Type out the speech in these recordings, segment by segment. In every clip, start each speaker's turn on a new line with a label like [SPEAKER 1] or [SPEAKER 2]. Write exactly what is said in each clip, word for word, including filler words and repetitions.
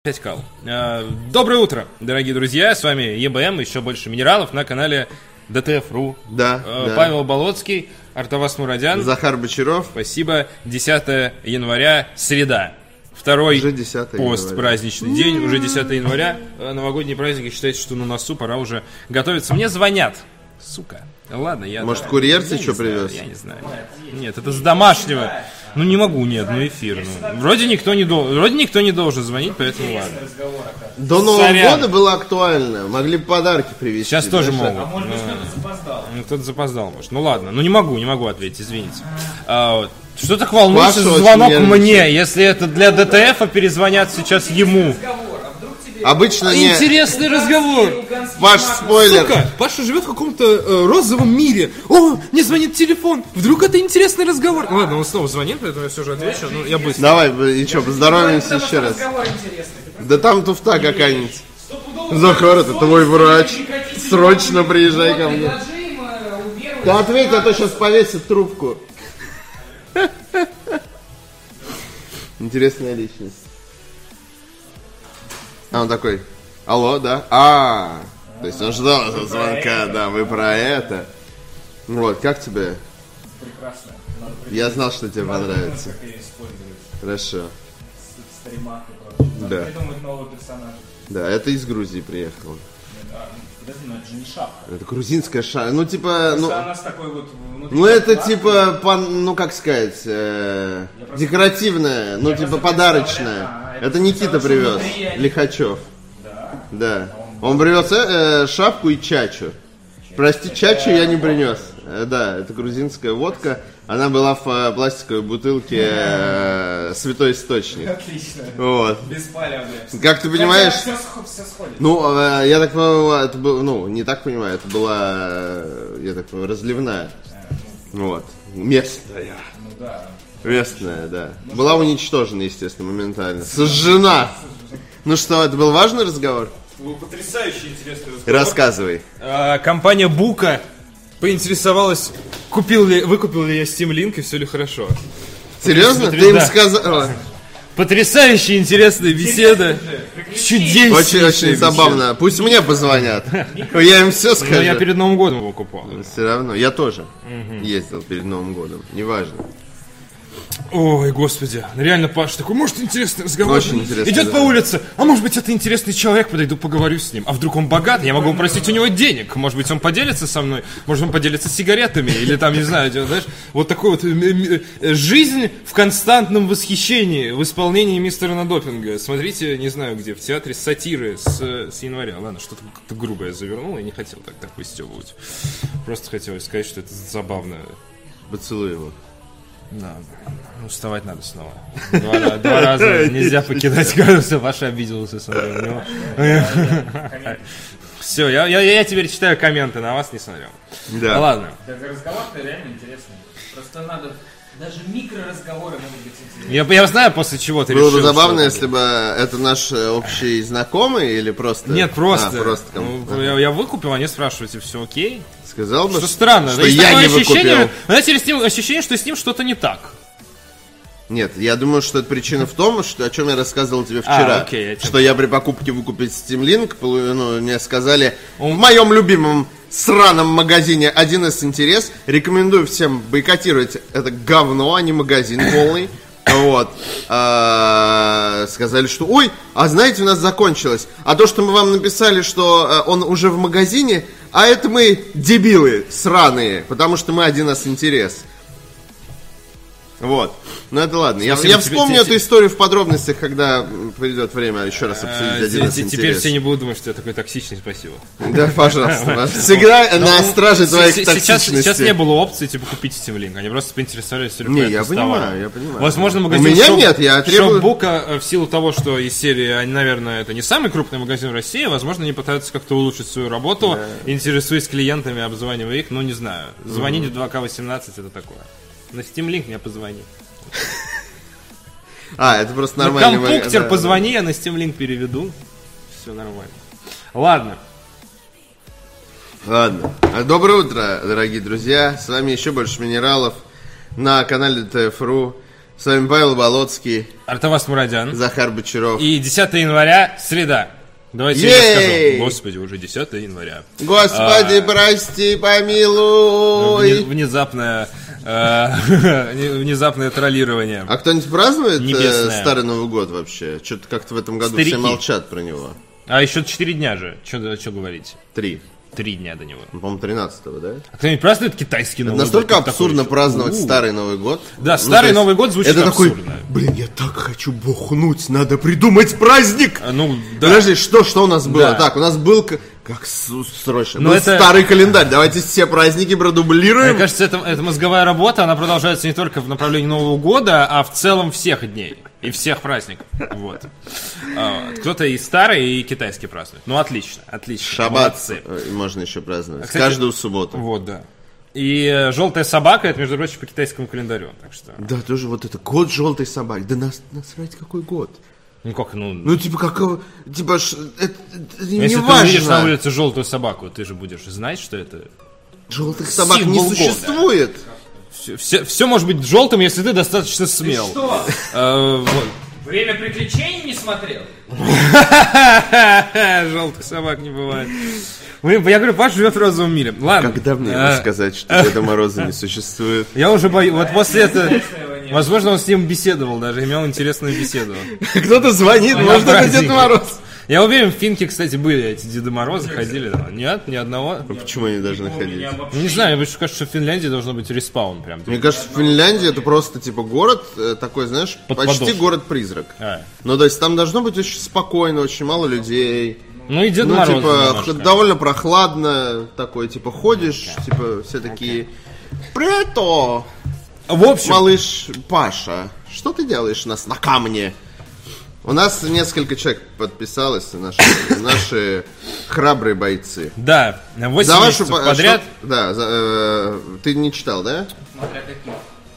[SPEAKER 1] пять кал. Доброе утро, дорогие друзья, с вами ЕБМ, еще больше минералов на канале ДТФ.ру.
[SPEAKER 2] Да,
[SPEAKER 1] Павел
[SPEAKER 2] да.
[SPEAKER 1] Болоцкий, Артавас Мурадян.
[SPEAKER 2] Захар Бочаров.
[SPEAKER 1] Спасибо. десятое января, среда. Второй
[SPEAKER 2] уже десятое
[SPEAKER 1] постпраздничный января. День, уже десятое января. Новогодние праздники, считайте, что на носу, пора уже готовиться. Мне звонят. Сука. Ладно, я...
[SPEAKER 2] Может, курьер тебе что привез?
[SPEAKER 1] Я не знаю. Нет, это с домашнего. Ну не могу, нет, ну эфир. Ну. Вроде никто не должен, вроде никто не должен звонить, поэтому ладно.
[SPEAKER 2] До Нового
[SPEAKER 1] Сорян.
[SPEAKER 2] года было актуально. Могли бы подарки привезти.
[SPEAKER 1] Сейчас тоже
[SPEAKER 2] знаешь,
[SPEAKER 1] могут.
[SPEAKER 3] А может быть, кто-то запоздал.
[SPEAKER 1] Ну, кто-то запоздал, может. Ну ладно, ну не могу, не могу ответить, извините. А, вот. Что так волнуешься
[SPEAKER 2] Паша
[SPEAKER 1] за звонок
[SPEAKER 2] очень
[SPEAKER 1] мне,
[SPEAKER 2] нервничает.
[SPEAKER 1] если это для ДТФа перезвонят сейчас ему?
[SPEAKER 2] Обычно не...
[SPEAKER 1] Интересный разговор.
[SPEAKER 2] Ваш спойлер.
[SPEAKER 1] Сука, Паша живет в каком-то э, розовом мире. О, мне звонит телефон. Вдруг это интересный разговор. Ну, ладно, он снова звонит, поэтому я все же отвечу. Ну, я быстро.
[SPEAKER 2] Давай, и что, поздороваемся еще раз. Да там туфта какая-нибудь. Захар, это твой врач. Срочно приезжай ко мне. Ты ответь, а то сейчас повесит трубку. Интересная личность. А он такой: алло, да? А, то есть он ждал этого звонка, да, вы про это. Вот, как тебе?
[SPEAKER 3] Прекрасно.
[SPEAKER 2] Я знал, что тебе понравится. Хорошо. Да.
[SPEAKER 3] Придумать нового персонажа.
[SPEAKER 2] Да, это из Грузии приехал.
[SPEAKER 3] Подожди, но это же не шапка.
[SPEAKER 2] Это грузинская шапка. Ну, типа, ну...
[SPEAKER 3] Она с такой вот...
[SPEAKER 2] Ну, это типа, пан- ну, как сказать, э, декоративная, ну, типа, подарочная. Это Никита привез, Лихачев. Да. Он привез э, шапку и чачу. Прости, чачу я не принес. Э, да, это грузинская водка. Она была в э, пластиковой бутылке э, «Святой Источник».
[SPEAKER 3] Отлично.
[SPEAKER 2] Вот.
[SPEAKER 3] Беспалевная.
[SPEAKER 2] Как ты понимаешь...
[SPEAKER 3] Все, все сходит.
[SPEAKER 2] Ну, э, я так понимаю, это было, ну, не так понимаю, это была, э, я так понимаю, разливная. Вот. Местная.
[SPEAKER 3] Ну да.
[SPEAKER 2] Местная, да. Была уничтожена, естественно, моментально. Сожжена. Ну что, это был важный разговор?
[SPEAKER 1] Был потрясающе интересный разговор.
[SPEAKER 2] Рассказывай.
[SPEAKER 1] А, компания Бука поинтересовалась, купил ли, выкупил ли я Steam Link и все ли хорошо.
[SPEAKER 2] Серьезно?
[SPEAKER 1] Смотри,
[SPEAKER 2] Ты им
[SPEAKER 1] да.
[SPEAKER 2] сказал?
[SPEAKER 1] Потрясающе интересная беседа. Чудеснейшая
[SPEAKER 2] Очень-очень
[SPEAKER 1] беседа.
[SPEAKER 2] забавно. Пусть мне позвонят. Я им все
[SPEAKER 1] Но
[SPEAKER 2] скажу.
[SPEAKER 1] я перед Новым годом его купал.
[SPEAKER 2] Все равно. Я тоже ездил перед Новым годом. Неважно.
[SPEAKER 1] Ой, господи, реально, Паш, такой, может, интересный разговор.
[SPEAKER 2] Очень интересный
[SPEAKER 1] Идет по
[SPEAKER 2] разговор.
[SPEAKER 1] улице, а может быть, это интересный человек, подойду, поговорю с ним. А вдруг он богат, я могу попросить у него денег. Может быть, он поделится со мной, может, он поделится сигаретами, или там, не знаю, знаешь, вот такой вот м- м- жизнь в константном восхищении в исполнении мистера Надопинга. Смотрите, не знаю где, в театре сатиры с, с января. Ладно, что-то как-то грубое завернул, я не хотел так, так выстебывать. Просто хотелось сказать, что это забавно.
[SPEAKER 2] Поцелуй его.
[SPEAKER 1] Да, ну, вставать надо снова. Два, два раза нельзя покидать градусы. Паша обиделся, смотрю. Все, я, я, я теперь читаю комменты, на вас не смотрел.
[SPEAKER 2] Да.
[SPEAKER 1] Ну, ладно.
[SPEAKER 3] Разговор-то реально интересный. Просто надо... Даже микроразговоры могут быть интересны.
[SPEAKER 1] Я, я знаю, после чего ты
[SPEAKER 2] Было
[SPEAKER 1] решил.
[SPEAKER 2] бы забавно,
[SPEAKER 1] что-
[SPEAKER 2] если бы это наш э, общий знакомый или просто...
[SPEAKER 1] Нет, просто.
[SPEAKER 2] А, просто кому-
[SPEAKER 1] Ну,
[SPEAKER 2] ага.
[SPEAKER 1] я, я выкупил, они спрашивают, все окей.
[SPEAKER 2] Сказал бы,
[SPEAKER 1] Что странно.
[SPEAKER 2] что
[SPEAKER 1] Есть
[SPEAKER 2] я
[SPEAKER 1] такое
[SPEAKER 2] не
[SPEAKER 1] ощущение,
[SPEAKER 2] выкупил.
[SPEAKER 1] знаете, с ним, ощущение, что с ним что-то не так.
[SPEAKER 2] Нет, я думаю, что это причина в том, что, о чем я рассказывал тебе вчера.
[SPEAKER 1] А, окей, я тебя
[SPEAKER 2] что я при покупке выкупить Steam Link, полу- ну, мне сказали,
[SPEAKER 1] Он-
[SPEAKER 2] в моем любимом сраном магазине один эс интерес, рекомендую всем бойкотировать это говно, а не магазин полный. Вот. А, сказали, что ой, а знаете, у нас закончилось. А то, что мы вам написали, что э, он уже в магазине, а это мы дебилы сраные, потому что мы один эс интерес. Вот. Ну это ладно. Я,
[SPEAKER 1] Спасибо
[SPEAKER 2] я
[SPEAKER 1] тебе,
[SPEAKER 2] вспомню
[SPEAKER 1] те-
[SPEAKER 2] эту историю в подробностях, когда м, придет время еще раз обсудить
[SPEAKER 1] Э,
[SPEAKER 2] один эс
[SPEAKER 1] те- Теперь
[SPEAKER 2] интерес.
[SPEAKER 1] все не будут думать, что я такой токсичный, спасибо.
[SPEAKER 2] Да, пожалуйста. Всегда на страже твоих
[SPEAKER 1] С- Сейчас,
[SPEAKER 2] токсичностей.
[SPEAKER 1] сейчас не было опции, типа, купить Steam Link. Они просто поинтересовались, все ли
[SPEAKER 2] Не,
[SPEAKER 1] порядке
[SPEAKER 2] я
[SPEAKER 1] с товаром.
[SPEAKER 2] понимаю, я понимаю.
[SPEAKER 1] Возможно,
[SPEAKER 2] У
[SPEAKER 1] магазин
[SPEAKER 2] меня
[SPEAKER 1] Шоп-
[SPEAKER 2] нет, я требую-
[SPEAKER 1] Шопбука, э, в силу того, что из серии, они, наверное, это не самый крупный магазин в России, возможно, они пытаются как-то улучшить свою работу, интересуясь клиентами, обзванивая их, ну, не знаю. Звонить в два ка восемнадцать это такое. На Steam Link мне позвони.
[SPEAKER 2] А, это просто
[SPEAKER 1] На
[SPEAKER 2] нормально.
[SPEAKER 1] компьютер позвони, я на Steam Link переведу. Все нормально. Ладно.
[SPEAKER 2] Ладно. Доброе утро, дорогие друзья. С вами еще больше минералов на канале ДТФ.ру. С вами Павел Болоцкий,
[SPEAKER 1] Артавас Мурадян.
[SPEAKER 2] Захар Бочаров.
[SPEAKER 1] И десятое января, среда. Давайте я расскажу. Господи, уже десятое января.
[SPEAKER 2] Господи, а, прости, помилуй.
[SPEAKER 1] Внезапное, э, внезапное троллирование.
[SPEAKER 2] А кто-нибудь празднует
[SPEAKER 1] Небесное.
[SPEAKER 2] Старый Новый год вообще? Что-то как-то в этом году
[SPEAKER 1] Старики.
[SPEAKER 2] все молчат про него.
[SPEAKER 1] А еще четыре дня же. Что говорить?
[SPEAKER 2] Три.
[SPEAKER 1] Три дня до него.
[SPEAKER 2] Ну, по-моему, тринадцатого, да?
[SPEAKER 1] А кто-нибудь празднует китайский Новый
[SPEAKER 2] Это
[SPEAKER 1] год?
[SPEAKER 2] настолько абсурдно
[SPEAKER 1] такой
[SPEAKER 2] праздновать
[SPEAKER 1] еще?
[SPEAKER 2] Старый Новый год.
[SPEAKER 1] Да,
[SPEAKER 2] Ну,
[SPEAKER 1] Старый
[SPEAKER 2] то есть
[SPEAKER 1] Новый год звучит
[SPEAKER 2] это
[SPEAKER 1] абсурдно.
[SPEAKER 2] Такой, блин, я так хочу бухнуть, надо придумать праздник.
[SPEAKER 1] А, ну, да.
[SPEAKER 2] Подожди, что, что у нас было?
[SPEAKER 1] Да.
[SPEAKER 2] Так, у нас был, к- как с- срочно,
[SPEAKER 1] Но
[SPEAKER 2] был
[SPEAKER 1] это-
[SPEAKER 2] старый календарь. Давайте все праздники продублируем.
[SPEAKER 1] Мне кажется, это, это мозговая работа, она продолжается не только в направлении Нового года, а в целом всех дней и всех праздников. Вот. А, кто-то и старый, и китайский празднует. Ну, отлично, отлично.
[SPEAKER 2] Шаббат
[SPEAKER 1] Молодцы.
[SPEAKER 2] э, можно еще праздновать.
[SPEAKER 1] А, кстати,
[SPEAKER 2] Каждую субботу.
[SPEAKER 1] Вот, да. И э, желтая собака, это, между прочим, по китайскому календарю. Так что.
[SPEAKER 2] Да, тоже вот это год желтой собаки. Да нас, насрать, какой год.
[SPEAKER 1] Ну как, ну.
[SPEAKER 2] Ну, типа, какого. Типа, ш- это, это не
[SPEAKER 1] если ты
[SPEAKER 2] важно.
[SPEAKER 1] увидишь на улице желтую собаку, ты же будешь знать, что это.
[SPEAKER 2] Желтых собак не
[SPEAKER 1] символ года.
[SPEAKER 2] существует.
[SPEAKER 1] Все, все, все может быть желтым, если ты достаточно смел.
[SPEAKER 3] Ты что?
[SPEAKER 1] Э, вот.
[SPEAKER 3] Время приключений не смотрел?
[SPEAKER 1] Желтых собак не бывает. Мы- Я говорю, Паша живет в розовом мире. Ладно.
[SPEAKER 2] Когда мне
[SPEAKER 1] А,
[SPEAKER 2] ему сказать, что Деда Мороза не существует?
[SPEAKER 1] Я уже боюсь. Вот после этого.
[SPEAKER 3] Этого нет.
[SPEAKER 1] Возможно, он с ним беседовал даже, имел интересную беседу.
[SPEAKER 2] Кто-то звонит,
[SPEAKER 1] На
[SPEAKER 2] может, это
[SPEAKER 1] празднике.
[SPEAKER 2] Дед Мороз.
[SPEAKER 1] Я уверен, в Финке, кстати, были эти Деды Морозы, ходили. да. Нет, ни одного.
[SPEAKER 2] Почему они должны ходить?
[SPEAKER 1] Не знаю, мне кажется, что в Финляндии должно быть респаун прям.
[SPEAKER 2] Мне кажется, Финляндия это просто типа город э, такой, знаешь,
[SPEAKER 1] Под
[SPEAKER 2] почти
[SPEAKER 1] подошву.
[SPEAKER 2] город-призрак.
[SPEAKER 1] А.
[SPEAKER 2] Ну, то есть там должно быть очень спокойно, очень мало людей.
[SPEAKER 1] Ну и Дед
[SPEAKER 2] Ну,
[SPEAKER 1] Мороз.
[SPEAKER 2] типа,
[SPEAKER 1] немножко.
[SPEAKER 2] х- довольно прохладно, такой, типа, ходишь, типа, все такие, «Привет-о,
[SPEAKER 1] В общем,
[SPEAKER 2] малыш Паша, что ты делаешь у нас на камне?» У нас несколько человек подписалось, наши, наши храбрые бойцы.
[SPEAKER 1] да, восемь
[SPEAKER 2] За вашу
[SPEAKER 1] месяцев
[SPEAKER 2] по-
[SPEAKER 1] подряд.
[SPEAKER 2] что- да, за, э, ты не читал, да?
[SPEAKER 3] Смотря каких.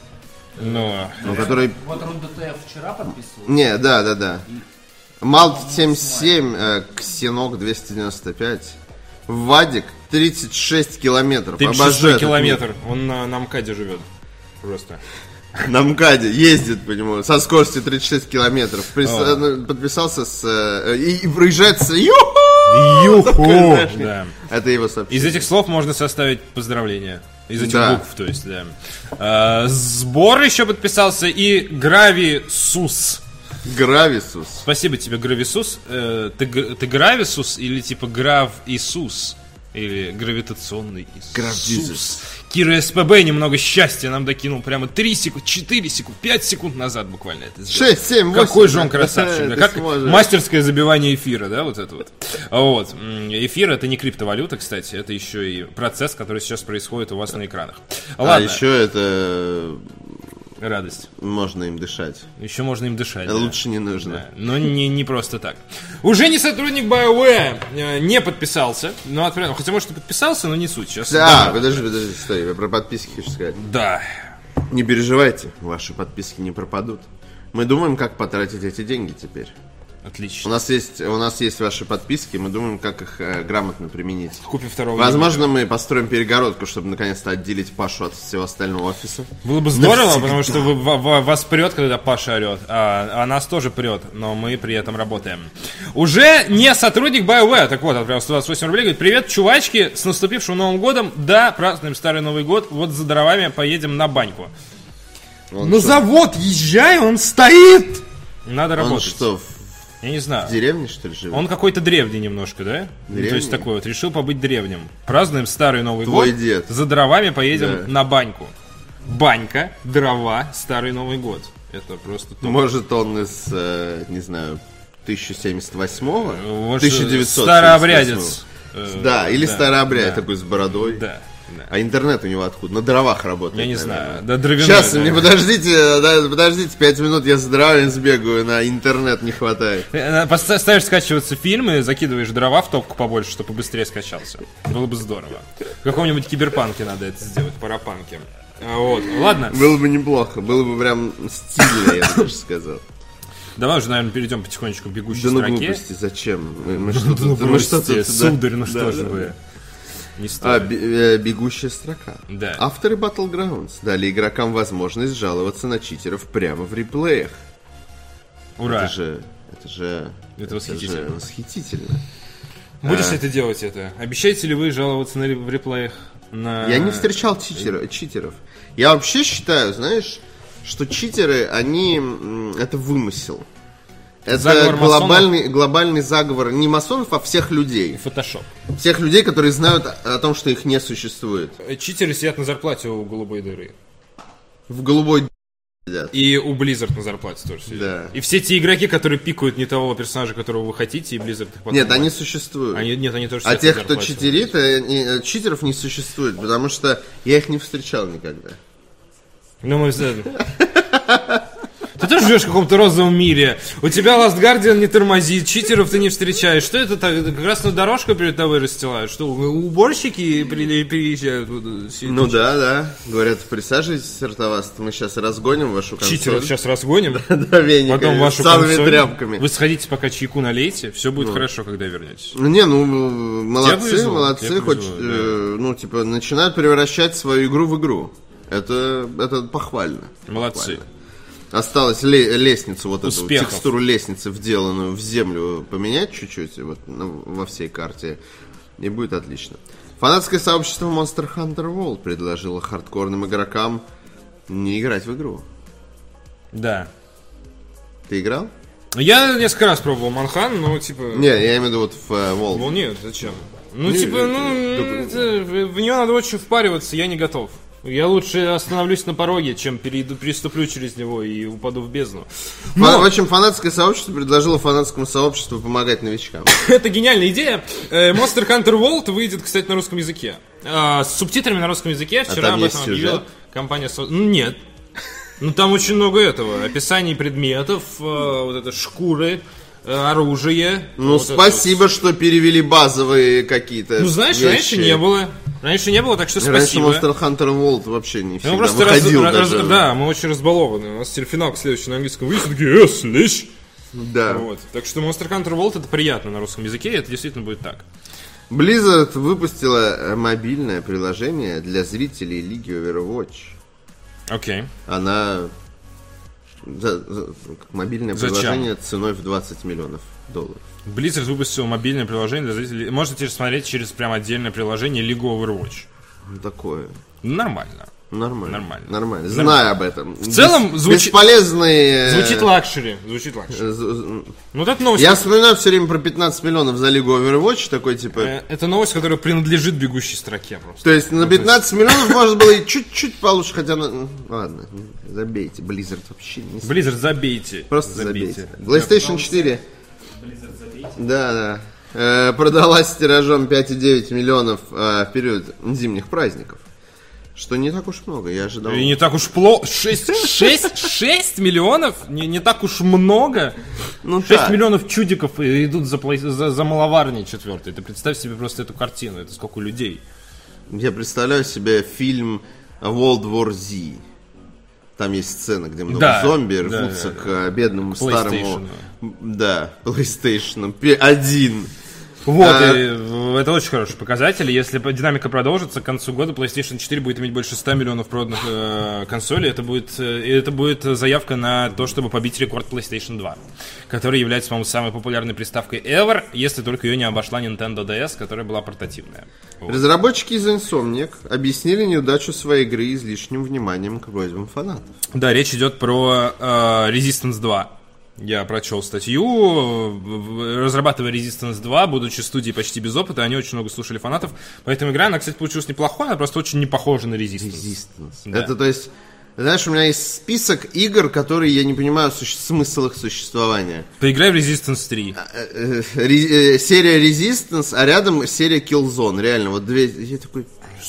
[SPEAKER 1] Ну,
[SPEAKER 2] Ну, который...
[SPEAKER 3] Вот РУДТФ вчера подписывал.
[SPEAKER 2] Не, да, да, да. Малт семьдесят семь, э, Ксенок двести девяносто пять, Вадик тридцать шесть километров.
[SPEAKER 1] тридцать
[SPEAKER 2] Обожаю
[SPEAKER 1] шестой
[SPEAKER 2] этот
[SPEAKER 1] километр. Он на, на МКАДе живет. Просто.
[SPEAKER 2] мир. На МКАДе ездит по нему со скоростью тридцать шесть километров. Прис-
[SPEAKER 1] О.
[SPEAKER 2] ну, Подписался с... э, И, и проезжает с... Ю-ху!
[SPEAKER 1] Юху!
[SPEAKER 2] Такой, знаешь,
[SPEAKER 1] Да.
[SPEAKER 2] Это его сообщение.
[SPEAKER 1] Из этих слов можно составить поздравление. Из этих
[SPEAKER 2] Да.
[SPEAKER 1] букв, то есть, да. А, Сбор еще подписался и Грависус.
[SPEAKER 2] Грависус.
[SPEAKER 1] Спасибо тебе, Грависус. Э, ты, г- ты Грависус или типа Грав Иисус? Или гравитационный Иисус?
[SPEAKER 2] Гравдизус.
[SPEAKER 1] Кира СПБ немного счастья нам докинул прямо три секунды, четыре секунды, пять секунд назад буквально это сделал.
[SPEAKER 2] шесть, семь, восемь.
[SPEAKER 1] Какой же он красавчик, да,
[SPEAKER 2] Ты
[SPEAKER 1] как
[SPEAKER 2] сможешь.
[SPEAKER 1] мастерское забивание эфира, да, вот это вот. Вот. М, Эфир — это не криптовалюта, кстати, это еще и процесс, который сейчас происходит у вас на экранах.
[SPEAKER 2] А
[SPEAKER 1] Ладно,
[SPEAKER 2] еще это...
[SPEAKER 1] радость.
[SPEAKER 2] Можно им дышать.
[SPEAKER 1] Еще можно им дышать. да.
[SPEAKER 2] Лучше не нужно.
[SPEAKER 1] Да, но не, не просто так. Уже не сотрудник BioWare э, не подписался. Ну, отправил. Хотя, может, и подписался, но не суть. Сейчас.
[SPEAKER 2] Да, подожди, подожди, стой, я про подписки хочу сказать.
[SPEAKER 1] Да.
[SPEAKER 2] Не переживайте, ваши подписки не пропадут. Мы думаем, как потратить эти деньги теперь. У
[SPEAKER 1] Отлично.
[SPEAKER 2] нас есть, у нас есть ваши подписки, мы думаем, как их э, грамотно применить.
[SPEAKER 1] Купим второго.
[SPEAKER 2] Возможно, мы построим перегородку, чтобы наконец-то отделить Пашу от всего остального офиса.
[SPEAKER 1] Было бы здорово,
[SPEAKER 2] Навсегда.
[SPEAKER 1] потому что вы- ва- ва- вас прет, когда Паша орет, а, а нас тоже прет, но мы при этом работаем. Уже не сотрудник BioWare, так вот, отправил сто двадцать восемь рублей, говорит: привет, чувачки, с наступившим Новым годом, да, празднуем Старый Новый год, вот за дровами поедем на баньку.
[SPEAKER 2] Он
[SPEAKER 1] На
[SPEAKER 2] что,
[SPEAKER 1] завод езжай, он стоит! Надо
[SPEAKER 2] Он
[SPEAKER 1] работать.
[SPEAKER 2] что, в
[SPEAKER 1] Я не знаю.
[SPEAKER 2] деревне, что ли, живет?
[SPEAKER 1] Он какой-то древний немножко, да? Ну, то есть
[SPEAKER 2] Древний?
[SPEAKER 1] такой вот, решил побыть древним. Празднуем Старый Новый
[SPEAKER 2] Твой
[SPEAKER 1] год.
[SPEAKER 2] дед.
[SPEAKER 1] За дровами поедем
[SPEAKER 2] Да.
[SPEAKER 1] на баньку. Банька, дрова, Старый Новый год. Это просто топ.
[SPEAKER 2] Может, он из, э, не знаю, тысяча семьдесят восьмого?
[SPEAKER 1] Вот
[SPEAKER 2] тысяча
[SPEAKER 1] что,
[SPEAKER 2] девятьсот
[SPEAKER 1] Старообрядец. Э,
[SPEAKER 2] Да, или старообрядец
[SPEAKER 1] да,
[SPEAKER 2] такой с бородой.
[SPEAKER 1] Да, да.
[SPEAKER 2] А интернет у него откуда? На дровах работает.
[SPEAKER 1] Я не
[SPEAKER 2] наверное.
[SPEAKER 1] знаю. Да, дровяной,
[SPEAKER 2] Сейчас,
[SPEAKER 1] да.
[SPEAKER 2] мне подождите, да, подождите, пять минут я за дровами сбегаю, на интернет не хватает.
[SPEAKER 1] Э, поста- Ставишь скачиваться фильмы, закидываешь дрова в топку побольше, чтобы побыстрее скачался. Было бы здорово. В каком-нибудь киберпанке надо это сделать, парапанке. А, Вот, ладно.
[SPEAKER 2] Было бы неплохо, было бы прям стильно, я бы даже сказал.
[SPEAKER 1] Давай уже, наверное, перейдем потихонечку к бегущей
[SPEAKER 2] Да ну
[SPEAKER 1] строке.
[SPEAKER 2] глупости, зачем? Мы, мы что
[SPEAKER 1] Ну,
[SPEAKER 2] тут, мы что
[SPEAKER 1] бросьте,
[SPEAKER 2] тут, да?
[SPEAKER 1] сударь, ну
[SPEAKER 2] Да,
[SPEAKER 1] что же
[SPEAKER 2] да,
[SPEAKER 1] вы. Не
[SPEAKER 2] А,
[SPEAKER 1] стоит.
[SPEAKER 2] б- э, бегущая строка.
[SPEAKER 1] Да.
[SPEAKER 2] Авторы Battlegrounds дали игрокам возможность жаловаться на читеров прямо в реплеях.
[SPEAKER 1] Ура.
[SPEAKER 2] Это же... Это же...
[SPEAKER 1] Это восхитительно.
[SPEAKER 2] же восхитительно.
[SPEAKER 1] Будешь
[SPEAKER 2] А.
[SPEAKER 1] это делать это? Обещаете ли вы жаловаться на ре- в реплеях? На...
[SPEAKER 2] Я не встречал читера- читеров. Я вообще считаю, знаешь, что читеры, они... м, Это вымысел. Это
[SPEAKER 1] Заговор
[SPEAKER 2] глобальный, глобальный заговор не масонов, а всех людей.
[SPEAKER 1] Фотошоп.
[SPEAKER 2] Всех людей, которые знают о, о том, что их не существует.
[SPEAKER 1] Читеры сидят на зарплате у голубой дыры.
[SPEAKER 2] В голубой сидят.
[SPEAKER 1] И у Blizzard на зарплате тоже сидят.
[SPEAKER 2] Да.
[SPEAKER 1] И все те игроки, которые пикают не того персонажа, которого вы хотите, и Blizzard их потом...
[SPEAKER 2] Нет, они существуют.
[SPEAKER 1] Они, нет, они тоже
[SPEAKER 2] А
[SPEAKER 1] сидят
[SPEAKER 2] тех,
[SPEAKER 1] на
[SPEAKER 2] кто
[SPEAKER 1] зарплате.
[SPEAKER 2] читерит, э, не- читеров не существует, потому что я их не встречал никогда.
[SPEAKER 1] Ну, мы... Ты тоже живешь в каком-то розовом мире. У тебя Last Guardian не тормозит, читеров ты не встречаешь. Что это так? Красную дорожку перед тобой расстилают? Что, уборщики при- приезжают?
[SPEAKER 2] Ну да, да. Говорят, присаживайтесь, Сартоваст, мы сейчас разгоним вашу консоль.
[SPEAKER 1] Читеров сейчас разгоним,
[SPEAKER 2] Да, вениками,
[SPEAKER 1] потом вашу
[SPEAKER 2] с самыми
[SPEAKER 1] консоль.
[SPEAKER 2] тряпками.
[SPEAKER 1] Вы сходите, пока чайку налейте, все будет хорошо, когда вернетесь.
[SPEAKER 2] Ну, не, ну, молодцы,
[SPEAKER 1] повезло,
[SPEAKER 2] молодцы,
[SPEAKER 1] тебе
[SPEAKER 2] хоть,
[SPEAKER 1] повезло,
[SPEAKER 2] э, ну, типа, начинают превращать свою игру в игру. Это, это похвально.
[SPEAKER 1] Молодцы.
[SPEAKER 2] Похвально. Осталось ле- лестницу, вот эту
[SPEAKER 1] Успехов.
[SPEAKER 2] текстуру лестницы, вделанную в землю, поменять чуть-чуть вот, ну, во всей карте, и будет отлично. Фанатское сообщество Monster Hunter World предложило хардкорным игрокам не играть в игру.
[SPEAKER 1] Да.
[SPEAKER 2] Ты играл?
[SPEAKER 1] Я несколько раз пробовал Манхан, но типа...
[SPEAKER 2] Не, я имею в виду вот в э, World.
[SPEAKER 1] Ну нет, зачем? Ну
[SPEAKER 2] Не,
[SPEAKER 1] типа,
[SPEAKER 2] это-
[SPEAKER 1] ну, это- в в нее надо очень впариваться, я не готов. Я лучше остановлюсь на пороге, чем перейду, переступлю через него и упаду в бездну.
[SPEAKER 2] Фа-
[SPEAKER 1] Но-
[SPEAKER 2] В общем, фанатское сообщество предложило фанатскому сообществу помогать новичкам.
[SPEAKER 1] Это гениальная идея. Э, Monster Hunter World выйдет, кстати, на русском языке. А, С субтитрами на русском языке. Вчера
[SPEAKER 2] там
[SPEAKER 1] об этом
[SPEAKER 2] есть
[SPEAKER 1] объявила
[SPEAKER 2] сюжет?
[SPEAKER 1] компания... Со- Ну, нет. Ну, там очень много этого. Описаний предметов, э, вот это шкуры, э, оружие.
[SPEAKER 2] Ну,
[SPEAKER 1] вот это
[SPEAKER 2] спасибо, что перевели базовые какие-то.
[SPEAKER 1] вот. Ну, знаешь,
[SPEAKER 2] вещи.
[SPEAKER 1] раньше не было. Раньше не было, так что
[SPEAKER 2] Раньше
[SPEAKER 1] спасибо.
[SPEAKER 2] Monster Hunter World вообще не
[SPEAKER 1] Мы
[SPEAKER 2] всегда
[SPEAKER 1] просто раз-
[SPEAKER 2] выходил
[SPEAKER 1] раз-
[SPEAKER 2] даже.
[SPEAKER 1] да, мы очень разбалованы. У нас теперь финал следующий на английском. Вы все такие, «Э, слышь?»
[SPEAKER 2] Да.
[SPEAKER 1] Вот. Так что Monster Hunter World это приятно на русском языке, и это действительно будет так.
[SPEAKER 2] Blizzard выпустила э, мобильное приложение для зрителей Лиги Overwatch.
[SPEAKER 1] Окей.
[SPEAKER 2] Она за- за- как мобильное
[SPEAKER 1] Зачем?
[SPEAKER 2] приложение ценой в двадцать миллионов долларов.
[SPEAKER 1] Blizzard выпустил мобильное приложение для зрителей. Можете теперь смотреть через прям отдельное приложение League Overwatch.
[SPEAKER 2] Ну, такое.
[SPEAKER 1] Нормально.
[SPEAKER 2] Нормально.
[SPEAKER 1] Нормально.
[SPEAKER 2] Нормально. Знаю об этом. В
[SPEAKER 1] целом звучит-
[SPEAKER 2] Бесполезные...
[SPEAKER 1] Звучит лакшери. Звучит лакшери.
[SPEAKER 2] э, з- з-
[SPEAKER 1] Ну, вот это новость.
[SPEAKER 2] Я вспоминаю все время про пятнадцать миллионов за Лигу Overwatch, такой типа...
[SPEAKER 1] Э, Это новость, которая принадлежит бегущей строке просто.
[SPEAKER 2] То есть на пятнадцать миллионов можно было и чуть-чуть получше, хотя... на- Ладно, забейте, Blizzard вообще не... с-
[SPEAKER 1] Blizzard, забейте.
[SPEAKER 2] Просто забейте. PlayStation четыре. Да, да. Э, продалась с тиражом пять и девять миллионов э, в период зимних праздников. Что не так уж много, я ожидал.
[SPEAKER 1] И не так уж плохо. шесть миллионов? Не, не так уж много.
[SPEAKER 2] Ну,
[SPEAKER 1] шесть
[SPEAKER 2] так.
[SPEAKER 1] миллионов чудиков идут за, плей- за, за маловарней четвертой. Ты представь себе просто эту картину. Это сколько людей.
[SPEAKER 2] Я представляю себе фильм World War Z. Там есть сцена, где много
[SPEAKER 1] Да,
[SPEAKER 2] зомби
[SPEAKER 1] да,
[SPEAKER 2] рвутся
[SPEAKER 1] да,
[SPEAKER 2] к э, бедному старому...
[SPEAKER 1] PlayStation.
[SPEAKER 2] Да, PlayStation один.
[SPEAKER 1] Вот,
[SPEAKER 2] А-
[SPEAKER 1] и э, это очень хороший показатель. Если по- динамика продолжится, к концу года PlayStation четыре будет иметь больше ста миллионов проданных э, консолей. Это будет, э, и это будет заявка на то, чтобы побить рекорд PlayStation два, который является, по-моему, самой популярной приставкой ever, если только ее не обошла Nintendo ди эс, которая была портативная. Вот.
[SPEAKER 2] Разработчики из Insomniac объяснили неудачу своей игры излишним вниманием к просьбам фанатов.
[SPEAKER 1] Да, речь идет про э, Resistance два. Я прочел статью. Разрабатывая Resistance два, будучи студией почти без опыта, они очень много слушали фанатов. Поэтому игра, она, кстати, получилась неплохой, она просто очень не похожа на Resistance.
[SPEAKER 2] Resistance.
[SPEAKER 1] Да.
[SPEAKER 2] Это, то есть, знаешь, у меня есть список игр, которые я не понимаю суще- смысл их существования.
[SPEAKER 1] Поиграй в Resistance три.
[SPEAKER 2] Э, э, ре- э, серия Resistance, а рядом серия Killzone. Реально, вот две... Я такой...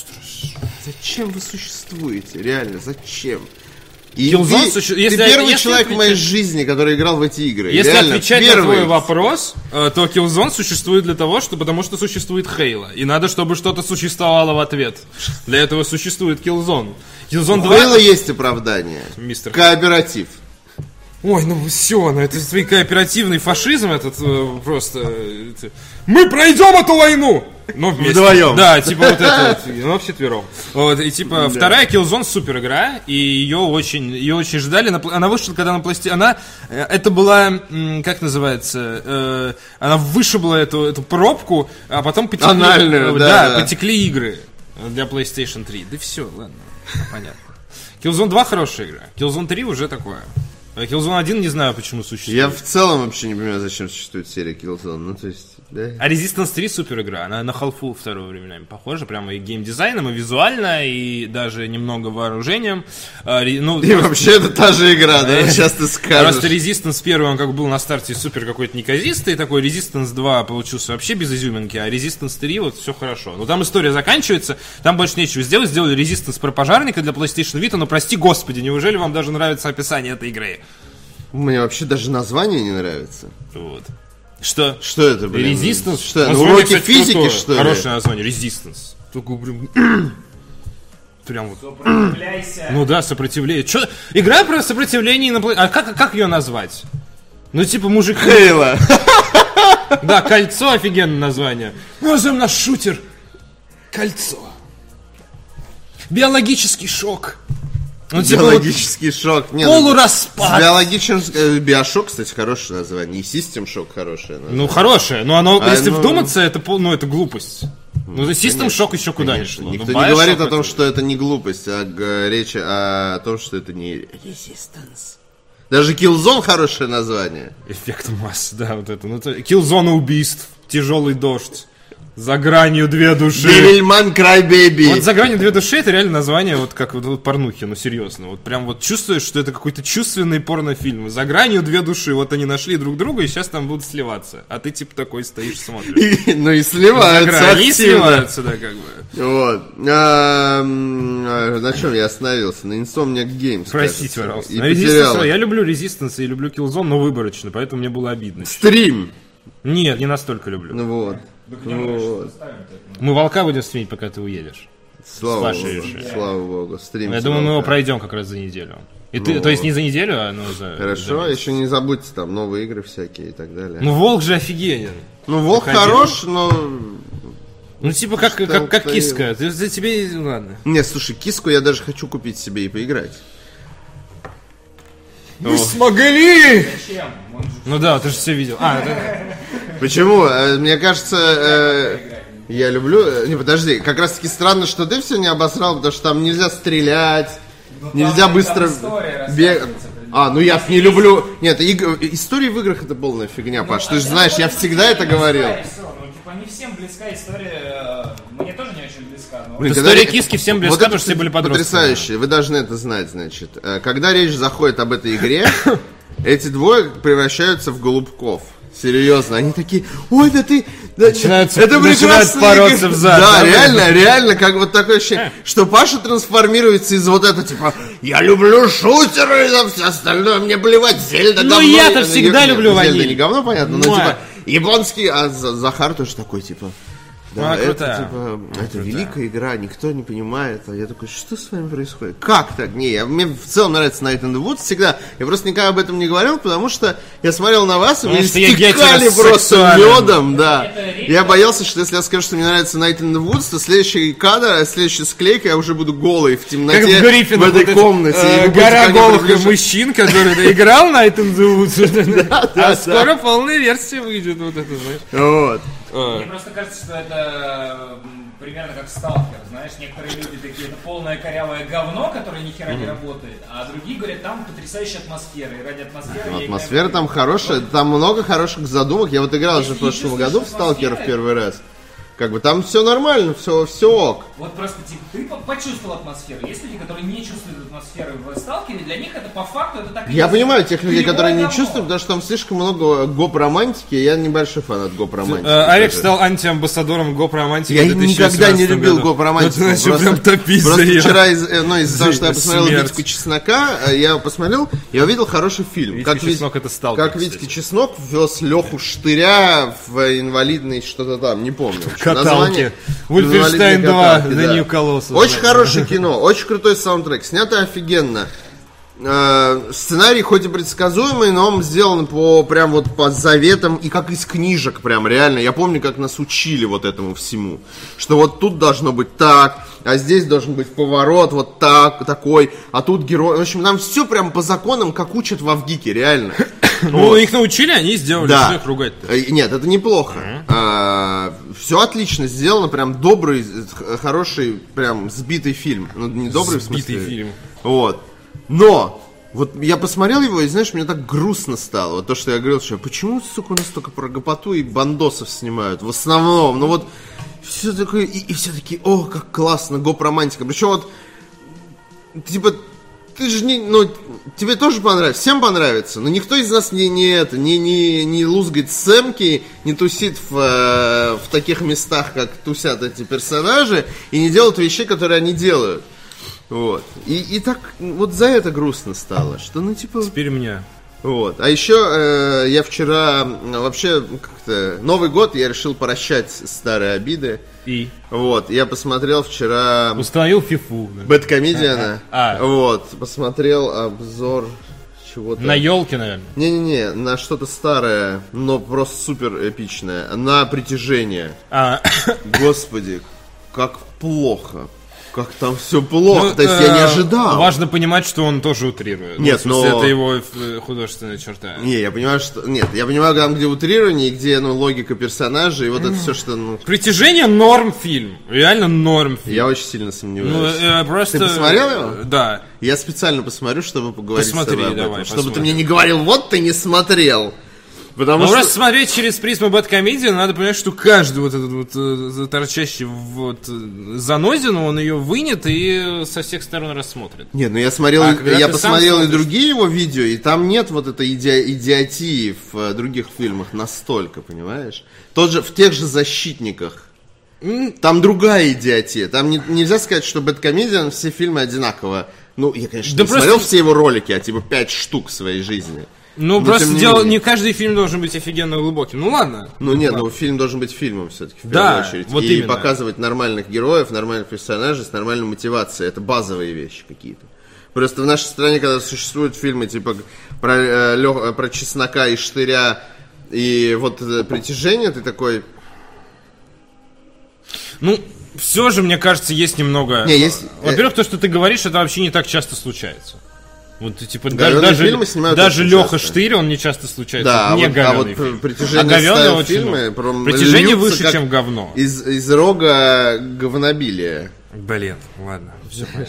[SPEAKER 2] Зачем вы существуете? Реально, зачем? И
[SPEAKER 1] Killzone
[SPEAKER 2] ты,
[SPEAKER 1] суще-
[SPEAKER 2] ты
[SPEAKER 1] если-
[SPEAKER 2] первый
[SPEAKER 1] если
[SPEAKER 2] человек в моей
[SPEAKER 1] отвечать-
[SPEAKER 2] жизни, который играл в эти игры.
[SPEAKER 1] Если
[SPEAKER 2] Реально,
[SPEAKER 1] отвечать
[SPEAKER 2] первый.
[SPEAKER 1] на твой вопрос, э, то Killzone существует для того, что, потому что существует Halo. И надо, чтобы что-то существовало в ответ. Для этого существует Killzone. Killzone
[SPEAKER 2] У
[SPEAKER 1] два...
[SPEAKER 2] Halo есть оправдание.
[SPEAKER 1] Мистер.
[SPEAKER 2] Кооператив.
[SPEAKER 1] Ой, ну все, ну это твой кооперативный фашизм, этот э, просто... Это... Мы пройдем эту войну! Но вместе.
[SPEAKER 2] Вдвоем.
[SPEAKER 1] Да, типа вот это вот, ну вчетвером. Вот, и типа да. Вторая Killzone супер игра, и ее очень, ее очень ждали. Она вышла, когда на пласти... Она, это была, как называется, э, она вышибла эту, эту пробку, а потом потекли...
[SPEAKER 2] Анальную, да,
[SPEAKER 1] да,
[SPEAKER 2] да.
[SPEAKER 1] потекли игры для PlayStation три. Да все, ладно, понятно. Killzone два хорошая игра, Killzone три уже такое. Killzone один не знаю, почему существует.
[SPEAKER 2] Я в целом вообще не понимаю, зачем существует серия Killzone. Ну, то есть, да.
[SPEAKER 1] А Resistance три супер игра. Она на Half-Life второго временами похожа. Прямо и геймдизайном, и визуально, и даже немного вооружением. А, ну,
[SPEAKER 2] и просто... вообще это та же игра, да? Сейчас ты скажешь.
[SPEAKER 1] Просто Resistance первый, он как был на старте супер какой-то неказистый. Такой Resistance два получился вообще без изюминки. А Resistance три вот все хорошо. Но там история заканчивается. Там больше нечего сделать. Сделали Resistance про пожарника для PlayStation Vita. Но прости господи, неужели вам даже нравится описание этой игры?
[SPEAKER 2] Мне вообще даже название не нравится.
[SPEAKER 1] Вот. Что?
[SPEAKER 2] Что это, блин?
[SPEAKER 1] Resistance?
[SPEAKER 2] Что, ну, уроки кстати, физики, крутое. Что ли?
[SPEAKER 1] Хорошее название, Resistance. Только, блин... Прям вот...
[SPEAKER 3] Сопротивляйся.
[SPEAKER 1] Ну да, сопротивление. Чё? Игра про сопротивление на... А как, как ее назвать? Ну, типа, мужик...
[SPEAKER 2] Хейла.
[SPEAKER 1] Да, Кольцо офигенное название. Назовем наш шутер Кольцо. Биологический шок.
[SPEAKER 2] Ну, биологический типа, шок.
[SPEAKER 1] Не, полураспад.
[SPEAKER 2] Биологический... Биошок, кстати, хорошее название. И System шок хорошее название.
[SPEAKER 1] Ну, хорошее. Но оно, а, если ну... вдуматься, это, ну, это глупость. Ну, за System шок еще куда
[SPEAKER 2] конечно.
[SPEAKER 1] не шло.
[SPEAKER 2] Никто не говорит о том, это... что это не глупость, а речь о том, что это не Resistance. Даже Killzone хорошее название.
[SPEAKER 1] Эффект масс, да, вот это. Ну, это... Killzone убийств, тяжелый дождь. За гранью две души.
[SPEAKER 2] Devilman Crybaby.
[SPEAKER 1] Вот за гранью две души это реально название вот как вот, вот порнухи, ну серьезно. Вот прям вот чувствуешь, что это какой-то чувственный порнофильм. За гранью две души. Вот они нашли друг друга и сейчас там будут сливаться. А ты типа такой стоишь, смотришь.
[SPEAKER 2] Ну и сливаются.
[SPEAKER 1] Они сливаются, да, как бы.
[SPEAKER 2] Вот. На чем я остановился? На Insomniac Games.
[SPEAKER 1] Простите, пожалуйста. Я люблю Resistance и люблю Killzone, но выборочно, поэтому мне было обидно.
[SPEAKER 2] Стрим.
[SPEAKER 1] Нет, не настолько люблю.
[SPEAKER 2] Ну вот.
[SPEAKER 1] Вот. Мы волка будем стримить, пока ты уедешь.
[SPEAKER 2] Слава Богу, слава Богу. Стрим
[SPEAKER 1] Я думаю, волка. Мы его пройдем как раз за неделю. И ну, ты, то есть не за неделю, а ну, за...
[SPEAKER 2] Хорошо, за еще не забудьте там новые игры всякие и так далее.
[SPEAKER 1] Ну, волк же офигенен.
[SPEAKER 2] Ну, волк Выходил. Хорош, но...
[SPEAKER 1] Ну, типа, как, как, как киска. Ты, за тебе... Ладно.
[SPEAKER 2] Не, слушай, киску я даже хочу купить себе и поиграть.
[SPEAKER 1] Мы О. смогли! Зачем? Ну да, ты же все видел. А, это...
[SPEAKER 2] Почему? Мне кажется, э, я люблю... Не, подожди, как раз таки странно, что ты все не обосрал, потому что там нельзя стрелять, ну, нельзя там, быстро бегать. А, ну я не люблю... Нет, иг... истории в играх это полная фигня, ну, Паш. Ты же знаешь, я всегда это говорил.
[SPEAKER 3] Ну, типа, не всем близка история... Мне тоже не очень близка, но...
[SPEAKER 1] Блин, история когда... киски всем близка, вот потому что все были подростки.
[SPEAKER 2] Потрясающе, вы должны это знать, значит. Когда речь заходит об этой игре, эти двое превращаются в голубков. Серьезно, они такие, ой, да ты... Да,
[SPEAKER 1] начинают,
[SPEAKER 2] это
[SPEAKER 1] начинают бороться взад.
[SPEAKER 2] Да, да, реально, реально, как вот такое ощущение, что Паша трансформируется из вот этого, типа, я люблю шутеры, и все остальное, мне плевать, Зельда говно.
[SPEAKER 1] Ну я-то всегда
[SPEAKER 2] нет,
[SPEAKER 1] люблю ваниль.
[SPEAKER 2] Зельда не говно, понятно, но типа, японский, а Захар тоже такой, типа... Да,
[SPEAKER 1] а,
[SPEAKER 2] это,
[SPEAKER 1] крутая.
[SPEAKER 2] типа, это
[SPEAKER 1] крутая.
[SPEAKER 2] великая игра, никто не понимает. А я такой, что с вами происходит? Как так? Не, я, мне в целом нравится Night in the Woods всегда. Я просто никогда об этом не говорил, потому что я смотрел на вас, и вы истекали просто медом, да. Я боялся, что если я скажу, что мне нравится Night in the Woods, то следующий кадр, следующая склейка, я уже буду голый в темноте в, в этой комнате.
[SPEAKER 1] Э, гора голых мужчин, который играл Night in the Woods. А скоро полная версия выйдет, вот это, знаешь.
[SPEAKER 2] Вот.
[SPEAKER 3] Мне просто кажется, что это примерно как Сталкер, знаешь, некоторые люди такие, это полное корявое говно, которое ни хера mm-hmm. не работает, а другие говорят, там потрясающая атмосфера, и ради атмосферы...
[SPEAKER 2] Ну, атмосфера там хорошая, там много хороших задумок, я вот играл же в прошлом году в Сталкера в первый раз. Как бы там все нормально, все, все ок.
[SPEAKER 3] Вот просто типа, ты почувствовал атмосферу. Есть люди, которые не чувствуют атмосферы в Сталкере, для них это по факту это так.
[SPEAKER 2] Я понимаю тех людей, которые не чувствуют, потому что там слишком много гоп-романтики. Я небольшой фанат гоп-романтики.
[SPEAKER 1] Арик стал антиамбассадором гоп-романтики.
[SPEAKER 2] Я никогда не любил гоп-романтику.
[SPEAKER 1] Просто, прям топить
[SPEAKER 2] просто вчера, из, ну, из-за того, что я посмотрел Витьку Чеснока, я посмотрел, я увидел хороший фильм.
[SPEAKER 1] Витька Чеснок это Сталкер.
[SPEAKER 2] Как Витька Чеснок вез Леху Штыря в инвалидный что-то там, не помню.
[SPEAKER 1] Каталки. Wolfenstein два, The New Colossus.
[SPEAKER 2] Очень хорошее кино, очень крутой саундтрек, снято офигенно. э, сценарий хоть и предсказуемый, но он сделан по прям вот по заветам и как из книжек прям реально. Я помню, как нас учили вот этому всему, что вот тут должно быть так, а здесь должен быть поворот вот так, такой, а тут герой. В общем, нам все прям по законам, как учат в Авгике, реально.
[SPEAKER 1] Ну, их научили, они сделали,
[SPEAKER 2] Да.
[SPEAKER 1] что их ругать-то.
[SPEAKER 2] Э, Нет, это неплохо. А, все отлично сделано, прям добрый, х- хороший, прям сбитый фильм. Ну, не добрый в
[SPEAKER 1] Сбитый
[SPEAKER 2] смысле.
[SPEAKER 1] фильм.
[SPEAKER 2] Вот. Но, вот я посмотрел его, и знаешь, мне так грустно стало. Вот то, что я говорил, что почему, сука, у нас только про гопоту и бандосов снимают? В основном, ну вот, все такое, и, и все такие, о, как классно, гоп-романтика. Причем вот, типа, ты же не, ну, тебе тоже понравится, всем понравится, но никто из нас не, не это, не, не, не лузгает сценки, не тусит в, э, в таких местах, как тусят эти персонажи, и не делают вещей, которые они делают. Вот. И, и так вот за это грустно стало, что ну типа...
[SPEAKER 1] Теперь мне.
[SPEAKER 2] Вот. А еще э, я вчера э, вообще как-то Новый год я решил прощать старые обиды.
[SPEAKER 1] И?
[SPEAKER 2] Вот. Я посмотрел вчера
[SPEAKER 1] Установил фифу. Да.
[SPEAKER 2] Бэдкомедиана.
[SPEAKER 1] А.
[SPEAKER 2] Вот. Посмотрел обзор чего-то.
[SPEAKER 1] На елке, наверное.
[SPEAKER 2] Не-не-не, на что-то старое, но просто супер эпичное. На притяжение.
[SPEAKER 1] А,
[SPEAKER 2] Господи, как плохо. Как там все плохо.
[SPEAKER 1] ну,
[SPEAKER 2] То есть я не
[SPEAKER 1] э,
[SPEAKER 2] ожидал.
[SPEAKER 1] Важно понимать, что он тоже утрирует.
[SPEAKER 2] Нет,
[SPEAKER 1] ну, в смысле,
[SPEAKER 2] но-
[SPEAKER 1] это его э, художественная черта.
[SPEAKER 2] Не, я понимаю, что... Нет, я понимаю, там, где утрирование, и где, ну, логика персонажей, и вот это все, что, ну...
[SPEAKER 1] Притяжение норм фильм. Реально норм фильм.
[SPEAKER 2] Я очень сильно
[SPEAKER 1] Ну,
[SPEAKER 2] сомневаюсь.
[SPEAKER 1] э, просто...
[SPEAKER 2] Ты посмотрел его?
[SPEAKER 1] Да.
[SPEAKER 2] Я специально посмотрю, чтобы поговорить
[SPEAKER 1] Посмотри,
[SPEAKER 2] с тобой об этом.
[SPEAKER 1] давай,
[SPEAKER 2] Чтобы ты
[SPEAKER 1] посмотрим.
[SPEAKER 2] мне не говорил, вот ты не смотрел. Потому
[SPEAKER 1] Ну,
[SPEAKER 2] что...
[SPEAKER 1] просто смотреть через призму бэдкомедии, надо понимать, что каждый вот этот вот э, торчащий вот э, занозину, он ее вынет и со всех сторон рассмотрит.
[SPEAKER 2] Нет, ну я смотрел,
[SPEAKER 1] А, когда
[SPEAKER 2] я
[SPEAKER 1] ты
[SPEAKER 2] посмотрел
[SPEAKER 1] сам
[SPEAKER 2] и
[SPEAKER 1] смотришь?
[SPEAKER 2] другие его видео, и там нет вот этой иди- идиотии в э, других фильмах настолько, понимаешь? Тот же, в тех же «Защитниках». Там другая идиотия. Там не- нельзя сказать, что Бэдкомедиан все фильмы одинаково. Ну, я, конечно,
[SPEAKER 1] Да
[SPEAKER 2] не
[SPEAKER 1] просто-
[SPEAKER 2] смотрел все его ролики, а типа пять штук в своей жизни.
[SPEAKER 1] Ну,
[SPEAKER 2] Но
[SPEAKER 1] просто
[SPEAKER 2] тем не
[SPEAKER 1] дело,
[SPEAKER 2] менее.
[SPEAKER 1] не каждый фильм должен быть офигенно глубоким. Ну, ладно.
[SPEAKER 2] Ну нет, ну фильм должен быть фильмом все-таки, в
[SPEAKER 1] Да,
[SPEAKER 2] первую очередь.
[SPEAKER 1] вот
[SPEAKER 2] и
[SPEAKER 1] именно.
[SPEAKER 2] показывать нормальных героев, нормальных персонажей с нормальной мотивацией. Это базовые вещи какие-то. Просто в нашей стране, когда существуют фильмы типа про, э, лё- про чеснока и штыря, и вот это притяжение, ты такой...
[SPEAKER 1] Ну, все же, мне кажется, есть немного...
[SPEAKER 2] Не, есть-
[SPEAKER 1] Во-первых, то, что ты говоришь, это вообще не так часто случается. Вот, типа, да-
[SPEAKER 2] Говёные
[SPEAKER 1] даже,
[SPEAKER 2] фильмы снимают
[SPEAKER 1] даже
[SPEAKER 2] очень
[SPEAKER 1] Леха
[SPEAKER 2] часто.
[SPEAKER 1] Штырь, он не часто случается.
[SPEAKER 2] Да,
[SPEAKER 1] не
[SPEAKER 2] а вот, а вот
[SPEAKER 1] говёный фильм.
[SPEAKER 2] притяжение
[SPEAKER 1] А говёный
[SPEAKER 2] стайл
[SPEAKER 1] очень
[SPEAKER 2] фильмы
[SPEAKER 1] много.
[SPEAKER 2] прям
[SPEAKER 1] Притяжение
[SPEAKER 2] льются
[SPEAKER 1] выше,
[SPEAKER 2] как
[SPEAKER 1] чем говно.
[SPEAKER 2] Из, из рога говнобилия.
[SPEAKER 1] Блин, ладно, все понятно.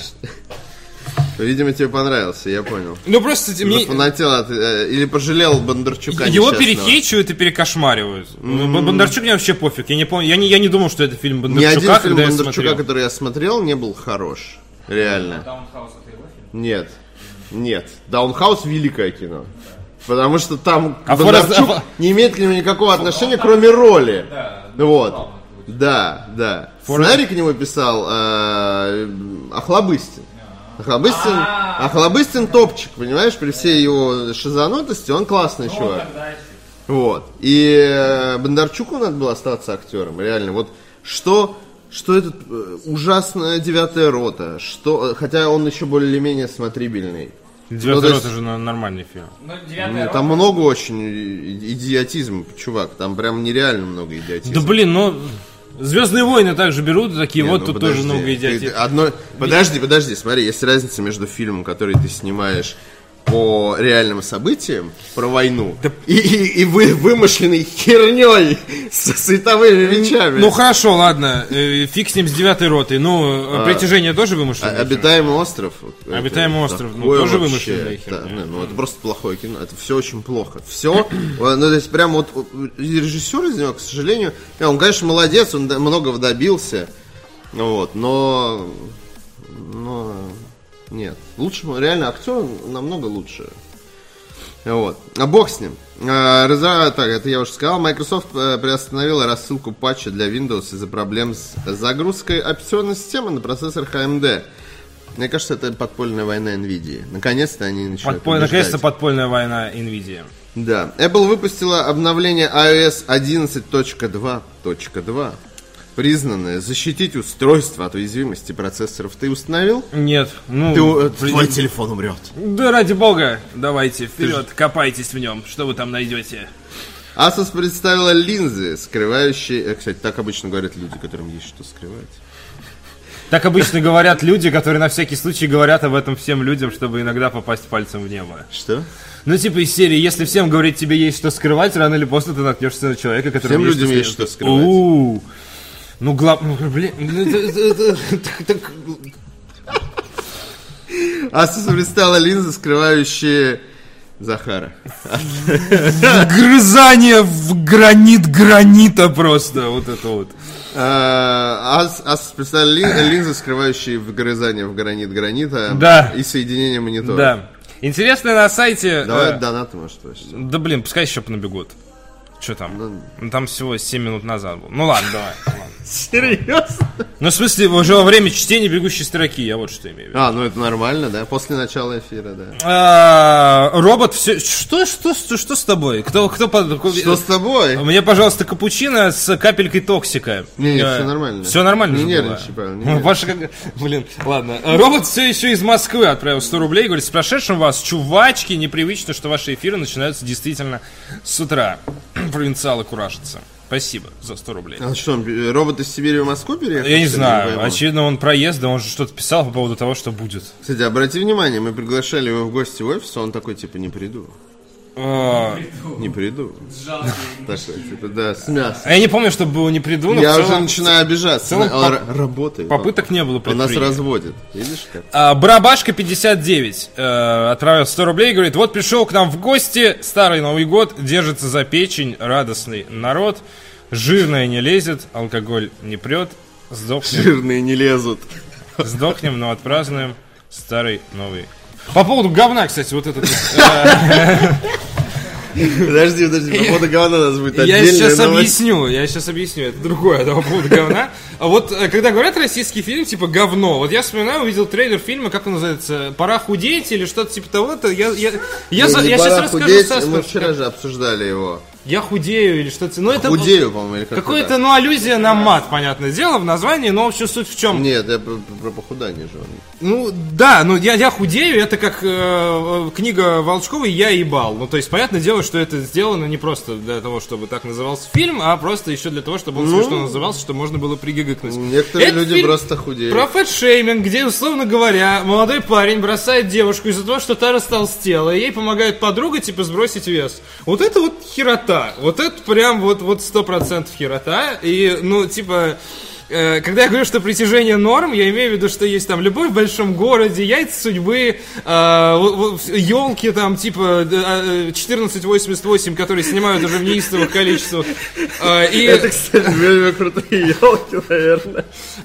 [SPEAKER 2] Видимо, тебе понравился, я понял.
[SPEAKER 1] Ну, просто мне...
[SPEAKER 2] Зафанател от, э, или пожалел Бондарчука
[SPEAKER 1] Его
[SPEAKER 2] несчастного.
[SPEAKER 1] перехейчивают и перекошмаривают. Ну, Бондарчук мне вообще пофиг. Я не помню, я не, я не думал, что это фильм
[SPEAKER 2] Ни
[SPEAKER 1] Бондарчука,
[SPEAKER 2] один фильм
[SPEAKER 1] когда я
[SPEAKER 2] Бондарчука,
[SPEAKER 1] смотрел.
[SPEAKER 2] который я смотрел, не был хорош. Реально.
[SPEAKER 3] Даунхаус это его фильм?
[SPEAKER 2] Нет. Нет. Даунхаус — великое кино. Потому что там
[SPEAKER 1] А
[SPEAKER 2] Бондарчук
[SPEAKER 1] Форест-
[SPEAKER 2] не имеет к нему никакого отношения, кроме роли.
[SPEAKER 3] Да.
[SPEAKER 2] Вот.
[SPEAKER 3] забавно будет.
[SPEAKER 2] Да, да.
[SPEAKER 1] Форест-
[SPEAKER 2] Сценарий к нему писал э, Охлобыстин. Охлобыстин,
[SPEAKER 3] А.
[SPEAKER 2] Охлобыстин топчик, понимаешь, при всей его шизанутости, он классный
[SPEAKER 3] Ну,
[SPEAKER 2] чувак.
[SPEAKER 3] тогда еще.
[SPEAKER 2] Вот. И э, Бондарчуку надо было остаться актером, реально. Вот что, что этот э, ужасная девятая рота, что, хотя он еще более-менее смотрибельный.
[SPEAKER 1] Девятый
[SPEAKER 2] Ну, то
[SPEAKER 1] рот
[SPEAKER 2] есть-
[SPEAKER 1] это же на- нормальный фильм.
[SPEAKER 3] Ну, девятая
[SPEAKER 2] Ну,
[SPEAKER 3] рота.
[SPEAKER 2] там много очень и- идиотизма, чувак. Там прям нереально много идиотизма.
[SPEAKER 1] Да блин, ну... Звездные войны также берут, и такие,
[SPEAKER 2] Не,
[SPEAKER 1] вот
[SPEAKER 2] ну,
[SPEAKER 1] тут
[SPEAKER 2] подожди.
[SPEAKER 1] тоже много
[SPEAKER 2] Ты-
[SPEAKER 1] идиотизма.
[SPEAKER 2] ты одно... Подожди, подожди, смотри, есть разница между фильмом, который ты снимаешь по реальным событиям, про войну, и, и- и вы, вымышленной херней со световыми мечами.
[SPEAKER 1] Ну хорошо, ладно, э, фиг с ним с девятой ротой. Ну, притяжение тоже
[SPEAKER 2] А-
[SPEAKER 1] вымышленное.
[SPEAKER 2] Обитаемый остров. это
[SPEAKER 1] Обитаемый остров, ну,
[SPEAKER 2] такое
[SPEAKER 1] тоже
[SPEAKER 2] вообще,
[SPEAKER 1] вымышленная
[SPEAKER 2] да,
[SPEAKER 1] херня.
[SPEAKER 2] не, ну это просто плохое кино. Это все очень плохо. Все. Ну, то есть, прям вот режиссер из него, к сожалению, не, он, конечно, молодец, он до- многого добился. Вот, но. Но. Нет. Лучше, реально, актер намного лучше. Вот. А бог с ним. А, разра- Так, это я уже сказал. Microsoft э, приостановила рассылку патча для Windows из-за проблем с загрузкой операционной системы на процессор эйч эм ди. Мне кажется, это подпольная война NVIDIA. Наконец-то они начинают
[SPEAKER 1] Подполь-
[SPEAKER 2] побеждать.
[SPEAKER 1] Наконец-то подпольная война Nvidia.
[SPEAKER 2] Да. Apple выпустила обновление iOS одиннадцать точка два точка два. признаны защитить устройство от уязвимости процессоров. Ты установил?
[SPEAKER 1] Нет. Ну,
[SPEAKER 2] Ты, при... Твой телефон умрет.
[SPEAKER 1] Да ради бога, давайте вперед, копайтесь в нем, что вы там найдете.
[SPEAKER 2] Asus представила линзы, скрывающие... Кстати, так обычно говорят люди, которым есть что скрывать.
[SPEAKER 1] Так обычно говорят люди, которые на всякий случай говорят об этом всем людям, чтобы иногда попасть пальцем в небо.
[SPEAKER 2] Что?
[SPEAKER 1] Ну, типа из серии, если всем говорить, тебе есть что скрывать, рано или поздно ты наткнешься на человека, который...
[SPEAKER 2] Всем людям есть что скрывать.
[SPEAKER 1] У-у-у. Ну, глав... Ну, блин...
[SPEAKER 2] Asus представила линзы, скрывающие... Захара.
[SPEAKER 1] Вгрызание в гранит гранита просто, вот это вот.
[SPEAKER 2] Asus представила линзы, скрывающие вгрызание в гранит гранита.
[SPEAKER 1] Да.
[SPEAKER 2] И соединение монитора.
[SPEAKER 1] Да. Интересно на сайте...
[SPEAKER 2] Давай э... донаты, может, вообще.
[SPEAKER 1] Да блин, пускай еще понабегут. Что там? Ну... ну там всего семь минут назад был. Ну ладно, давай.
[SPEAKER 2] Серьезно?
[SPEAKER 1] Ну, в смысле, уже во время чтения бегущей строки, я вот что имею в виду.
[SPEAKER 2] А, ну это нормально, да? После начала эфира, да.
[SPEAKER 1] А, робот все... Что, что, что, что с тобой? Кто, кто под...
[SPEAKER 2] Что с тобой?
[SPEAKER 1] Мне, пожалуйста, капучино с капелькой токсика.
[SPEAKER 2] Не, не, все нормально.
[SPEAKER 1] Все нормально.
[SPEAKER 2] Не нервничай, Павел.
[SPEAKER 1] Ваша как... Блин, ладно. Робот все еще из Москвы отправил сто рублей. Говорит, с прошедшим вас, чувачки, непривычно, что ваши эфиры начинаются действительно с утра. Провинциалы куражатся. Спасибо за сто рублей.
[SPEAKER 2] А что, робот из Сибири в Москву переехал?
[SPEAKER 1] Я не знаю. Не Очевидно, он проезда, он же что-то писал по поводу того, что будет.
[SPEAKER 2] Кстати, обрати внимание, мы приглашали его в гости в офис, он такой, типа, не приду.
[SPEAKER 1] А...
[SPEAKER 2] Не приду. Такой, типа, да, с мясом.
[SPEAKER 1] А я не помню, чтобы было не приду, но
[SPEAKER 2] я
[SPEAKER 1] целом...
[SPEAKER 2] уже начинаю обижаться.
[SPEAKER 1] Целом...
[SPEAKER 2] Он по... работает.
[SPEAKER 1] Попыток не было.
[SPEAKER 2] Он нас разводит. Видишь как?
[SPEAKER 1] А, Барабашка пятьдесят девять э, отправил сто рублей и говорит, вот пришел к нам в гости, старый Новый год, держится за печень, радостный народ, жирное не лезет, алкоголь не прет, сдохнем.
[SPEAKER 2] Жирные не лезут.
[SPEAKER 1] Сдохнем, но отпразднуем старый Новый. По поводу говна, кстати, вот этот...
[SPEAKER 2] Подожди, подожди, по поводу говна у нас будет отдельная
[SPEAKER 1] Я сейчас
[SPEAKER 2] новость.
[SPEAKER 1] объясню, я сейчас объясню, это другое, да, по поводу говна. А вот, когда говорят российский фильм, типа, говно, вот я вспоминаю, увидел трейлер фильма, как он называется, «Пора худеть» или что-то типа того-то, я, я, я,
[SPEAKER 2] ну,
[SPEAKER 1] за, я сейчас расскажу
[SPEAKER 2] худеть,
[SPEAKER 1] состав.
[SPEAKER 2] Мы вчера же обсуждали его.
[SPEAKER 1] Я худею или что-то. Ну, это
[SPEAKER 2] худею, по-моему, или как-то
[SPEAKER 1] какое-то,
[SPEAKER 2] так.
[SPEAKER 1] ну, аллюзия на мат, понятное дело, в названии, но в общем суть в чем?
[SPEAKER 2] Нет, я про, про похудание же.
[SPEAKER 1] Ну, да, ну, я, я худею, это как э, книга Волчковой «Я ебал». Ну, то есть, понятное дело, что это сделано не просто для того, чтобы так назывался фильм, а просто еще для того, чтобы он ну, смешно назывался, чтобы можно было пригигыкнуть.
[SPEAKER 2] Некоторые это люди просто худеют.
[SPEAKER 1] Про фэтшейминг, где, условно говоря, молодой парень бросает девушку из-за того, что та растолстела, и ей помогает подруга, типа, сбросить вес. Вот это вот херота. Вот это прям вот вот сто процентов херота. И, ну, типа... Когда я говорю, что притяжение норм, я имею в виду, что есть там любовь в большом городе, яйца судьбы, елки там типа четырнадцать восемьдесят восемь, которые снимают уже в неистовых количествах. И...
[SPEAKER 2] Это, кстати, вельми крутые елки, наверное.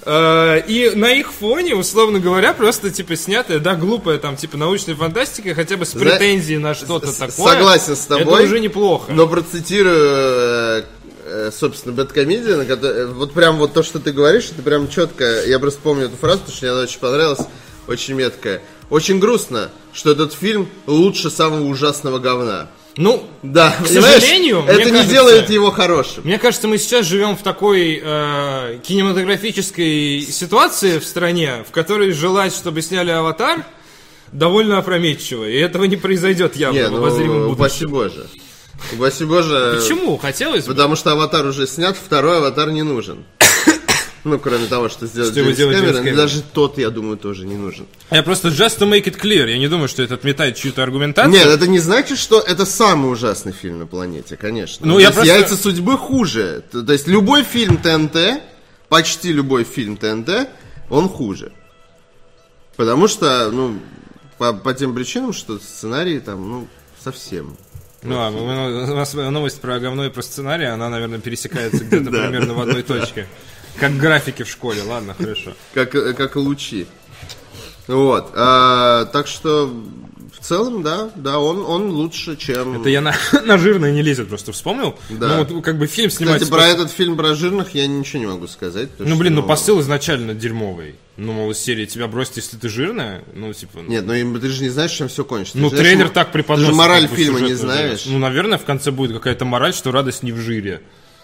[SPEAKER 1] И на их фоне, условно говоря, просто типа снятая, да, глупая там типа научная фантастика, хотя бы с претензией на что-то такое.
[SPEAKER 2] Согласен с тобой.
[SPEAKER 1] Это уже неплохо.
[SPEAKER 2] Но процитирую... собственно, бэдкомедия, на которой, вот прям вот то, что ты говоришь, это прям четко, я просто помню эту фразу, потому что мне она очень понравилась, очень меткая. Очень грустно, что этот фильм лучше самого ужасного говна.
[SPEAKER 1] Ну,
[SPEAKER 2] да,
[SPEAKER 1] к сожалению,
[SPEAKER 2] это не
[SPEAKER 1] кажется,
[SPEAKER 2] делает его хорошим.
[SPEAKER 1] Мне кажется, мы сейчас живем в такой э, кинематографической ситуации в стране, в которой желать, чтобы сняли «Аватар», довольно опрометчиво, и этого не произойдет явно
[SPEAKER 2] не,
[SPEAKER 1] в обозримом
[SPEAKER 2] ну,
[SPEAKER 1] будущем.
[SPEAKER 2] Упаси Боже. Упаси Боже.
[SPEAKER 1] Почему? Хотелось бы.
[SPEAKER 2] Потому что «Аватар» уже снят, второй «Аватар» не нужен. Ну, кроме того, что сделать Джеймс Кэмерон, даже тот, я думаю, тоже не нужен.
[SPEAKER 1] Я просто just to make it clear, я не думаю, что это отметает чью-то аргументацию.
[SPEAKER 2] Нет, это не значит, что это самый ужасный фильм на планете, конечно.
[SPEAKER 1] Ну, я просто...
[SPEAKER 2] «Яйца судьбы» хуже. То, то есть любой фильм ТНТ, почти любой фильм ТНТ, он хуже. Потому что, ну, по, по тем причинам, что сценарий там, ну, совсем...
[SPEAKER 1] Ну, а у нас новость про говно и про сценарий, она, наверное, пересекается где-то примерно в одной точке. Как графики в школе, ладно, хорошо.
[SPEAKER 2] Как, как и лучи. Вот. А, так что, в целом, да, да, он, он лучше, чем...
[SPEAKER 1] Это я на, на жирное не лезет просто вспомнил.
[SPEAKER 2] Да.
[SPEAKER 1] Ну, вот как бы фильм снимается...
[SPEAKER 2] Кстати, про этот фильм про жирных я ничего не могу сказать.
[SPEAKER 1] Ну, блин,
[SPEAKER 2] что,
[SPEAKER 1] ну, посыл изначально дерьмовый. Ну, мол, из серии тебя бросить, если ты жирная, ну, типа... Ну...
[SPEAKER 2] Нет, ну, ты же не знаешь, чем все кончится.
[SPEAKER 1] Ну,
[SPEAKER 2] ты
[SPEAKER 1] трейлер
[SPEAKER 2] знаешь,
[SPEAKER 1] так преподносит.
[SPEAKER 2] Ты же мораль фильма не знаешь.
[SPEAKER 1] Ну, наверное, в конце будет какая-то мораль, что радость не в жире.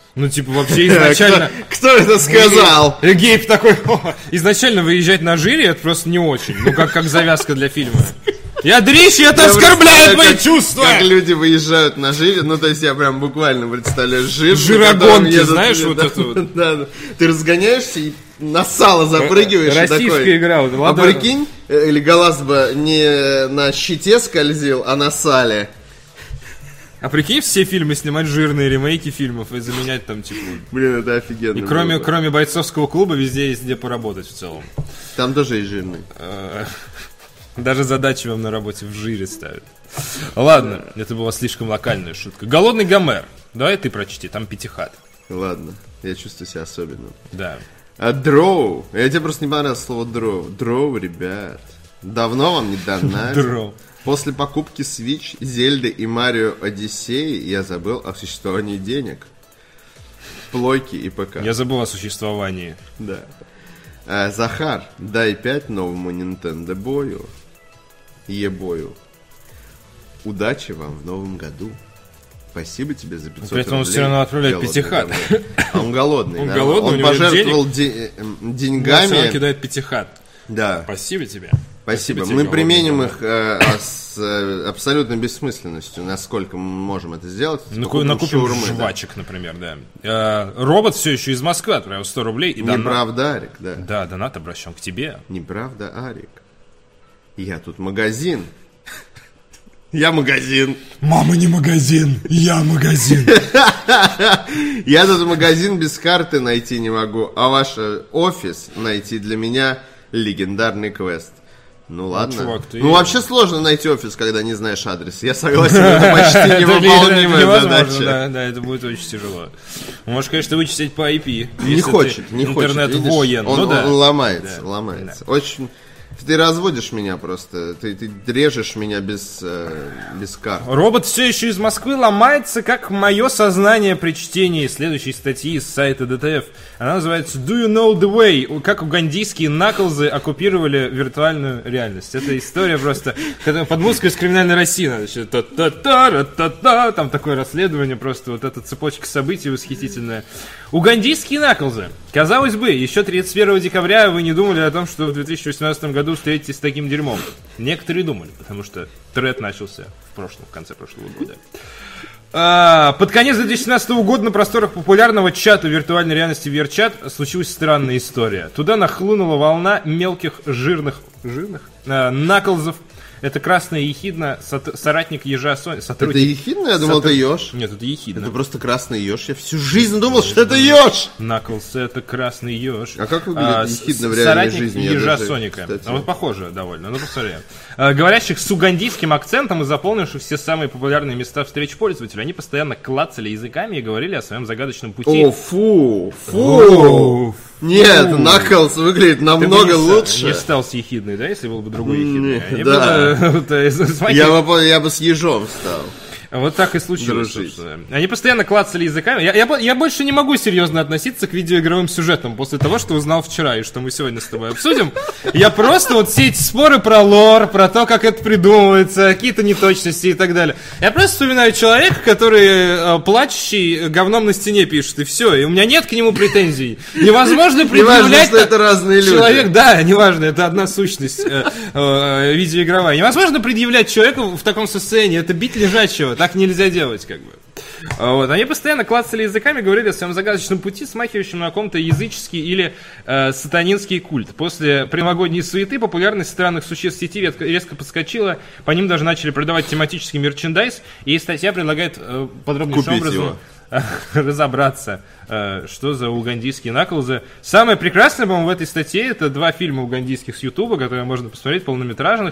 [SPEAKER 1] Ну, типа, вообще изначально...
[SPEAKER 2] Кто, кто это сказал?
[SPEAKER 1] Гейб, Гейб такой, о, изначально выезжать на жире, это просто не очень. Ну, как, как завязка для фильма. Я дрищ, и это я оскорбляет мои
[SPEAKER 2] как,
[SPEAKER 1] чувства!
[SPEAKER 2] Как люди выезжают на жире, ну, то есть я прям буквально представляю жир.
[SPEAKER 1] Жирогонки, знаешь, вот
[SPEAKER 2] да,
[SPEAKER 1] это вот.
[SPEAKER 2] Да, да. Ты разгоняешься и на сало запрыгиваешь.
[SPEAKER 1] Российская
[SPEAKER 2] такой,
[SPEAKER 1] игра. Вот,
[SPEAKER 2] а прикинь, или ГЛАС бы не на щите скользил, а на сале.
[SPEAKER 1] А прикинь, все фильмы снимать жирные ремейки фильмов и заменять там, типа...
[SPEAKER 2] Блин, это офигенно.
[SPEAKER 1] И кроме, кроме бойцовского клуба, везде есть где поработать в целом.
[SPEAKER 2] Там тоже есть жирный.
[SPEAKER 1] Даже задачи вам на работе в жире ставят. Ладно, это была слишком локальная шутка. Голодный Гомер. Давай ты прочти, там пятихат.
[SPEAKER 2] Ладно, я чувствую себя особенным.
[SPEAKER 1] Да.
[SPEAKER 2] А дроу. Я тебе просто не понравилось слово дроу. Дроу, ребят. Давно вам не донатил.
[SPEAKER 1] Дроу.
[SPEAKER 2] После покупки Switch, Зельды и Марио Одиссеи я забыл о существовании денег. Плойки и ПК.
[SPEAKER 1] Я забыл о существовании.
[SPEAKER 2] Да. А, Захар, дай пять новому Nintendo бою. Е-бою. Удачи вам в новом году. Спасибо тебе за пятьсот
[SPEAKER 1] При этом он
[SPEAKER 2] рублей.
[SPEAKER 1] все равно отправляет пятихат.
[SPEAKER 2] А он голодный.
[SPEAKER 1] Он
[SPEAKER 2] да?
[SPEAKER 1] голодный,
[SPEAKER 2] Он
[SPEAKER 1] у него
[SPEAKER 2] пожертвовал
[SPEAKER 1] денег.
[SPEAKER 2] де-
[SPEAKER 1] Да,
[SPEAKER 2] деньгами.
[SPEAKER 1] все равно кидает пятихат.
[SPEAKER 2] Да.
[SPEAKER 1] Спасибо тебе.
[SPEAKER 2] Спасибо.
[SPEAKER 1] тебе,
[SPEAKER 2] Мы
[SPEAKER 1] голодный
[SPEAKER 2] применим
[SPEAKER 1] Гомер.
[SPEAKER 2] их э, а, с э, абсолютной бессмысленностью, насколько мы можем это сделать.
[SPEAKER 1] Наку- накупим жвачек, да. Например, да. Э, робот все еще из Москвы отправил сто рублей. И донат...
[SPEAKER 2] Неправда, Арик, да.
[SPEAKER 1] Да, донат обращен к тебе.
[SPEAKER 2] Неправда, Арик. Я тут магазин. Я магазин.
[SPEAKER 1] Мама не магазин, я магазин.
[SPEAKER 2] Я тут магазин без карты найти не могу, а ваш офис найти для меня легендарный квест. Ну ладно.
[SPEAKER 1] чувак, ты-
[SPEAKER 2] Ну вообще сложно найти офис, когда не знаешь адрес. Я согласен, это почти невыполнимая задача.
[SPEAKER 1] Да, да, это будет очень тяжело. Можешь, конечно, вычислить по ай пи.
[SPEAKER 2] Не
[SPEAKER 1] если
[SPEAKER 2] хочет,
[SPEAKER 1] ты
[SPEAKER 2] не хочет.
[SPEAKER 1] интернет-воен.
[SPEAKER 2] видишь? Он,
[SPEAKER 1] Ну да.
[SPEAKER 2] он ломается,
[SPEAKER 1] Да,
[SPEAKER 2] ломается. Очень. Ты разводишь меня просто. Ты, ты режешь меня без, э, без карт.
[SPEAKER 1] Робот все еще из Москвы ломается, как мое сознание при чтении следующей статьи с сайта ди ти эф. Она называется «Do you know the way?» Как угандийские наклзы оккупировали виртуальную реальность. Это история просто, которая под музыку из «Криминальной России». Значит, та-та-та-та-та-та. Там такое расследование, просто вот эта цепочка событий восхитительная. Угандийские наклзы. Казалось бы, еще тридцать первого декабря вы не думали о том, что в две тысячи восемнадцатом году встретитесь с таким дерьмом. Некоторые думали, потому что тред начался в прошлом, в конце прошлого года. А, под конец две тысячи семнадцатого года на просторах популярного чата виртуальной реальности ви ар-чат случилась странная история. Туда нахлынула волна мелких жирных, жирных а, наклзов. Это красная ехидна, сот- соратник ежа Сони.
[SPEAKER 2] Это ехидно? Я думал,
[SPEAKER 1] Сотруд-
[SPEAKER 2] это еж.
[SPEAKER 1] Нет, это ехидна.
[SPEAKER 2] Это просто красный еж. Я всю жизнь думал, что это еж.
[SPEAKER 1] Наклз — это красный еж.
[SPEAKER 2] А как выглядит
[SPEAKER 1] с-
[SPEAKER 2] ехидна в
[SPEAKER 1] с-
[SPEAKER 2] реальной
[SPEAKER 1] соратник
[SPEAKER 2] жизни? Я
[SPEAKER 1] ежа
[SPEAKER 2] даже,
[SPEAKER 1] Соника.
[SPEAKER 2] кстати.
[SPEAKER 1] А вот похоже довольно, ну посмотри. А, говорящих с угандийским акцентом и заполнивших все самые популярные места встреч пользователей. Они постоянно клацали языками и говорили о своем загадочном пути.
[SPEAKER 2] О, фу, фу.
[SPEAKER 1] О,
[SPEAKER 2] Нет, Наклз выглядит
[SPEAKER 1] Ты бы
[SPEAKER 2] намного
[SPEAKER 1] не стал-
[SPEAKER 2] лучше.
[SPEAKER 1] Не стал с ехидной, да, если был бы другой ехидный.
[SPEAKER 2] Не,
[SPEAKER 1] Они
[SPEAKER 2] да.
[SPEAKER 1] бы, вот, э, смотри,
[SPEAKER 2] Я бы, я бы с ежом стал.
[SPEAKER 1] Вот так и случилось.
[SPEAKER 2] Дружить.
[SPEAKER 1] собственно. Они постоянно клацали языками. Я, я, бо- я больше не могу серьезно относиться к видеоигровым сюжетам после того, что узнал вчера и что мы сегодня с тобой обсудим. Я просто вот все эти споры про лор, про то, как это придумывается, какие-то неточности и так далее. Я просто вспоминаю человека, который э, плачущий говном на стене пишет, и все. И у меня нет к нему претензий. Невозможно
[SPEAKER 2] Неважно,
[SPEAKER 1] предъявлять...
[SPEAKER 2] что это разные люди.
[SPEAKER 1] Человек, да, неважно, это одна сущность э, э, видеоигровая. Невозможно предъявлять человеку в таком состоянии. Это бить лежачего. Так нельзя делать, как бы. А Вот. Они постоянно клацали языками, говорили о своем загадочном пути, смахивающем на каком-то языческий или э, сатанинский культ. После предновогодней суеты популярность странных существ в сети резко, резко подскочила. По ним даже начали продавать тематический мерчендайз. И статья предлагает э, подробнейшим
[SPEAKER 2] Купить
[SPEAKER 1] образом
[SPEAKER 2] его.
[SPEAKER 1] разобраться, э, что за угандийские наклзы. Самое прекрасное, по-моему, в этой статье — это два фильма угандийских с Ютуба, которые можно посмотреть, полнометражных.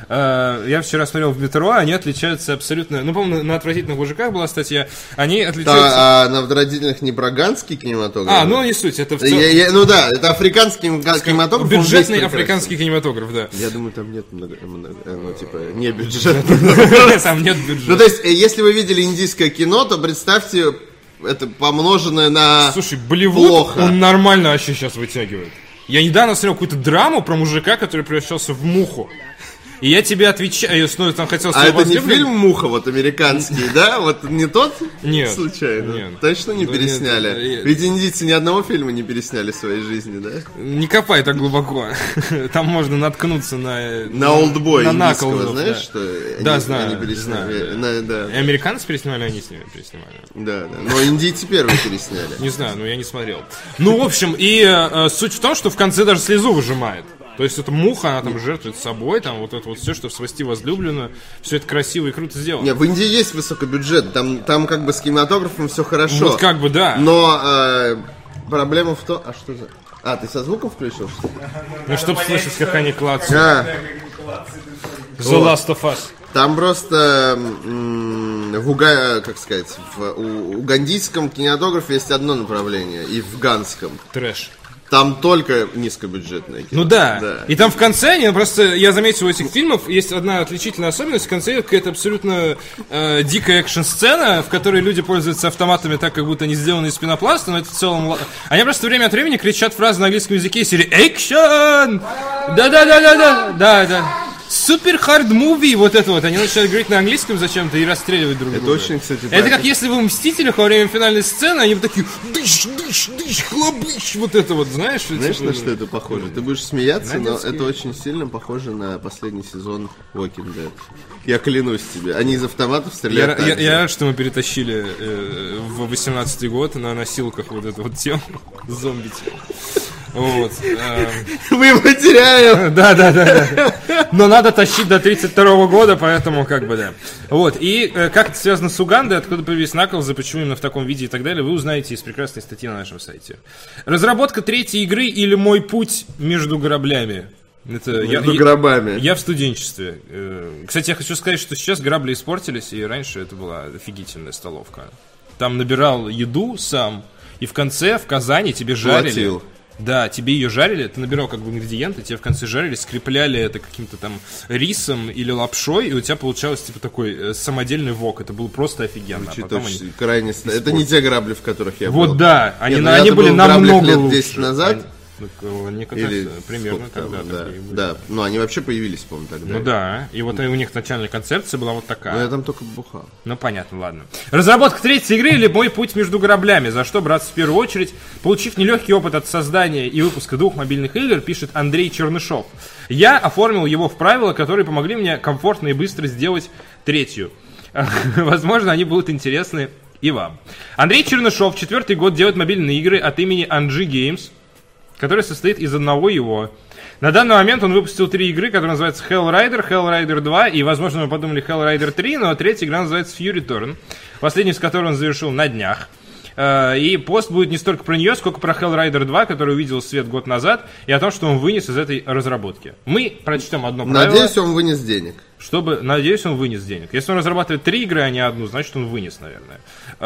[SPEAKER 1] Э, Я вчера смотрел в метро, они отличаются абсолютно... Ну, по-моему, на «Отвратительных мужиках» была статья. Они отличаются...
[SPEAKER 2] Да, а на «Отвратительных» не броганский кинематограф?
[SPEAKER 1] А, ну не суть, это в целом...
[SPEAKER 2] Я- я- ну да, это африканский кинематограф. он
[SPEAKER 1] Бюджетный
[SPEAKER 2] весь прекрасен.
[SPEAKER 1] африканский кинематограф, да.
[SPEAKER 2] Я думаю, там нет много, много- э, ну, типа, не бюджетный.
[SPEAKER 1] Там нет
[SPEAKER 2] Ну,
[SPEAKER 1] бюджета.
[SPEAKER 2] то есть, э, если вы видели индийское кино, то представьте, это помноженное на...
[SPEAKER 1] Слушай, Болливуд,
[SPEAKER 2] плохо.
[SPEAKER 1] он нормально вообще сейчас вытягивает. Я недавно смотрел какую-то драму про мужика, который превращался в муху. И я тебе отвечаю, снова там хотел
[SPEAKER 2] А это не
[SPEAKER 1] возлюбленного.
[SPEAKER 2] фильм «Муха», вот американский, да? Вот не тот?
[SPEAKER 1] Нет.
[SPEAKER 2] Случайно?
[SPEAKER 1] Нет.
[SPEAKER 2] Точно не
[SPEAKER 1] Ну,
[SPEAKER 2] пересняли?
[SPEAKER 1] нет,
[SPEAKER 2] Ведь индийцы ни одного фильма не пересняли в своей жизни, да?
[SPEAKER 1] Не копай так глубоко. Там можно наткнуться на...
[SPEAKER 2] На «Олдбой»
[SPEAKER 1] на
[SPEAKER 2] индийского,
[SPEAKER 1] наколдов,
[SPEAKER 2] знаешь,
[SPEAKER 1] да.
[SPEAKER 2] что?
[SPEAKER 1] Да,
[SPEAKER 2] они,
[SPEAKER 1] знаю,
[SPEAKER 2] они пересняли.
[SPEAKER 1] знаю,
[SPEAKER 2] На- да.
[SPEAKER 1] И американцы переснимали, они с ними переснимали.
[SPEAKER 2] Да, да. Но индийцы первые пересняли.
[SPEAKER 1] Не знаю, но я не смотрел. Ну, в общем, и э, суть в том, что в конце даже слезу выжимает. То есть эта муха, она там жертвует собой, там вот это вот все, что спасти возлюбленную. Все это красиво и круто сделано.
[SPEAKER 2] Не, в Индии есть высокий бюджет, там, там как бы с кинематографом все хорошо.
[SPEAKER 1] Вот как бы, да.
[SPEAKER 2] Но э, проблема в том... А что за... А, ты со звуком включил, что ли?
[SPEAKER 1] Ну, чтобы слышать, как они клацают.
[SPEAKER 2] А,
[SPEAKER 1] The Last of Us.
[SPEAKER 2] там просто м, в уга... как сказать, в у- угандийском кинематографе есть одно направление, и в ганском.
[SPEAKER 1] Трэш.
[SPEAKER 2] Там только низкобюджетное кино.
[SPEAKER 1] Ну да.
[SPEAKER 2] Да.
[SPEAKER 1] И там в конце, они просто, я заметил, у этих фильмов есть одна отличительная особенность. В конце какая-то абсолютно э, дикая экшн-сцена, в которой люди пользуются автоматами так, как будто они сделаны из пенопласта, но это в целом... ла- Они просто время от времени кричат фразы на английском языке из серии «Экшн!» Да-да-да-да-да! Да-да. Супер хард муви, вот это вот. Они начинают говорить на английском зачем-то и расстреливать друг
[SPEAKER 2] Это
[SPEAKER 1] друга.
[SPEAKER 2] очень, кстати,
[SPEAKER 1] Это
[SPEAKER 2] да.
[SPEAKER 1] как если вы в «Мстителях» во время финальной сцены, они вот такие «дыщ, дыщ, дыщ, хлобыщ», вот это вот, знаешь?
[SPEAKER 2] Знаешь,
[SPEAKER 1] типа,
[SPEAKER 2] на что это похоже? Ты будешь смеяться, но
[SPEAKER 1] детские.
[SPEAKER 2] это очень сильно похоже на последний сезон Walking Dead. Я клянусь тебе. Они из автоматов
[SPEAKER 1] Я,
[SPEAKER 2] стреляют так
[SPEAKER 1] я,
[SPEAKER 2] же.
[SPEAKER 1] я рад, что мы перетащили э, в восемнадцатый год на носилках вот эту вот тему, зомби тему. Вот. э,
[SPEAKER 2] Мы его теряем!
[SPEAKER 1] Да, да, да, да. Но надо тащить до тридцать второго года, поэтому как бы да. Вот. И э, как это связано с Угандой, откуда появились наклзы, почему именно в таком виде и так далее, вы узнаете из прекрасной статьи на нашем сайте. Разработка третьей игры или мой путь между граблями. Это я-
[SPEAKER 2] Между
[SPEAKER 1] я-
[SPEAKER 2] гробами.
[SPEAKER 1] Я в студенчестве. Э, Кстати, я хочу сказать, что сейчас грабли испортились, и раньше это была офигительная столовка. Там набирал еду сам, и в конце в Казани тебе жарили.
[SPEAKER 2] Платил.
[SPEAKER 1] Да, тебе ее жарили, ты набирал как бы ингредиенты, тебе в конце жарили, скрепляли это каким-то там рисом или лапшой, и у тебя получалось типа такой э, самодельный вок. Это было просто офигенно. А
[SPEAKER 2] Звучит
[SPEAKER 1] потом
[SPEAKER 2] очень
[SPEAKER 1] они-
[SPEAKER 2] крайне... ст- Это не те грабли, в которых я был.
[SPEAKER 1] Вот да, они,
[SPEAKER 2] Нет,
[SPEAKER 1] на-
[SPEAKER 2] ну
[SPEAKER 1] они
[SPEAKER 2] я-то
[SPEAKER 1] были
[SPEAKER 2] был в граблях
[SPEAKER 1] намного
[SPEAKER 2] лет
[SPEAKER 1] лучше.
[SPEAKER 2] десять назад.
[SPEAKER 1] Они- ну, э, мне кажется,
[SPEAKER 2] Или
[SPEAKER 1] примерно
[SPEAKER 2] сколько там,
[SPEAKER 1] тогда
[SPEAKER 2] да,
[SPEAKER 1] такие были.
[SPEAKER 2] да. Ну, они вообще появились, по-моему, тогда.
[SPEAKER 1] Ну да, и вот у них начальная концепция была вот такая.
[SPEAKER 2] Но я там только бухал.
[SPEAKER 1] Ну, понятно, ладно. Разработка третьей игры или мой путь между граблями, за что браться в первую очередь. Получив нелегкий опыт от создания и выпуска двух мобильных игр, пишет Андрей Чернышов. Я оформил его в правила, которые помогли мне комфортно и быстро сделать третью. Возможно, они будут интересны и вам. Андрей Чернышов четвертый год делает мобильные игры от имени Anji Games, который состоит из одного его. На данный момент он выпустил три игры, которые называются Hell Rider, Hell Rider два и, возможно, мы подумали Hell Rider три, но третья игра называется Fury Turn, последний из которых он завершил на днях. Э, И пост будет не столько про нее, сколько про Hell Rider два, который увидел свет год назад, и о том, что он вынес из этой разработки. Мы прочтем одно правило.
[SPEAKER 2] Надеюсь, он вынес денег.
[SPEAKER 1] Чтобы, надеюсь, он вынес денег. Если он разрабатывает три игры, а не одну, значит, он вынес, наверное.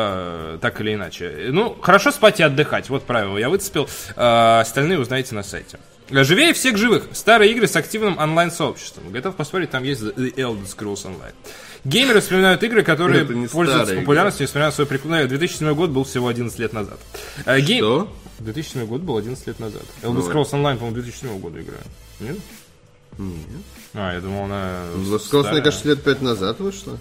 [SPEAKER 1] Э, так или иначе. Ну, хорошо спать и отдыхать. Вот правило я выцепил. Э, остальные узнаете на сайте. Живее всех живых. Старые игры с активным онлайн-сообществом. Готов поспорить, там есть The Elder Scrolls Online. Геймеры вспоминают игры, которые
[SPEAKER 2] Это не
[SPEAKER 1] пользуются
[SPEAKER 2] старые
[SPEAKER 1] популярностью, несмотря на свой прикол. две тысячи седьмой год был всего одиннадцать лет назад. Э, гейм-
[SPEAKER 2] Что?
[SPEAKER 1] две тысячи седьмой год был одиннадцать лет назад. Elder
[SPEAKER 2] Вот.
[SPEAKER 1] Scrolls Online, по-моему, две тысячи седьмого года играю. Нет?
[SPEAKER 2] Нет.
[SPEAKER 1] А, я думал, она...
[SPEAKER 2] Сказал,
[SPEAKER 1] старая.
[SPEAKER 2] мне кажется, лет пять назад вышло.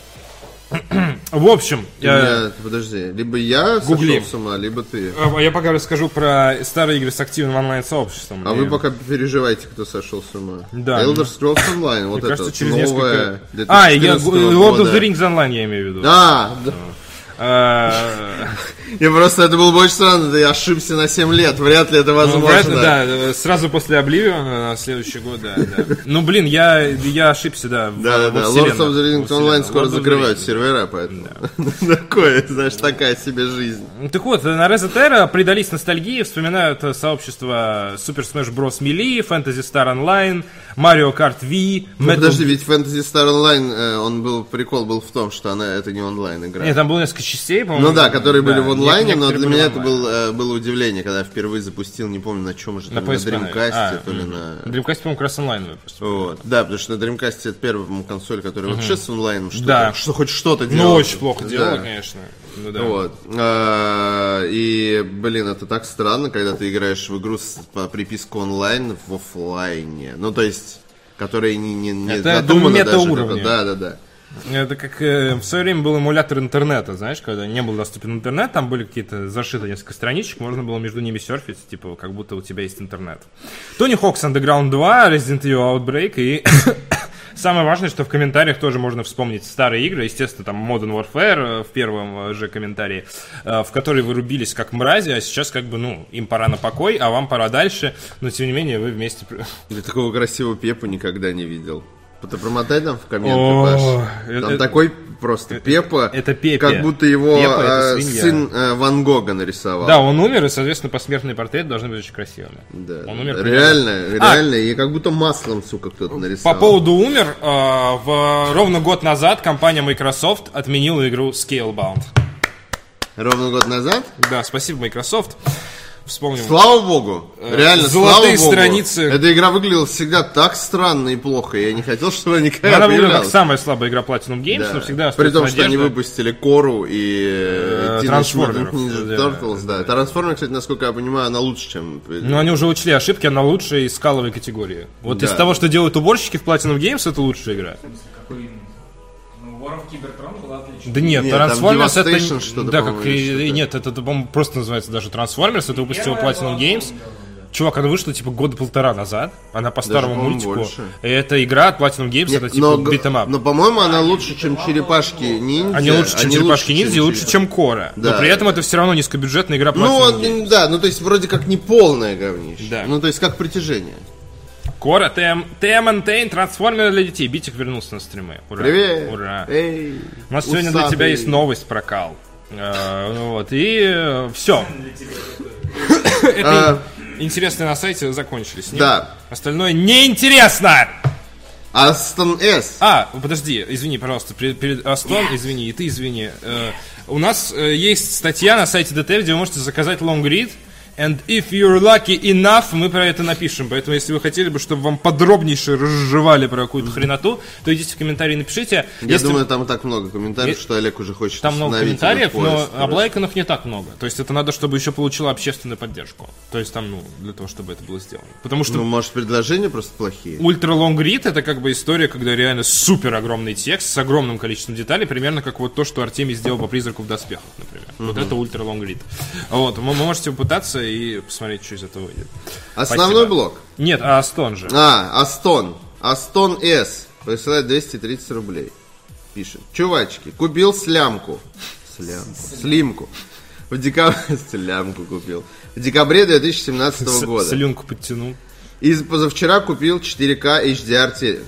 [SPEAKER 1] В общем,
[SPEAKER 2] Ты
[SPEAKER 1] я...
[SPEAKER 2] меня- подожди, либо я
[SPEAKER 1] Гугли.
[SPEAKER 2] сошел с ума, либо ты.
[SPEAKER 1] А я пока расскажу про старые игры с активным онлайн-сообществом.
[SPEAKER 2] А
[SPEAKER 1] И-
[SPEAKER 2] вы пока переживаете, кто сошел с ума.
[SPEAKER 1] Да.
[SPEAKER 2] Elder Scrolls Online, вот
[SPEAKER 1] Мне
[SPEAKER 2] это
[SPEAKER 1] кажется, через
[SPEAKER 2] новое
[SPEAKER 1] несколько... А, я...
[SPEAKER 2] две тысячи четырнадцатого
[SPEAKER 1] Lord of
[SPEAKER 2] года.
[SPEAKER 1] the Rings Online я имею в виду.
[SPEAKER 2] А, да.
[SPEAKER 1] А,
[SPEAKER 2] Я просто, это было бы очень странно, да я ошибся на семь лет, вряд ли это
[SPEAKER 1] ну,
[SPEAKER 2] возможно.
[SPEAKER 1] вряд ли, да, сразу после Oblivion на следующий год, да, да. Ну, блин, я, я ошибся, да, в-
[SPEAKER 2] Да, да,
[SPEAKER 1] во
[SPEAKER 2] да. Lord
[SPEAKER 1] вселенной.
[SPEAKER 2] of the Rings
[SPEAKER 1] Во вселенной.
[SPEAKER 2] Online скоро
[SPEAKER 1] Lord of the
[SPEAKER 2] закрывают
[SPEAKER 1] Rings.
[SPEAKER 2] сервера, поэтому. Такое, знаешь, такая себе жизнь.
[SPEAKER 1] Ну, так вот, на Резетера предались ностальгии, вспоминают э, сообщества Super Smash Bros. Melee, Fantasy Star Online, Mario Kart Wii,
[SPEAKER 2] Ну,
[SPEAKER 1] Metal-
[SPEAKER 2] подожди, ведь Fantasy Star Online, э, он был, прикол был в том, что она, это не онлайн игра.
[SPEAKER 1] Нет, там было несколько частей, по-моему.
[SPEAKER 2] Ну да, которые были
[SPEAKER 1] Да,
[SPEAKER 2] в онлайне, но
[SPEAKER 1] некоторые
[SPEAKER 2] для
[SPEAKER 1] были
[SPEAKER 2] меня
[SPEAKER 1] в
[SPEAKER 2] это
[SPEAKER 1] онлайне.
[SPEAKER 2] был, э, было удивление, когда я впервые запустил, не помню на чем же,
[SPEAKER 1] На
[SPEAKER 2] то ли на
[SPEAKER 1] пи эс пи,
[SPEAKER 2] Dreamcast,
[SPEAKER 1] наверное.
[SPEAKER 2] то ли
[SPEAKER 1] А,
[SPEAKER 2] на...
[SPEAKER 1] На Dreamcast, по-моему, как раз онлайн выпустил.
[SPEAKER 2] Вот. Да, потому что на Dreamcast это первая, по-моему, консоль, которая вот сейчас с онлайном что-то,
[SPEAKER 1] Да.
[SPEAKER 2] что хоть что-то
[SPEAKER 1] Ну,
[SPEAKER 2] делала.
[SPEAKER 1] очень плохо делала,
[SPEAKER 2] Да.
[SPEAKER 1] конечно. Ну, да.
[SPEAKER 2] Вот. А, И, блин, это так странно, когда ты играешь в игру с по приписку онлайн в оффлайне. Ну, то есть, которые не, не, не
[SPEAKER 1] это,
[SPEAKER 2] задуманы
[SPEAKER 1] это
[SPEAKER 2] даже.
[SPEAKER 1] Метауровни.
[SPEAKER 2] Да, да, да.
[SPEAKER 1] Это как э, в свое время был эмулятор интернета, знаешь, когда не был доступен интернет, там были какие-то зашиты несколько страничек, можно было между ними серфить, типа, как будто у тебя есть интернет. Tony Hawk's Underground два, Resident Evil Outbreak и... Самое важное, что в комментариях тоже можно вспомнить старые игры, естественно, там Modern Warfare в первом же комментарии, в который вы рубились как мрази, а сейчас как бы, ну, им пора на покой, а вам пора дальше, но тем не менее вы вместе...
[SPEAKER 2] Я такого красивого Пепу никогда не видел. Ты промотай там в комменты,
[SPEAKER 1] О,
[SPEAKER 2] Паш. Там это, такой просто это, Пепа,
[SPEAKER 1] это Пепе.
[SPEAKER 2] Как будто его
[SPEAKER 1] Пепа,
[SPEAKER 2] э, сын э, Ван Гога нарисовал.
[SPEAKER 1] Да, он умер, и, соответственно, посмертные портреты должны быть очень красивыми.
[SPEAKER 2] Да,
[SPEAKER 1] он умер
[SPEAKER 2] реально,
[SPEAKER 1] примерно...
[SPEAKER 2] реально, а, и как будто маслом, сука, кто-то нарисовал.
[SPEAKER 1] По поводу умер, э, в, ровно год назад компания Microsoft отменила игру Scalebound.
[SPEAKER 2] Ровно год назад?
[SPEAKER 1] Да, спасибо, Microsoft. Вспомним.
[SPEAKER 2] Слава богу, реально,
[SPEAKER 1] золотые
[SPEAKER 2] слава
[SPEAKER 1] страницы.
[SPEAKER 2] Богу. Эта игра выглядела всегда так странно и плохо. Я не хотел, чтобы она никогда
[SPEAKER 1] она выглядела как самая слабая игра Platinum Games, да. Но всегда
[SPEAKER 2] при том,
[SPEAKER 1] надежда.
[SPEAKER 2] Что они выпустили Кору и
[SPEAKER 1] Трансформеров.
[SPEAKER 2] Ninja Turtles, да. Трансформер, кстати, насколько я понимаю, она лучше, чем...
[SPEAKER 1] Ну, они уже учли ошибки, она лучшая из скаловой категории. Вот да. Из того, что делают уборщики в Platinum Games, это лучшая игра.
[SPEAKER 3] Какой War of Cybertron была отличная.
[SPEAKER 1] Да нет,
[SPEAKER 2] нет
[SPEAKER 1] Transformers это...
[SPEAKER 2] что-то,
[SPEAKER 1] да, как и...
[SPEAKER 2] что-то.
[SPEAKER 1] Нет, это, по-моему, просто называется даже Transformers, это выпустила Platinum Games. Чувак, она вышла типа года полтора назад. Она по старому даже, мультику. Больше. И эта игра от Platinum Games, нет, это типа beat'em up.
[SPEAKER 2] Но, по-моему, она лучше, чем Черепашки Ниндзя.
[SPEAKER 1] Они лучше, чем Черепашки Ниндзя, и лучше, чем Кора. Да. Но при этом это все равно низкобюджетная игра Platinum
[SPEAKER 2] ну,
[SPEAKER 1] Games.
[SPEAKER 2] Да, ну то есть вроде как не полное говнище.
[SPEAKER 1] Да.
[SPEAKER 2] Ну то есть как Притяжение.
[SPEAKER 1] Кора, ти эм эн ти, трансформеры для детей. Битик вернулся на стримы. Ура.
[SPEAKER 2] Привет.
[SPEAKER 1] Ура.
[SPEAKER 2] Эй,
[SPEAKER 1] у нас усатый. Сегодня для тебя есть новость про Кал. Uh, ну вот, и uh, все. Это интересные на сайте закончились.
[SPEAKER 2] Да.
[SPEAKER 1] Остальное неинтересно.
[SPEAKER 2] Астон С.
[SPEAKER 1] А, подожди, извини, пожалуйста, перед, перед Астон, извини, и ты извини. Uh, у нас uh, есть статья на сайте ди ти эф, где вы можете заказать long read. And if you're lucky enough, мы про это напишем. Поэтому, если вы хотели бы, чтобы вам подробнейше разжевали про какую-то хреноту, то идите в комментарии и напишите.
[SPEAKER 2] Я
[SPEAKER 1] если...
[SPEAKER 2] думаю, там так много комментариев, и... что Олег уже хочет
[SPEAKER 1] там много комментариев, но
[SPEAKER 2] поезд,
[SPEAKER 1] облайканов не так много. То есть это надо, чтобы еще получило общественную поддержку. То есть там, ну, для того, чтобы это было сделано. Потому что...
[SPEAKER 2] Ну, может, предложения просто плохие.
[SPEAKER 1] Ультра лонг рид — это как бы история, когда реально супер огромный текст с огромным количеством деталей, примерно как вот то, что Артемий сделал по «Призраку в доспехах», например. Uh-huh. Вот это ультра лонг рид. Вот, вы можете попытаться и посмотреть, что из этого выйдет.
[SPEAKER 2] Основной Спасибо. Блок?
[SPEAKER 1] Нет, а Астон же.
[SPEAKER 2] А, Астон. Астон С. Присылает двести тридцать рублей. Пишет. Чувачки, купил слямку. Слямку. Слимку. В декабре... Слямку купил. В декабре две тысячи семнадцатого года.
[SPEAKER 1] Слюнку подтянул.
[SPEAKER 2] И позавчера купил четыре ка эйч ди ар телек.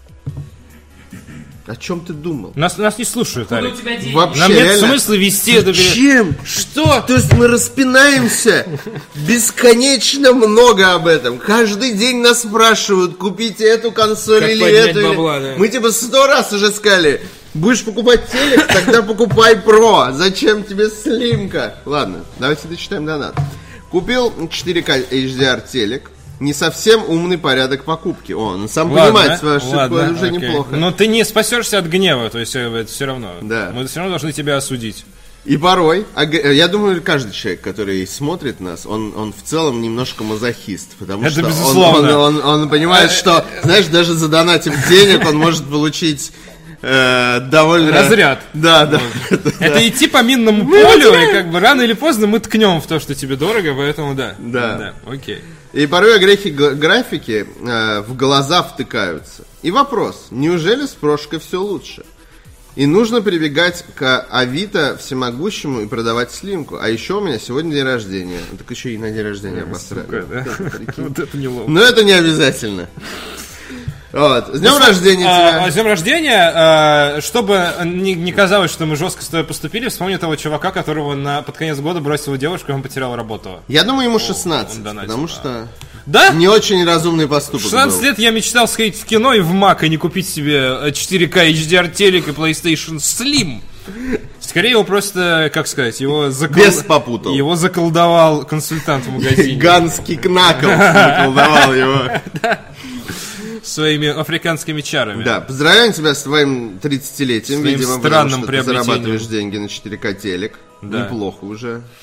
[SPEAKER 2] О чем ты думал?
[SPEAKER 1] Нас, нас не слушают, Арик.
[SPEAKER 2] Вообще,
[SPEAKER 1] нам нет
[SPEAKER 2] реально?
[SPEAKER 1] смысла вести это.
[SPEAKER 2] Чем?
[SPEAKER 1] Что?
[SPEAKER 2] То есть мы распинаемся бесконечно много об этом. Каждый день нас спрашивают, купите эту консоль как или эту.
[SPEAKER 1] Бабла, да.
[SPEAKER 2] Мы тебе сто раз уже сказали, будешь покупать телек, тогда покупай Pro. Зачем тебе слимка? Ладно, давайте дочитаем донат. Купил четыре ка эйч ди ар телек. Не совсем умный порядок покупки. О, он сам ладно, понимает свою ошибку, ладно, уже окей. Неплохо.
[SPEAKER 1] Но ты не спасешься от гнева, то есть это все равно.
[SPEAKER 2] Да.
[SPEAKER 1] Мы все равно должны тебя осудить.
[SPEAKER 2] И порой, я думаю, каждый человек, который смотрит нас, он, он в целом немножко мазохист. Потому
[SPEAKER 1] это
[SPEAKER 2] что
[SPEAKER 1] безусловно.
[SPEAKER 2] Он, он, он, он понимает, что, знаешь, даже задонатив денег он может получить... Э, довольно...
[SPEAKER 1] Разряд.
[SPEAKER 2] Да, да.
[SPEAKER 1] Это, это идти по минному полю, и как бы рано или поздно мы ткнем в то, что тебе дорого, поэтому да.
[SPEAKER 2] Да.
[SPEAKER 1] Да, окей.
[SPEAKER 2] И порой огрехи графики э, в глаза втыкаются. И вопрос, неужели с прошкой все лучше? И нужно прибегать к Авито всемогущему и продавать слимку. А еще у меня сегодня день рождения. Так еще и на день рождения обосрали.
[SPEAKER 1] Вот это неловко.
[SPEAKER 2] Но это не обязательно. Вот. С днем рождения тебя!
[SPEAKER 1] А, с днем рождения! А, чтобы не, не казалось, что мы жестко с тобой поступили, вспомни того чувака, которого на, под конец года бросила девушка, и он потерял работу.
[SPEAKER 2] Я думаю, ему шестнадцать, О,
[SPEAKER 1] донатил,
[SPEAKER 2] потому
[SPEAKER 1] да.
[SPEAKER 2] что
[SPEAKER 1] да?
[SPEAKER 2] не очень разумный поступок
[SPEAKER 1] шестнадцать
[SPEAKER 2] был.
[SPEAKER 1] лет я мечтал сходить в кино и в Мак, и не купить себе четыре ка эйч ди ар телек и PlayStation Slim. Скорее его просто, как сказать, его закол...
[SPEAKER 2] Бес попутал.
[SPEAKER 1] Его заколдовал консультант в магазине.
[SPEAKER 2] Ганский Кнаклс заколдовал его.
[SPEAKER 1] Своими африканскими чарами.
[SPEAKER 2] Да, поздравляю тебя с твоим тридцатилетием, видимо, потому что ты зарабатываешь деньги на четыре ка телек. Да. Неплохо уже.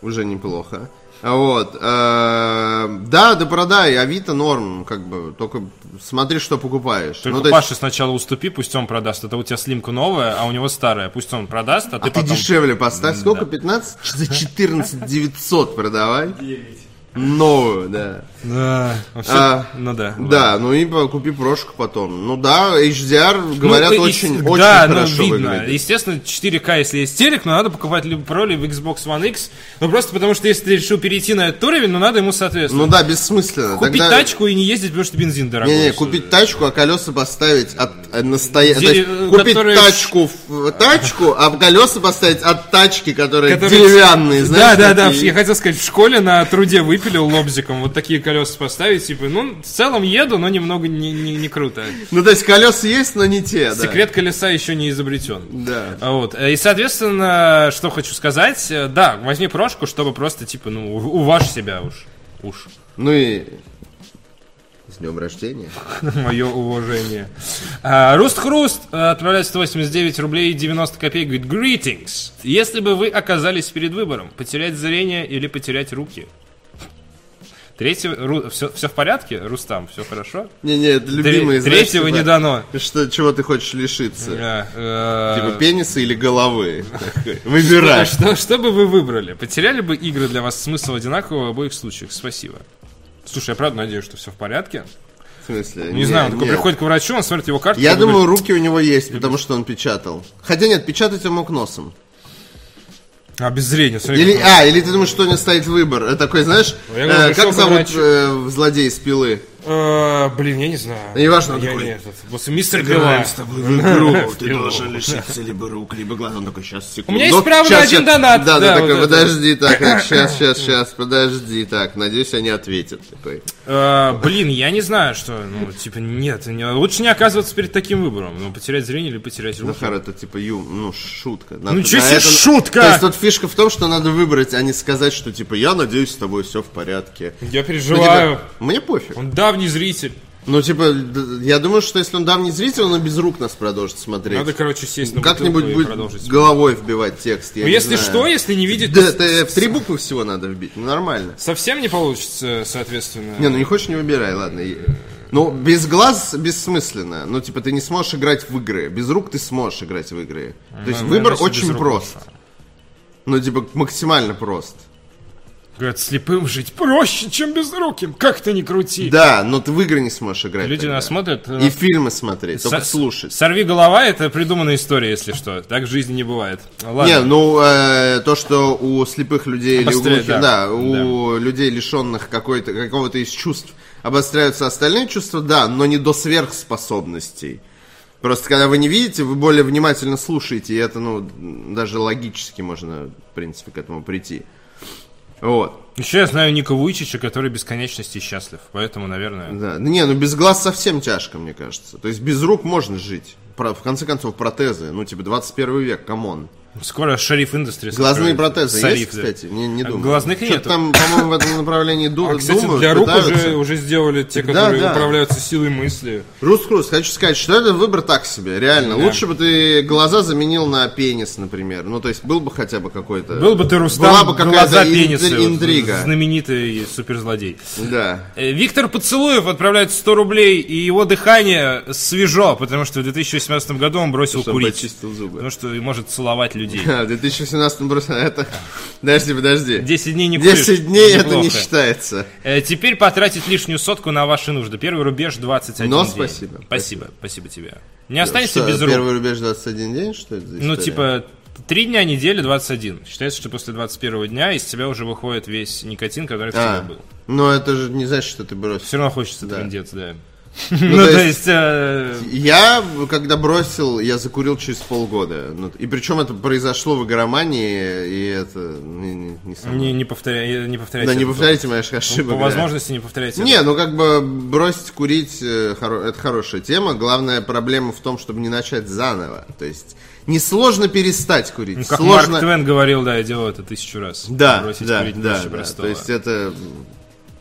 [SPEAKER 2] уже неплохо. Вот. Э, да, да продай, Авито норм, как бы, только смотри, что покупаешь.
[SPEAKER 1] Только
[SPEAKER 2] ну,
[SPEAKER 1] Паше
[SPEAKER 2] есть...
[SPEAKER 1] сначала уступи, пусть он продаст. Это у тебя слимка новая, а у него старая. Пусть он продаст, а,
[SPEAKER 2] а
[SPEAKER 1] ты
[SPEAKER 2] ты
[SPEAKER 1] потом...
[SPEAKER 2] дешевле поставь. Сколько?
[SPEAKER 1] Да.
[SPEAKER 2] пятнадцать? За четырнадцать девятьсот продавай. Новую, да.
[SPEAKER 1] Да, вообще,
[SPEAKER 2] А,
[SPEAKER 1] ну да.
[SPEAKER 2] Да, ну и купи прошку потом. Ну да, эйч ди ар, говорят,
[SPEAKER 1] ну,
[SPEAKER 2] очень,
[SPEAKER 1] и,
[SPEAKER 2] очень
[SPEAKER 1] да,
[SPEAKER 2] хорошо
[SPEAKER 1] ну, видно.
[SPEAKER 2] выглядит.
[SPEAKER 1] Естественно, четыре ка, если есть телек, но надо покупать либо Pro, либо Xbox One X. Ну просто потому, что если ты решил перейти на этот уровень, ну надо ему соответствовать.
[SPEAKER 2] Ну да, бессмысленно.
[SPEAKER 1] Купить
[SPEAKER 2] Тогда...
[SPEAKER 1] тачку и не ездить, потому что бензин дорогой.
[SPEAKER 2] Не-не, купить тачку, а колеса поставить от э, настоящей...
[SPEAKER 1] Де-
[SPEAKER 2] Купить
[SPEAKER 1] которые-
[SPEAKER 2] тачку в тачку, а колеса поставить от тачки, которые
[SPEAKER 1] Которые-
[SPEAKER 2] деревянные,
[SPEAKER 1] Да,
[SPEAKER 2] знаешь?
[SPEAKER 1] да, да.
[SPEAKER 2] такие.
[SPEAKER 1] Я хотел сказать, в школе на труде выпилил лобзиком вот такие колеса поставить, типа, ну, в целом еду, но немного не, не, не круто.
[SPEAKER 2] Ну, то есть колеса есть, но не те, да.
[SPEAKER 1] Секрет колеса еще не изобретен.
[SPEAKER 2] Да.
[SPEAKER 1] А Вот. И, соответственно, что хочу сказать, да, возьми прошку, чтобы просто, типа, ну, уважь себя уж. Уж.
[SPEAKER 2] Ну и... С днем рождения.
[SPEAKER 1] Мое уважение. А, Руст Хруст отправляет сто восемьдесят девять рублей девяносто копеек, говорит, greetings. Если бы вы оказались перед выбором, потерять зрение или потерять руки? Третий, Ру, все, все в порядке, Рустам, все хорошо?
[SPEAKER 2] Не-не, это любимые,
[SPEAKER 1] Тре-
[SPEAKER 2] знаешь,
[SPEAKER 1] Третьего
[SPEAKER 2] типа,
[SPEAKER 1] не дано.
[SPEAKER 2] Что, чего ты хочешь лишиться?
[SPEAKER 1] А, э,
[SPEAKER 2] Типа пениса или головы? Выбирай.
[SPEAKER 1] Что, что бы вы выбрали? Потеряли бы игры для вас смысл одинаковый в обоих случаях? Спасибо. Слушай, я правда надеюсь, что все в порядке.
[SPEAKER 2] В смысле?
[SPEAKER 1] Не
[SPEAKER 2] Нет,
[SPEAKER 1] знаю, он такой
[SPEAKER 2] нет.
[SPEAKER 1] приходит к врачу, он смотрит его карту.
[SPEAKER 2] Я
[SPEAKER 1] и
[SPEAKER 2] думаю,
[SPEAKER 1] говорит,
[SPEAKER 2] руки у него есть, потому что он печатал. Хотя нет, печатать он мог носом.
[SPEAKER 1] а, без зрения. Смотри,
[SPEAKER 2] Или,
[SPEAKER 1] как он-
[SPEAKER 2] а, или ты думаешь, что у него стоит выбор? Это такой, знаешь,
[SPEAKER 1] Я говорю,
[SPEAKER 2] э,
[SPEAKER 1] пришел
[SPEAKER 2] как
[SPEAKER 1] к
[SPEAKER 2] зовут
[SPEAKER 1] врачу.
[SPEAKER 2] э, злодей из пилы?
[SPEAKER 1] Э, блин, я не знаю.
[SPEAKER 2] Неважно, он
[SPEAKER 1] Я
[SPEAKER 2] такой,
[SPEAKER 1] не этот. Вот мистер Пила.
[SPEAKER 2] тобой в игру, ты должен лишиться либо рук, либо глаз. Он такой, сейчас, секунду.
[SPEAKER 1] У меня есть право на один донат.
[SPEAKER 2] Да, да,
[SPEAKER 1] Да,
[SPEAKER 2] такой,
[SPEAKER 1] вот это.
[SPEAKER 2] подожди, так, сейчас, сейчас, сейчас, подожди, так, надеюсь, они ответят. Такой.
[SPEAKER 1] Э, блин, я не знаю, что, ну, типа, нет, не- лучше не оказываться перед таким выбором. Ну, потерять зрение или потерять руки.
[SPEAKER 2] Захар, это типа, ю, ну, шутка.
[SPEAKER 1] Ну, чё себе шутка?
[SPEAKER 2] То есть тут фишка в том, что надо выбрать, а не сказать, что типа, я надеюсь, с тобой все в порядке.
[SPEAKER 1] Я
[SPEAKER 2] Ну,
[SPEAKER 1] переживаю.
[SPEAKER 2] типа, мне пофиг.
[SPEAKER 1] Он давний зритель.
[SPEAKER 2] Ну, типа, д- я думаю, что если он давний зритель, он и без рук нас продолжит смотреть.
[SPEAKER 1] Надо, короче, сесть на
[SPEAKER 2] Как-нибудь
[SPEAKER 1] бутылку и
[SPEAKER 2] будет
[SPEAKER 1] продолжить.
[SPEAKER 2] головой вбивать текст. Я
[SPEAKER 1] Ну,
[SPEAKER 2] не
[SPEAKER 1] если
[SPEAKER 2] знаю.
[SPEAKER 1] что, если не видит...
[SPEAKER 2] Да,
[SPEAKER 1] то
[SPEAKER 2] это
[SPEAKER 1] с-
[SPEAKER 2] в три буквы всего надо вбить, ну нормально.
[SPEAKER 1] Совсем не получится, соответственно.
[SPEAKER 2] Не, ну не хочешь, не выбирай, ладно. И- Ну, без глаз бессмысленно. Ну, типа, ты не сможешь играть в игры. Без рук ты сможешь играть в игры. То есть
[SPEAKER 1] Ну,
[SPEAKER 2] выбор
[SPEAKER 1] наверное, без
[SPEAKER 2] очень
[SPEAKER 1] рук
[SPEAKER 2] прост.
[SPEAKER 1] лучше.
[SPEAKER 2] Ну, типа, максимально прост.
[SPEAKER 1] Говорят, слепым жить проще, чем безруким. Как ты не крути.
[SPEAKER 2] Да, но ты в игры не сможешь играть.
[SPEAKER 1] Люди
[SPEAKER 2] тогда.
[SPEAKER 1] нас смотрят.
[SPEAKER 2] И фильмы смотреть, только
[SPEAKER 1] Со-
[SPEAKER 2] слушать.
[SPEAKER 1] Сорви голова — это придуманная история, если что. Так в жизни не бывает. Ладно.
[SPEAKER 2] Не, ну э, то, что у слепых людей или у
[SPEAKER 1] Обостряет,
[SPEAKER 2] глухих,
[SPEAKER 1] да.
[SPEAKER 2] да, у людей, лишенных какой-то, какого-то из чувств, обостряются остальные чувства, да, но не до сверхспособностей. Просто когда вы не видите, вы более внимательно слушаете, и это, ну, даже логически можно, в принципе, к этому прийти. Вот.
[SPEAKER 1] Еще я знаю Ника Вуйчича, который бесконечности счастлив. Поэтому, наверное...
[SPEAKER 2] Да. Не, ну без глаз совсем тяжко, мне кажется. То есть без рук можно жить. Про- в конце концов, протезы. Ну, типа, двадцать первый век, камон.
[SPEAKER 1] Скоро Шариф Industries.
[SPEAKER 2] Глазные
[SPEAKER 1] откроет.
[SPEAKER 2] протезы
[SPEAKER 1] Шариф,
[SPEAKER 2] есть,
[SPEAKER 1] да.
[SPEAKER 2] кстати? Не, не думаю.
[SPEAKER 1] Глазных
[SPEAKER 2] Что-то
[SPEAKER 1] нету.
[SPEAKER 2] там, по-моему, в этом направлении ду-
[SPEAKER 1] А, кстати,
[SPEAKER 2] думают,
[SPEAKER 1] для рук
[SPEAKER 2] пытаются.
[SPEAKER 1] уже, уже сделали те,
[SPEAKER 2] Да,
[SPEAKER 1] которые
[SPEAKER 2] да.
[SPEAKER 1] управляются силой мысли.
[SPEAKER 2] Рус-Крус, хочу сказать, что это выбор так себе, реально.
[SPEAKER 1] Да.
[SPEAKER 2] Лучше бы ты глаза заменил на пенис, например. Ну, то есть, был бы хотя бы какой-то...
[SPEAKER 1] Был бы ты
[SPEAKER 2] Была
[SPEAKER 1] Рустам,
[SPEAKER 2] бы какая-то
[SPEAKER 1] глаза
[SPEAKER 2] ин-
[SPEAKER 1] пенисы, вот,
[SPEAKER 2] интрига.
[SPEAKER 1] знаменитый суперзлодей.
[SPEAKER 2] Да.
[SPEAKER 1] Э, Виктор Поцелуев отправляет сто рублей, и его дыхание свежо, потому что в две тысячи восемнадцатом году он бросил
[SPEAKER 2] Чтобы
[SPEAKER 1] курить.
[SPEAKER 2] почистил зубы.
[SPEAKER 1] Потому что может целовать людей.
[SPEAKER 2] А, в две тысячи восемнадцатом просто это... Подожди, подожди.
[SPEAKER 1] десять дней не куришь.
[SPEAKER 2] десять дней это
[SPEAKER 1] неплохо.
[SPEAKER 2] не считается.
[SPEAKER 1] Э, Теперь потратить лишнюю сотку на ваши нужды. Первый рубеж двадцать один
[SPEAKER 2] Но
[SPEAKER 1] день.
[SPEAKER 2] спасибо.
[SPEAKER 1] Спасибо, спасибо тебе. Не останешься
[SPEAKER 2] Что,
[SPEAKER 1] без рук.
[SPEAKER 2] первый рубеж двадцать один день, что это за
[SPEAKER 1] Ну,
[SPEAKER 2] история?
[SPEAKER 1] типа, три дня недели двадцать один. Считается, что после двадцать первого дня из тебя уже выходит весь никотин, который в тебе
[SPEAKER 2] А,
[SPEAKER 1] был.
[SPEAKER 2] но это же не значит, что ты бросил.
[SPEAKER 1] Все равно хочется
[SPEAKER 2] Да.
[SPEAKER 1] трындец, да.
[SPEAKER 2] Ну,
[SPEAKER 1] Ну,
[SPEAKER 2] то
[SPEAKER 1] то
[SPEAKER 2] есть-
[SPEAKER 1] есть... э,
[SPEAKER 2] Я, когда бросил, я закурил через полгода. Ну, и причем это произошло в игромании, и это не, не, не со мной.
[SPEAKER 1] Не, не, повторяй, не повторяйте.
[SPEAKER 2] Да, не
[SPEAKER 1] этот
[SPEAKER 2] повторяйте моих
[SPEAKER 1] опыт.
[SPEAKER 2] ошибок.
[SPEAKER 1] По
[SPEAKER 2] да.
[SPEAKER 1] возможности не повторяйте.
[SPEAKER 2] Не,
[SPEAKER 1] этот
[SPEAKER 2] ну как бы бросить курить, э, хоро- это хорошая тема. Главная проблема в том, чтобы не начать заново. То есть несложно перестать курить.
[SPEAKER 1] Ну, как
[SPEAKER 2] Сложно...
[SPEAKER 1] Марк Твен говорил, да, я делал это тысячу раз.
[SPEAKER 2] Да,
[SPEAKER 1] Бросить
[SPEAKER 2] да,
[SPEAKER 1] курить
[SPEAKER 2] да,
[SPEAKER 1] проще
[SPEAKER 2] да.
[SPEAKER 1] простого.
[SPEAKER 2] То есть это...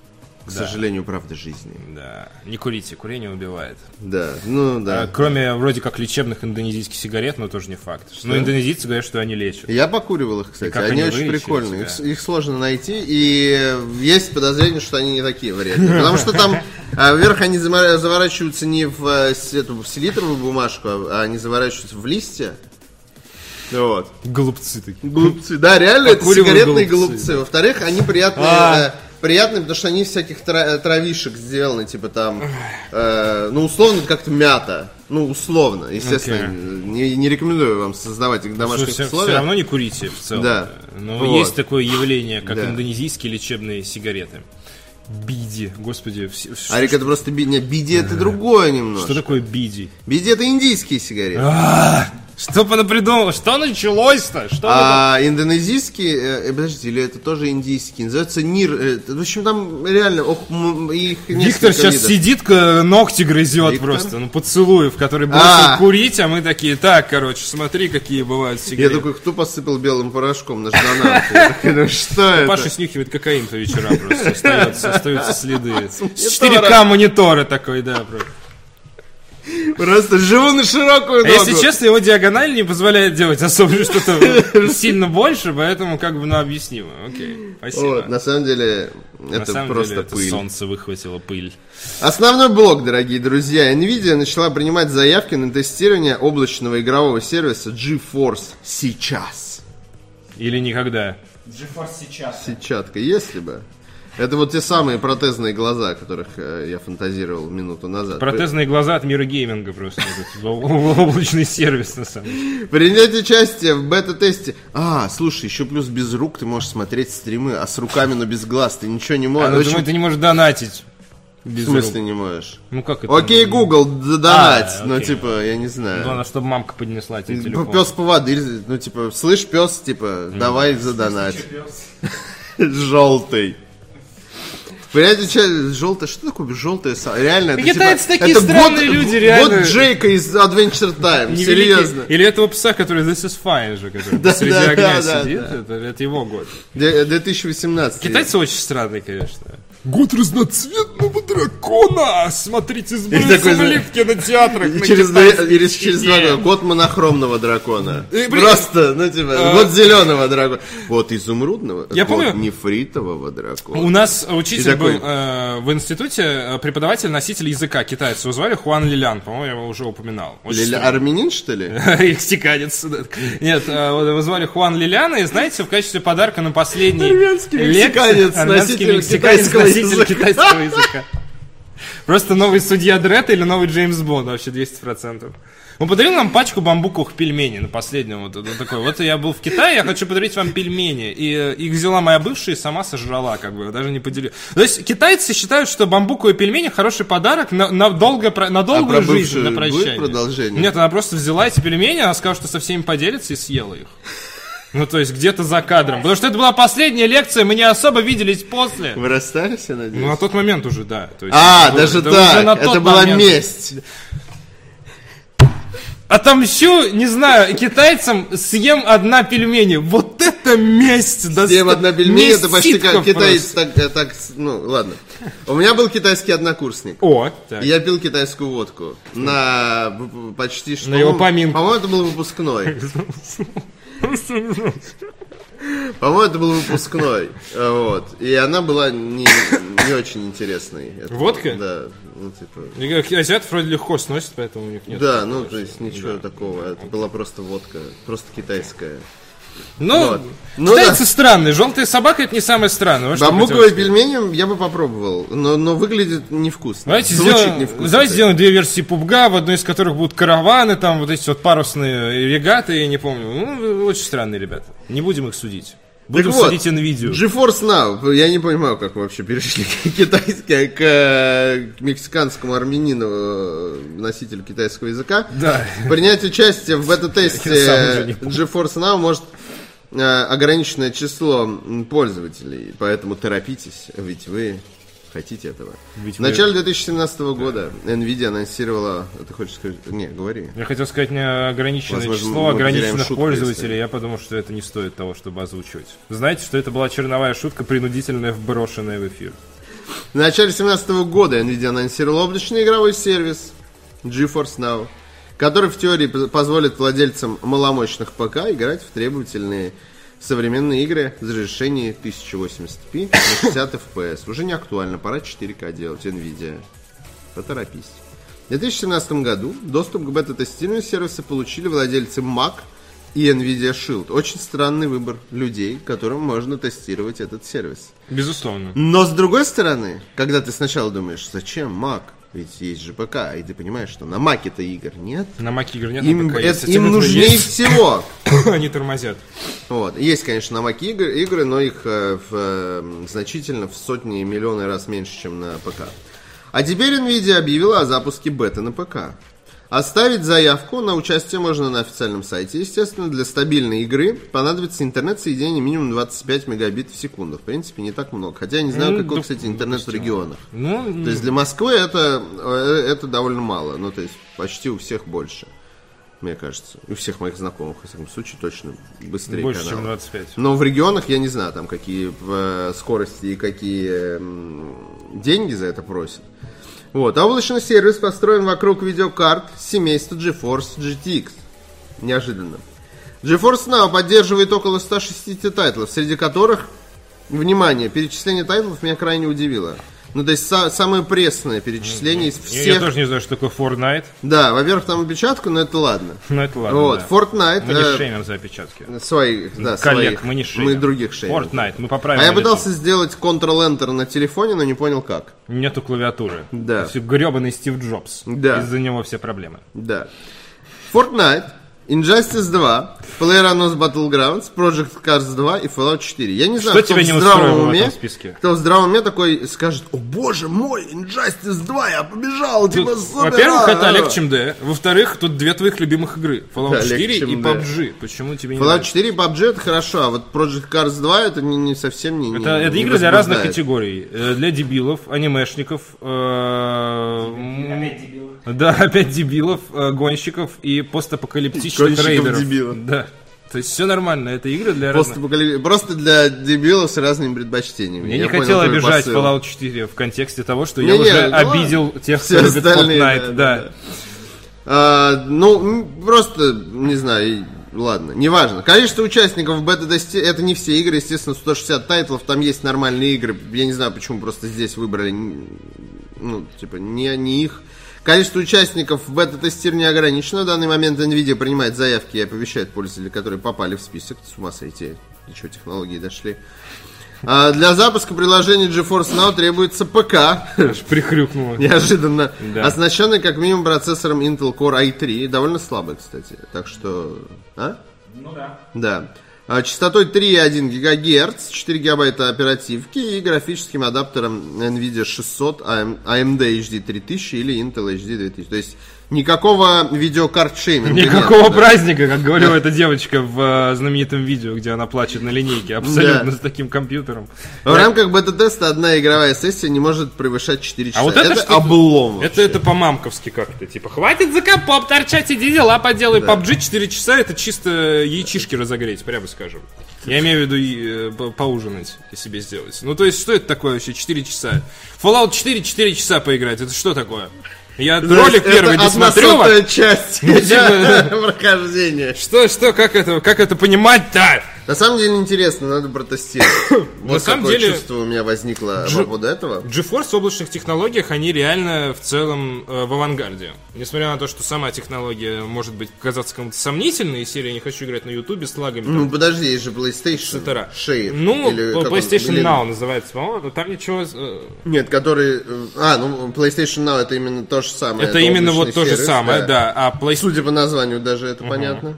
[SPEAKER 2] К сожалению, правда жизни.
[SPEAKER 1] Да. Не курите, курение убивает.
[SPEAKER 2] Да, ну да.
[SPEAKER 1] А, кроме вроде как лечебных индонезийских сигарет, но тоже не факт. Что? Но индонезийцы говорят, что они лечат.
[SPEAKER 2] Я покуривал их, кстати. Они,
[SPEAKER 1] они
[SPEAKER 2] очень прикольные. Их, их сложно найти, и есть подозрение, что они не такие вредные. Потому что там вверх они заворачиваются не в, эту, в селитровую бумажку, а они заворачиваются в листья. Вот.
[SPEAKER 1] Голубцы такие.
[SPEAKER 2] Голубцы, да, реально, это сигаретные голубцы. Во-вторых, они приятные... Приятные, потому что они из всяких травишек сделаны, типа там, э, ну, условно, как-то мята. Ну, условно, естественно. Okay. Не, не рекомендую вам создавать их в домашних
[SPEAKER 1] все,
[SPEAKER 2] условиях.
[SPEAKER 1] Все равно не курите в целом.
[SPEAKER 2] Да.
[SPEAKER 1] Но
[SPEAKER 2] вот.
[SPEAKER 1] Есть такое явление, как
[SPEAKER 2] да.
[SPEAKER 1] индонезийские лечебные сигареты. Биди, господи. Все,
[SPEAKER 2] Арик, что... это просто биди. Нет, биди это другое немножко.
[SPEAKER 1] Что такое биди?
[SPEAKER 2] Биди это индийские сигареты.
[SPEAKER 1] Что понапридумал? Что началось-то? Что
[SPEAKER 2] а это? Индонезийские, э, подождите, или это тоже индийские? Называется нир. Э, в общем, там реально ох, их
[SPEAKER 1] Виктор сейчас
[SPEAKER 2] видов.
[SPEAKER 1] Сидит, ногти грызет
[SPEAKER 2] Виктор?
[SPEAKER 1] Просто. Ну, поцелуев, который бросил а. курить, а мы такие, так, короче, смотри, какие бывают сигареты.
[SPEAKER 2] Я такой, кто посыпал белым порошком наш донат? Ну что это?
[SPEAKER 1] Паша снюхивает кокаин по вечерам просто. Остаются следы. четыре ка монитора такой, да, просто.
[SPEAKER 2] Просто живу на широкую ногу.
[SPEAKER 1] А если честно, его диагональ не позволяет делать особо что-то сильно больше, поэтому как бы, ну, объяснимо. Окей, спасибо.
[SPEAKER 2] Вот, на самом деле,
[SPEAKER 1] на
[SPEAKER 2] это
[SPEAKER 1] самом
[SPEAKER 2] просто
[SPEAKER 1] деле,
[SPEAKER 2] пыль.
[SPEAKER 1] Это солнце выхватило пыль.
[SPEAKER 2] Основной блок, дорогие друзья. Nvidia начала принимать заявки на тестирование облачного игрового сервиса GeForce сейчас.
[SPEAKER 1] Или никогда.
[SPEAKER 3] GeForce сейчас.
[SPEAKER 2] Сетчатка, если бы. Это вот те самые протезные глаза, о которых э, я фантазировал минуту назад.
[SPEAKER 1] Протезные глаза от мира гейминга просто. Облачный сервис, на самом деле.
[SPEAKER 2] Принять участие в бета-тесте. А, слушай, еще плюс без рук ты можешь смотреть стримы, а с руками, но без глаз ты ничего не можешь.
[SPEAKER 1] А, ну, думаю, ты не можешь донатить.
[SPEAKER 2] В смысле не можешь?
[SPEAKER 1] Ну как это?
[SPEAKER 2] Окей, Google, донать. А, ну, типа, я не знаю.
[SPEAKER 1] Главное, чтобы мамка поднесла тебе телефон.
[SPEAKER 2] Пес-поводырь, ну, типа, слышь, пес, типа, давай задонать. Желтый. Понимаете, желтое, что такое желтое? Реально, это
[SPEAKER 1] китайцы
[SPEAKER 2] типа,
[SPEAKER 1] такие
[SPEAKER 2] это
[SPEAKER 1] странные
[SPEAKER 2] год,
[SPEAKER 1] люди, реально.
[SPEAKER 2] Вот Джейка из Adventure Time, серьезно.
[SPEAKER 1] Или этого пса, который This is Fine же, который да, среди да, огня да, сидит, да. Это, это его год.
[SPEAKER 2] две тысячи восемнадцатый.
[SPEAKER 1] Китайцы очень странные, конечно. Год разноцветного дракона! Смотрите с Брюсом Ли в кинотеатрах.
[SPEAKER 2] И через, или через два года. Год монохромного дракона. И, Просто, ну типа, а... год зеленого дракона. Год изумрудного.
[SPEAKER 1] Я
[SPEAKER 2] год
[SPEAKER 1] помню,
[SPEAKER 2] нефритового дракона.
[SPEAKER 1] У нас учитель
[SPEAKER 2] такой...
[SPEAKER 1] был э, в институте, преподаватель, носитель языка китайца. Его звали Хуан Лилян, по-моему, я его уже упоминал.
[SPEAKER 2] Лиля... Армянин, что ли?
[SPEAKER 1] Мексиканец. Нет, его звали Хуан Лилян, и знаете, в качестве подарка на последний
[SPEAKER 2] армянский мексиканец, носитель китайского
[SPEAKER 1] Носитель китайского языка. Просто новый судья Дред или новый Джеймс Бонд, вообще двести процентов. Он подарил нам пачку бамбуковых пельменей на последнем. Вот, вот такой. Вот я был в Китае, я хочу подарить вам пельмени. И их взяла моя бывшая и сама сожрала, как бы, даже не поделила. То есть китайцы считают, что бамбуковые пельмени хороший подарок на, на, долго, на долгую а жизнь, на прощание.
[SPEAKER 2] Будет продолжение?
[SPEAKER 1] Нет, она просто взяла эти пельмени, она сказала, что со всеми поделится и съела их. Ну, то есть, где-то за кадром. Потому что это была последняя лекция, мы не особо виделись после.
[SPEAKER 2] Вы расстались, я надеюсь?
[SPEAKER 1] Ну, на тот момент уже, да. То есть,
[SPEAKER 2] а,
[SPEAKER 1] это
[SPEAKER 2] даже
[SPEAKER 1] было,
[SPEAKER 2] так,
[SPEAKER 1] это,
[SPEAKER 2] это была
[SPEAKER 1] момент.
[SPEAKER 2] месть.
[SPEAKER 1] Отомщу, не знаю, китайцам съем одна пельмени. Вот это месть!
[SPEAKER 2] Съем одна пельмени, это почти как китаец, так, так, ну, ладно. У меня был китайский однокурсник.
[SPEAKER 1] О, так.
[SPEAKER 2] Я пил китайскую водку. На почти что...
[SPEAKER 1] На его поминку.
[SPEAKER 2] По-моему, это был выпускной. По-моему, это был выпускной. Вот. И она была не, не очень интересной. Это,
[SPEAKER 1] водка?
[SPEAKER 2] Да. Ну, типа...
[SPEAKER 1] Азиат вроде легко сносит, поэтому у них нет.
[SPEAKER 2] Да, ну, то есть ничего да. такого. Это была просто водка. Просто китайская.
[SPEAKER 1] Ну,
[SPEAKER 2] вот. ну
[SPEAKER 1] китайцы
[SPEAKER 2] да.
[SPEAKER 1] странные. Желтая собака — это не самое странное.
[SPEAKER 2] Бамбуковые пельмени я бы попробовал, но, но выглядит невкусно.
[SPEAKER 1] Давайте, сделаем, невкусно, давайте сделаем две версии пубга, в одной из которых будут караваны, там вот эти вот парусные регаты, я не помню. Ну, очень странные ребята. Не будем их судить. Будем
[SPEAKER 2] вот,
[SPEAKER 1] судить NVIDIA.
[SPEAKER 2] GeForce Now. Я не понимаю, как вообще перешли к китайскому, к, к мексиканскому армянину, носителю китайского языка.
[SPEAKER 1] Да.
[SPEAKER 2] Принять участие в бета-тесте GeForce Now может э, ограниченное число пользователей. Поэтому торопитесь, ведь вы хотите этого. Ведь в начале две тысячи семнадцатого года Nvidia анонсировала... Ты хочешь сказать? Не, говори.
[SPEAKER 1] Я хотел сказать не ограниченное Возможно, число ограниченных шутку, пользователей. Я подумал, что это не стоит того, чтобы озвучивать. Знаете, что это была черновая шутка, принудительная, вброшенная в эфир.
[SPEAKER 2] В начале две тысячи семнадцатого года Nvidia анонсировала облачный игровой сервис GeForce Now, который в теории позволит владельцам маломощных ПК играть в требовательные современные игры в разрешении тысяча восемьдесят пи на шестьдесят эф пи эс. Уже не актуально, пора четыре ка делать, Nvidia. Поторопись. В две тысячи семнадцатом году доступ к бета-тестированию сервиса получили владельцы Mac и Nvidia Shield. Очень странный выбор людей, которым можно тестировать этот сервис.
[SPEAKER 1] Безусловно.
[SPEAKER 2] Но с другой стороны, когда ты сначала думаешь, зачем Mac? Ведь есть же ПК, и ты понимаешь, что на Маке-то игр нет.
[SPEAKER 1] На Маке игр нет,
[SPEAKER 2] Им,
[SPEAKER 1] на ПК
[SPEAKER 2] это,
[SPEAKER 1] есть.
[SPEAKER 2] им нужнее всего.
[SPEAKER 1] Они тормозят.
[SPEAKER 2] Вот. Есть, конечно, на Маке игры, игры, но их э, в, э, значительно в сотни и миллионы раз меньше, чем на ПК. А теперь Nvidia объявила о запуске беты на ПК. Оставить заявку на участие можно на официальном сайте. Естественно, для стабильной игры понадобится интернет-соединение минимум двадцать пять мегабит в секунду. В принципе, не так много. Хотя я не знаю,
[SPEAKER 1] ну,
[SPEAKER 2] какой,
[SPEAKER 1] доп-
[SPEAKER 2] кстати, интернет
[SPEAKER 1] допустим.
[SPEAKER 2] в регионах.
[SPEAKER 1] Ну,
[SPEAKER 2] то есть для Москвы это, это довольно мало. Ну, то есть почти у всех больше, мне кажется. У всех моих знакомых, в всяком случае, точно быстрее
[SPEAKER 1] больше,
[SPEAKER 2] каналы.
[SPEAKER 1] чем двадцать пять.
[SPEAKER 2] Но в регионах я не знаю, там какие э, скорости и какие э, деньги за это просят. Вот. А облачный сервис построен вокруг видеокарт семейства GeForce джи ти экс. Неожиданно. GeForce Now поддерживает около ста шестидесяти тайтлов, среди которых, внимание, перечисление тайтлов меня крайне удивило. Ну, то есть, са- самое пресное перечисление из всех...
[SPEAKER 1] Я, я тоже не знаю, что такое Fortnite.
[SPEAKER 2] Да, во-первых, там опечатка, но это ладно.
[SPEAKER 1] Но это ладно,
[SPEAKER 2] Вот,
[SPEAKER 1] да.
[SPEAKER 2] Fortnite...
[SPEAKER 1] Мы не
[SPEAKER 2] э,
[SPEAKER 1] шеймим за опечатки.
[SPEAKER 2] Своих, да,
[SPEAKER 1] Коллег,
[SPEAKER 2] своих.
[SPEAKER 1] мы не шеймим.
[SPEAKER 2] Мы других шеймим.
[SPEAKER 1] Fortnite, мы поправим.
[SPEAKER 2] А я
[SPEAKER 1] лицо.
[SPEAKER 2] пытался сделать контрол-enter на телефоне, но не понял как.
[SPEAKER 1] Нету клавиатуры.
[SPEAKER 2] Да.
[SPEAKER 1] Все гребаный Стив Джобс.
[SPEAKER 2] Да.
[SPEAKER 1] Из-за него все проблемы.
[SPEAKER 2] Да. Fortnite, Injustice два, PlayerUnknown's Battlegrounds, Project Cars два и Fallout четыре. Я не знаю,
[SPEAKER 1] Что
[SPEAKER 2] кто
[SPEAKER 1] тебя
[SPEAKER 2] в
[SPEAKER 1] не
[SPEAKER 2] здравом
[SPEAKER 1] устроило в
[SPEAKER 2] уме,
[SPEAKER 1] этом списке?
[SPEAKER 2] кто в здравом уме такой скажет: о боже мой, Injustice два, я побежал,
[SPEAKER 1] Тут,
[SPEAKER 2] типа супер.
[SPEAKER 1] во-первых, это
[SPEAKER 2] а,
[SPEAKER 1] Олег
[SPEAKER 2] а».
[SPEAKER 1] ЧМД. Во-вторых, тут две твоих любимых игры. Fallout
[SPEAKER 2] Олег
[SPEAKER 1] четыре и
[SPEAKER 2] ЧМД.
[SPEAKER 1] пабг. Почему тебе не
[SPEAKER 2] Fallout
[SPEAKER 1] нравится?
[SPEAKER 2] четыре и пабг это хорошо, а вот Project Cars два это не, не совсем не
[SPEAKER 1] Это,
[SPEAKER 2] не,
[SPEAKER 1] это
[SPEAKER 2] не
[SPEAKER 1] игры для разных
[SPEAKER 2] возбуждает.
[SPEAKER 1] категорий. Э, Для дебилов, анимешников, э,
[SPEAKER 3] Опять дебилы.
[SPEAKER 1] да, опять дебилов, э, гонщиков и постапокалиптичных
[SPEAKER 2] Гонщиков
[SPEAKER 1] рейдеров.
[SPEAKER 2] дебилов.
[SPEAKER 1] Да. То есть все нормально, это игры для разных.
[SPEAKER 2] Просто, поколи- просто для дебилов с разными предпочтениями.
[SPEAKER 1] Я, не
[SPEAKER 2] понял
[SPEAKER 1] хотел
[SPEAKER 2] твой
[SPEAKER 1] обижать
[SPEAKER 2] посыл.
[SPEAKER 1] Fallout четыре в контексте того, что я
[SPEAKER 2] Не-не,
[SPEAKER 1] уже
[SPEAKER 2] ну
[SPEAKER 1] обидел
[SPEAKER 2] ладно.
[SPEAKER 1] тех,
[SPEAKER 2] Все
[SPEAKER 1] кто любит
[SPEAKER 2] остальные,
[SPEAKER 1] Fortnite.
[SPEAKER 2] да,
[SPEAKER 1] Да,
[SPEAKER 2] да, А, ну, м, просто, не знаю, и- ладно, неважно. Количество участников в бета-тесте, это не все игры, естественно, сто шестьдесят тайтлов, там есть нормальные игры. Я не знаю, почему просто здесь выбрали, н- ну, типа, не, не их. Количество участников в бета-тестировании ограничено. В данный момент Nvidia принимает заявки и оповещает пользователей, которые попали в список. С ума сойти, и что, технологии дошли. А для запуска приложения GeForce Now требуется ПК.
[SPEAKER 1] Аж прихрюкнуло.
[SPEAKER 2] Неожиданно.
[SPEAKER 1] Да.
[SPEAKER 2] Оснащенный как минимум процессором Intel Core ай три. Довольно слабый, кстати. Так что... А?
[SPEAKER 3] Ну да.
[SPEAKER 2] Да. А, частотой три и один гигагерц, четыре гигабайта оперативки и графическим адаптером Nvidia шестьсот, эй эм ди эйч ди три тысячи или Intel эйч ди две тысячи. То есть никакого видеокарт шейминга нет,
[SPEAKER 1] Никакого
[SPEAKER 2] да.
[SPEAKER 1] праздника, как говорила эта девочка в э, знаменитом видео, где она плачет на линейке. Абсолютно
[SPEAKER 2] Да.
[SPEAKER 1] с таким компьютером.
[SPEAKER 2] В рамках бета-теста одна игровая сессия не может превышать четыре часа.
[SPEAKER 1] А вот это, что-то-
[SPEAKER 2] облом.
[SPEAKER 1] Это, это по-мамковски как-то. Типа, хватит за компом торчать, иди дела поделай.
[SPEAKER 2] Да.
[SPEAKER 1] пабг четыре часа это чисто яичишки разогреть, прямо скажем. Я имею в виду и, э, по- поужинать и себе сделать. Ну, то есть, что это такое вообще? четыре часа. Fallout четыре, четыре часа поиграть. Это что такое? Я
[SPEAKER 2] То есть
[SPEAKER 1] ролик первый
[SPEAKER 2] это
[SPEAKER 1] досмотрю.
[SPEAKER 2] одна
[SPEAKER 1] вот.
[SPEAKER 2] сотая часть
[SPEAKER 1] Ну, типа,
[SPEAKER 2] прохождения.
[SPEAKER 1] Что, что, как это, как это понимать-то?
[SPEAKER 2] На самом деле интересно, надо протестировать.
[SPEAKER 1] На
[SPEAKER 2] Вот
[SPEAKER 1] самом
[SPEAKER 2] какое
[SPEAKER 1] деле-
[SPEAKER 2] чувство у меня возникло
[SPEAKER 1] Джи-
[SPEAKER 2] по поводу этого.
[SPEAKER 1] GeForce в облачных технологиях, они реально в целом э, в авангарде. Несмотря на то, что сама технология может быть казаться кому-то сомнительной, из серии «Я не хочу играть на ютубе» с лагами.
[SPEAKER 2] Ну подожди, есть же PlayStation
[SPEAKER 1] Шутера.
[SPEAKER 2] Share.
[SPEAKER 1] Ну,
[SPEAKER 2] или как он,
[SPEAKER 1] PlayStation
[SPEAKER 2] или-
[SPEAKER 1] Now называется, по-моему, но там ничего... э,
[SPEAKER 2] Нет, который... э, А, ну PlayStation Now это именно то же самое.
[SPEAKER 1] Это именно
[SPEAKER 2] облачный
[SPEAKER 1] вот то же
[SPEAKER 2] сервис,
[SPEAKER 1] самое, да. А PlayStation...
[SPEAKER 2] Судя по названию даже это понятно.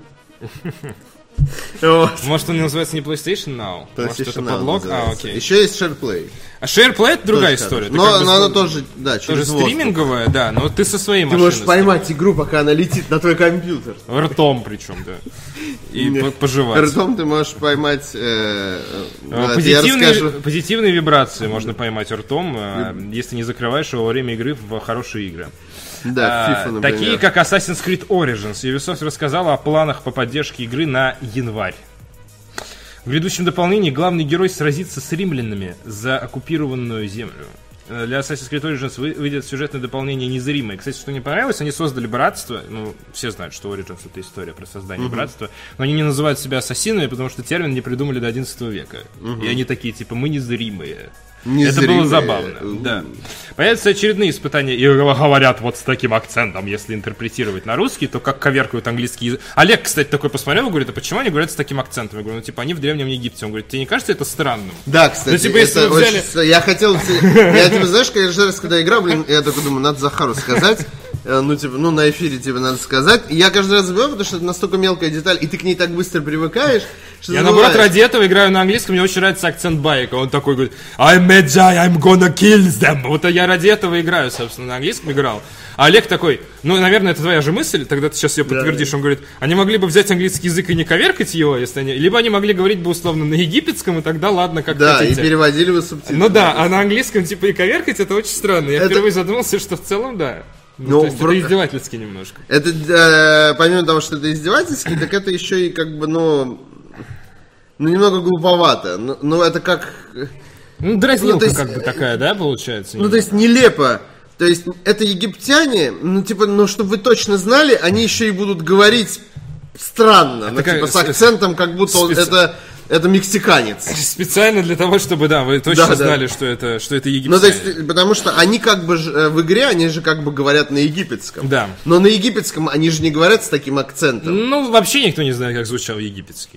[SPEAKER 2] Вот.
[SPEAKER 1] Может, он называется не PlayStation Now? Может, это
[SPEAKER 2] PlayStation Now
[SPEAKER 1] подлог? А,
[SPEAKER 2] называется.
[SPEAKER 1] окей.
[SPEAKER 2] Еще есть SharePlay.
[SPEAKER 1] А SharePlay это другая
[SPEAKER 2] Тоже
[SPEAKER 1] история.
[SPEAKER 2] хорошо.
[SPEAKER 1] Ты
[SPEAKER 2] Но,
[SPEAKER 1] как бы
[SPEAKER 2] но
[SPEAKER 1] с-
[SPEAKER 2] она тоже, да,
[SPEAKER 1] тоже
[SPEAKER 2] через воздух.
[SPEAKER 1] стриминговая, да, но ты со своей
[SPEAKER 2] Ты
[SPEAKER 1] машины.
[SPEAKER 2] можешь поймать игру, пока она летит на твой компьютер.
[SPEAKER 1] Ртом причем, да. И
[SPEAKER 2] Нет.
[SPEAKER 1] по- пожевать.
[SPEAKER 2] Ртом ты можешь поймать... э,
[SPEAKER 1] А,
[SPEAKER 2] вот я
[SPEAKER 1] Позитивные,
[SPEAKER 2] расскажу.
[SPEAKER 1] позитивные вибрации можно поймать ртом, а, если не закрываешь его во время игры в хорошие игры.
[SPEAKER 2] Да,
[SPEAKER 1] А,
[SPEAKER 2] FIFA, например.
[SPEAKER 1] такие как Assassin's Creed Origins. Ubisoft рассказала о планах по поддержке игры на январь. В грядущем дополнении главный герой сразится с римлянами за оккупированную землю. Для Assassin's Creed Origins выйдет сюжетное дополнение «Незримое». Кстати, что мне понравилось, они создали братство. Ну, все знают, что Origins — это история про создание uh-huh. братства. Но они не называют себя ассасинами, потому что термин не придумали до одиннадцатого века. Uh-huh. И они такие, типа, мы незримые.
[SPEAKER 2] Незримые.
[SPEAKER 1] Это было забавно. Uh-huh. Да. Появятся очередные испытания. И говорят вот с таким акцентом, если интерпретировать на русский, то как коверкают английский язык. Олег, кстати, такой посмотрел и говорит, а почему они говорят с таким акцентом? Я говорю, ну, типа, они в Древнем Египте. Он говорит, тебе не кажется это странным?
[SPEAKER 2] Да, кстати,
[SPEAKER 1] ну, типа, если
[SPEAKER 2] это
[SPEAKER 1] взяли...
[SPEAKER 2] очень... Я хотел... Я, типа, знаешь, каждый раз, когда играл, блин, я такой думаю, надо Захару сказать. Ну, типа, ну, на эфире тебе надо сказать. И я каждый раз забываю, потому что это настолько мелкая деталь, и ты к ней так быстро привыкаешь, что
[SPEAKER 1] я,
[SPEAKER 2] забываешь.
[SPEAKER 1] наоборот, ради этого играю на английском, мне очень нравится акцент Байка. Он такой говорит, I'm Magi, I'm gonna kill them. Вот я ради этого играю, собственно, на английском играл. А Олег такой, ну, наверное, это твоя же мысль, тогда ты сейчас ее подтвердишь. Да. Он говорит, они могли бы взять английский язык и не коверкать его, если они... Либо они могли говорить бы условно на египетском, и тогда ладно, как
[SPEAKER 2] да,
[SPEAKER 1] хотите.
[SPEAKER 2] Да, и переводили бы субтитры.
[SPEAKER 1] Ну да, а на английском, типа, и коверкать, это очень странно. Я это... впервые задумался, что в целом, да. Ну, ну, то есть, про... это издевательски немножко.
[SPEAKER 2] Это, э, помимо того, что это издевательски, так это еще и как бы, ну, ну немного глуповато. Ну, ну это как...
[SPEAKER 1] Ну, дразнилка
[SPEAKER 2] ну, то есть,
[SPEAKER 1] как бы такая, да, получается?
[SPEAKER 2] Ну, то есть, нелепо. То есть, это египтяне, ну, типа, ну, чтобы вы точно знали, они еще и будут говорить странно. Ну,
[SPEAKER 1] как...
[SPEAKER 2] типа, с акцентом, как будто он, Специ... это... Это мексиканец.
[SPEAKER 1] Специально для того, чтобы, да, вы точно да, знали, да. что это, что это египтяне.
[SPEAKER 2] Ну, то есть, потому что они как бы в игре, они же как бы говорят на египетском.
[SPEAKER 1] Да.
[SPEAKER 2] Но на египетском они же не говорят с таким акцентом.
[SPEAKER 1] Ну, вообще никто не знает, как звучал египетский.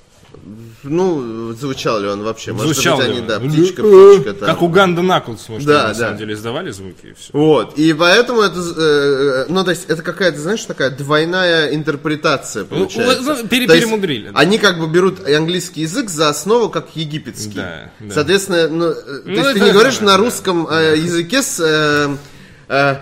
[SPEAKER 2] Ну, звучал ли он вообще? Может
[SPEAKER 1] звучал
[SPEAKER 2] быть,
[SPEAKER 1] ли
[SPEAKER 2] они,
[SPEAKER 1] он?
[SPEAKER 2] да, птичка, птичка. Там.
[SPEAKER 1] Как Уганда Наклз, может,
[SPEAKER 2] да,
[SPEAKER 1] на
[SPEAKER 2] да.
[SPEAKER 1] самом деле издавали звуки и все.
[SPEAKER 2] Вот, и поэтому это, э, ну, то есть, это какая-то, знаешь, такая двойная интерпретация получается.
[SPEAKER 1] Ну, пере- перемудрили. Да.
[SPEAKER 2] Они как бы берут английский язык за основу, как египетский.
[SPEAKER 1] Да, да.
[SPEAKER 2] Соответственно, ну,
[SPEAKER 1] ну,
[SPEAKER 2] то есть, ты не говоришь на русском э, языке с... Э, э,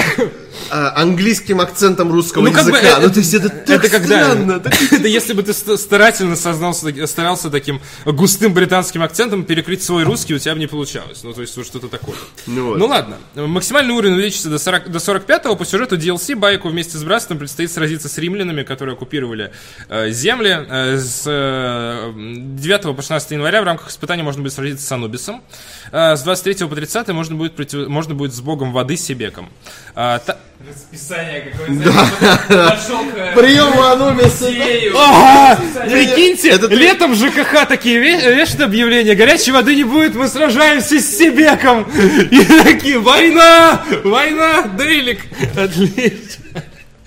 [SPEAKER 2] английским акцентом русского ну, языка.
[SPEAKER 1] Как бы,
[SPEAKER 2] ну, то есть это так
[SPEAKER 1] это когда,
[SPEAKER 2] странно.
[SPEAKER 1] Это если бы ты старательно создался, старался таким густым британским акцентом перекрыть свой русский, у тебя бы не получалось. Ну, то есть, вот что-то такое. Ну, вот. ну ладно. Максимальный уровень увеличится до, сорок, до сорок пятого. По сюжету ди эл си Байку вместе с братством предстоит сразиться с римлянами, которые оккупировали э, земли. Э, с э, девятого по шестнадцатое января в рамках испытания можно будет сразиться с Анубисом. Э, с двадцать третьего по тридцатое можно будет, против... можно будет с богом воды Себеком. Э, та...
[SPEAKER 3] Расписание какое-то.
[SPEAKER 2] Прием Анубиса.
[SPEAKER 1] Ага! Прикиньте, летом в ЖКХ такие вешают объявления. Горячей воды не будет, мы сражаемся с Себеком. И такие, война! Война! Дейлик! Отлично.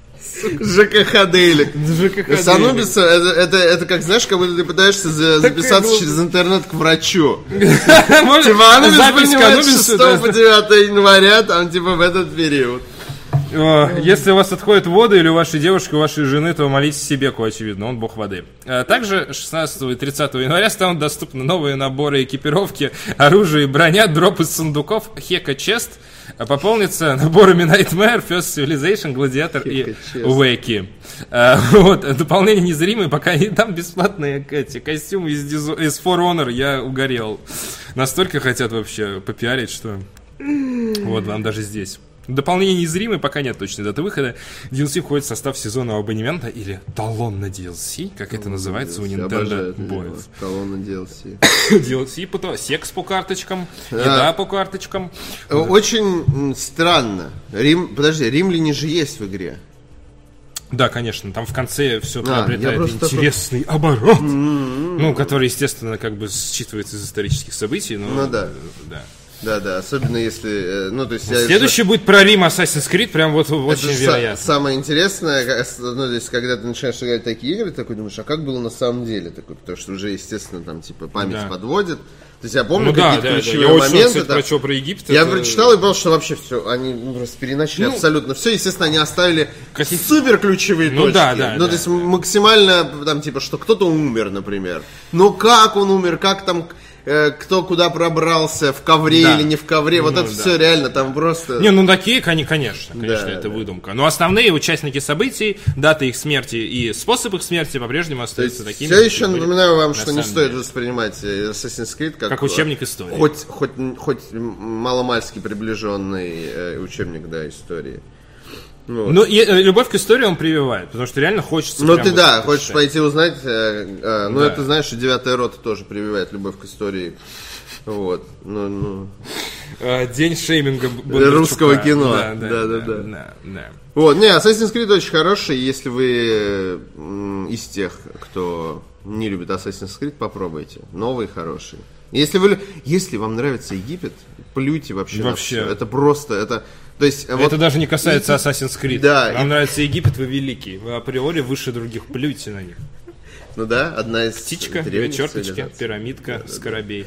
[SPEAKER 2] ЖКХ Дейлик.
[SPEAKER 1] ЖКХ
[SPEAKER 2] С Анубиса это, это, это как, знаешь, как будто ты пытаешься за, записаться через интернет к врачу. Типа Анубис принимает с шестого по девятое января, там типа в этот период.
[SPEAKER 1] Если у вас отходят воды или у вашей девушки, у вашей жены, то молитесь Себеку, очевидно, он бог воды. Также шестнадцатого и тридцатого января станут доступны новые наборы экипировки, оружия и броня, дроп из сундуков, Хека Чест, пополнится наборами Nightmare, First Civilization, Gladiator и Wacky. Вот, дополнение незримые, пока они там бесплатные эти костюмы из, из For Honor, я угорел. Настолько хотят вообще попиарить, что вот вам даже здесь. Дополнение незримое, пока нет точной даты выхода. ди эл си входит в состав сезонного абонемента или талон на ди эл си, как это называется у Nintendo боев.
[SPEAKER 2] Талон на ди эл си.
[SPEAKER 1] ди эл си, секс по карточкам, еда по карточкам.
[SPEAKER 2] Очень странно. Рим, подожди, римляне же есть в игре.
[SPEAKER 1] Да, конечно, там в конце все приобретает а, интересный такой... оборот, mm-hmm. ну, который, естественно, как бы считывается из исторических событий. Но,
[SPEAKER 2] ну да.
[SPEAKER 1] да.
[SPEAKER 2] Да, да, особенно если, ну, то есть...
[SPEAKER 1] Я Следующий я... будет про Рим Assassin's Creed, прям вот очень
[SPEAKER 2] это
[SPEAKER 1] вероятно.
[SPEAKER 2] Са- самое интересное, ну, то есть, когда ты начинаешь играть такие игры, такой думаешь, а как было на самом деле? Такой, потому что уже, естественно, там, типа, память да. подводит. То есть, я помню
[SPEAKER 1] ну,
[SPEAKER 2] какие-то
[SPEAKER 1] да,
[SPEAKER 2] ключевые
[SPEAKER 1] да, да.
[SPEAKER 2] моменты.
[SPEAKER 1] Я очень, кстати, про что, про Египет.
[SPEAKER 2] Я
[SPEAKER 1] это...
[SPEAKER 2] прочитал и понял, что вообще все, они просто переначали ну, абсолютно все. Естественно, они оставили какие-то супер ключевые
[SPEAKER 1] ну,
[SPEAKER 2] точки.
[SPEAKER 1] Да, да,
[SPEAKER 2] ну,
[SPEAKER 1] да,
[SPEAKER 2] то есть,
[SPEAKER 1] да.
[SPEAKER 2] максимально, там, типа, что кто-то умер, например. Но как он умер, как там... кто куда пробрался, в ковре да. или не в ковре, вот ну, это да. все реально там просто...
[SPEAKER 1] Не, ну такие, они, конечно, конечно,
[SPEAKER 2] да,
[SPEAKER 1] это
[SPEAKER 2] да.
[SPEAKER 1] выдумка. Но основные участники событий, даты их смерти и способ их смерти по-прежнему остаются такими.
[SPEAKER 2] Все еще напоминаю вам, что не стоит деле. воспринимать Assassin's Creed как,
[SPEAKER 1] как учебник истории.
[SPEAKER 2] Хоть, хоть, хоть маломальски приближенный э, учебник, да, истории. Вот.
[SPEAKER 1] Ну, и, любовь к истории он прививает, потому что реально хочется...
[SPEAKER 2] Ну, ты, да, хочешь читать. Пойти узнать, э, э, ну,
[SPEAKER 1] да.
[SPEAKER 2] это, знаешь, и девятая рота тоже прививает любовь к истории. Вот, ну, ну...
[SPEAKER 1] День шейминга Бондарчука.
[SPEAKER 2] Русского кино.
[SPEAKER 1] Да, да,
[SPEAKER 2] да, да,
[SPEAKER 1] да,
[SPEAKER 2] да.
[SPEAKER 1] да, да.
[SPEAKER 2] Вот, не, Assassin's Creed очень хороший, если вы м, из тех, кто не любит Assassin's Creed, попробуйте. Новый хороший. Если вы, если вам нравится Египет, плюйте вообще,
[SPEAKER 1] Вообще.
[SPEAKER 2] на все. Это просто, это, то есть,
[SPEAKER 1] Это
[SPEAKER 2] вот,
[SPEAKER 1] даже не касается Assassin's Creed.
[SPEAKER 2] Да,
[SPEAKER 1] Вам
[SPEAKER 2] и-
[SPEAKER 1] нравится Египет, вы великий. Вы априори выше других, плюйте на них.
[SPEAKER 2] ну да, одна из
[SPEAKER 1] Птичка, две
[SPEAKER 2] древних
[SPEAKER 1] черточки,
[SPEAKER 2] цивилизаций.
[SPEAKER 1] пирамидка, скоробей.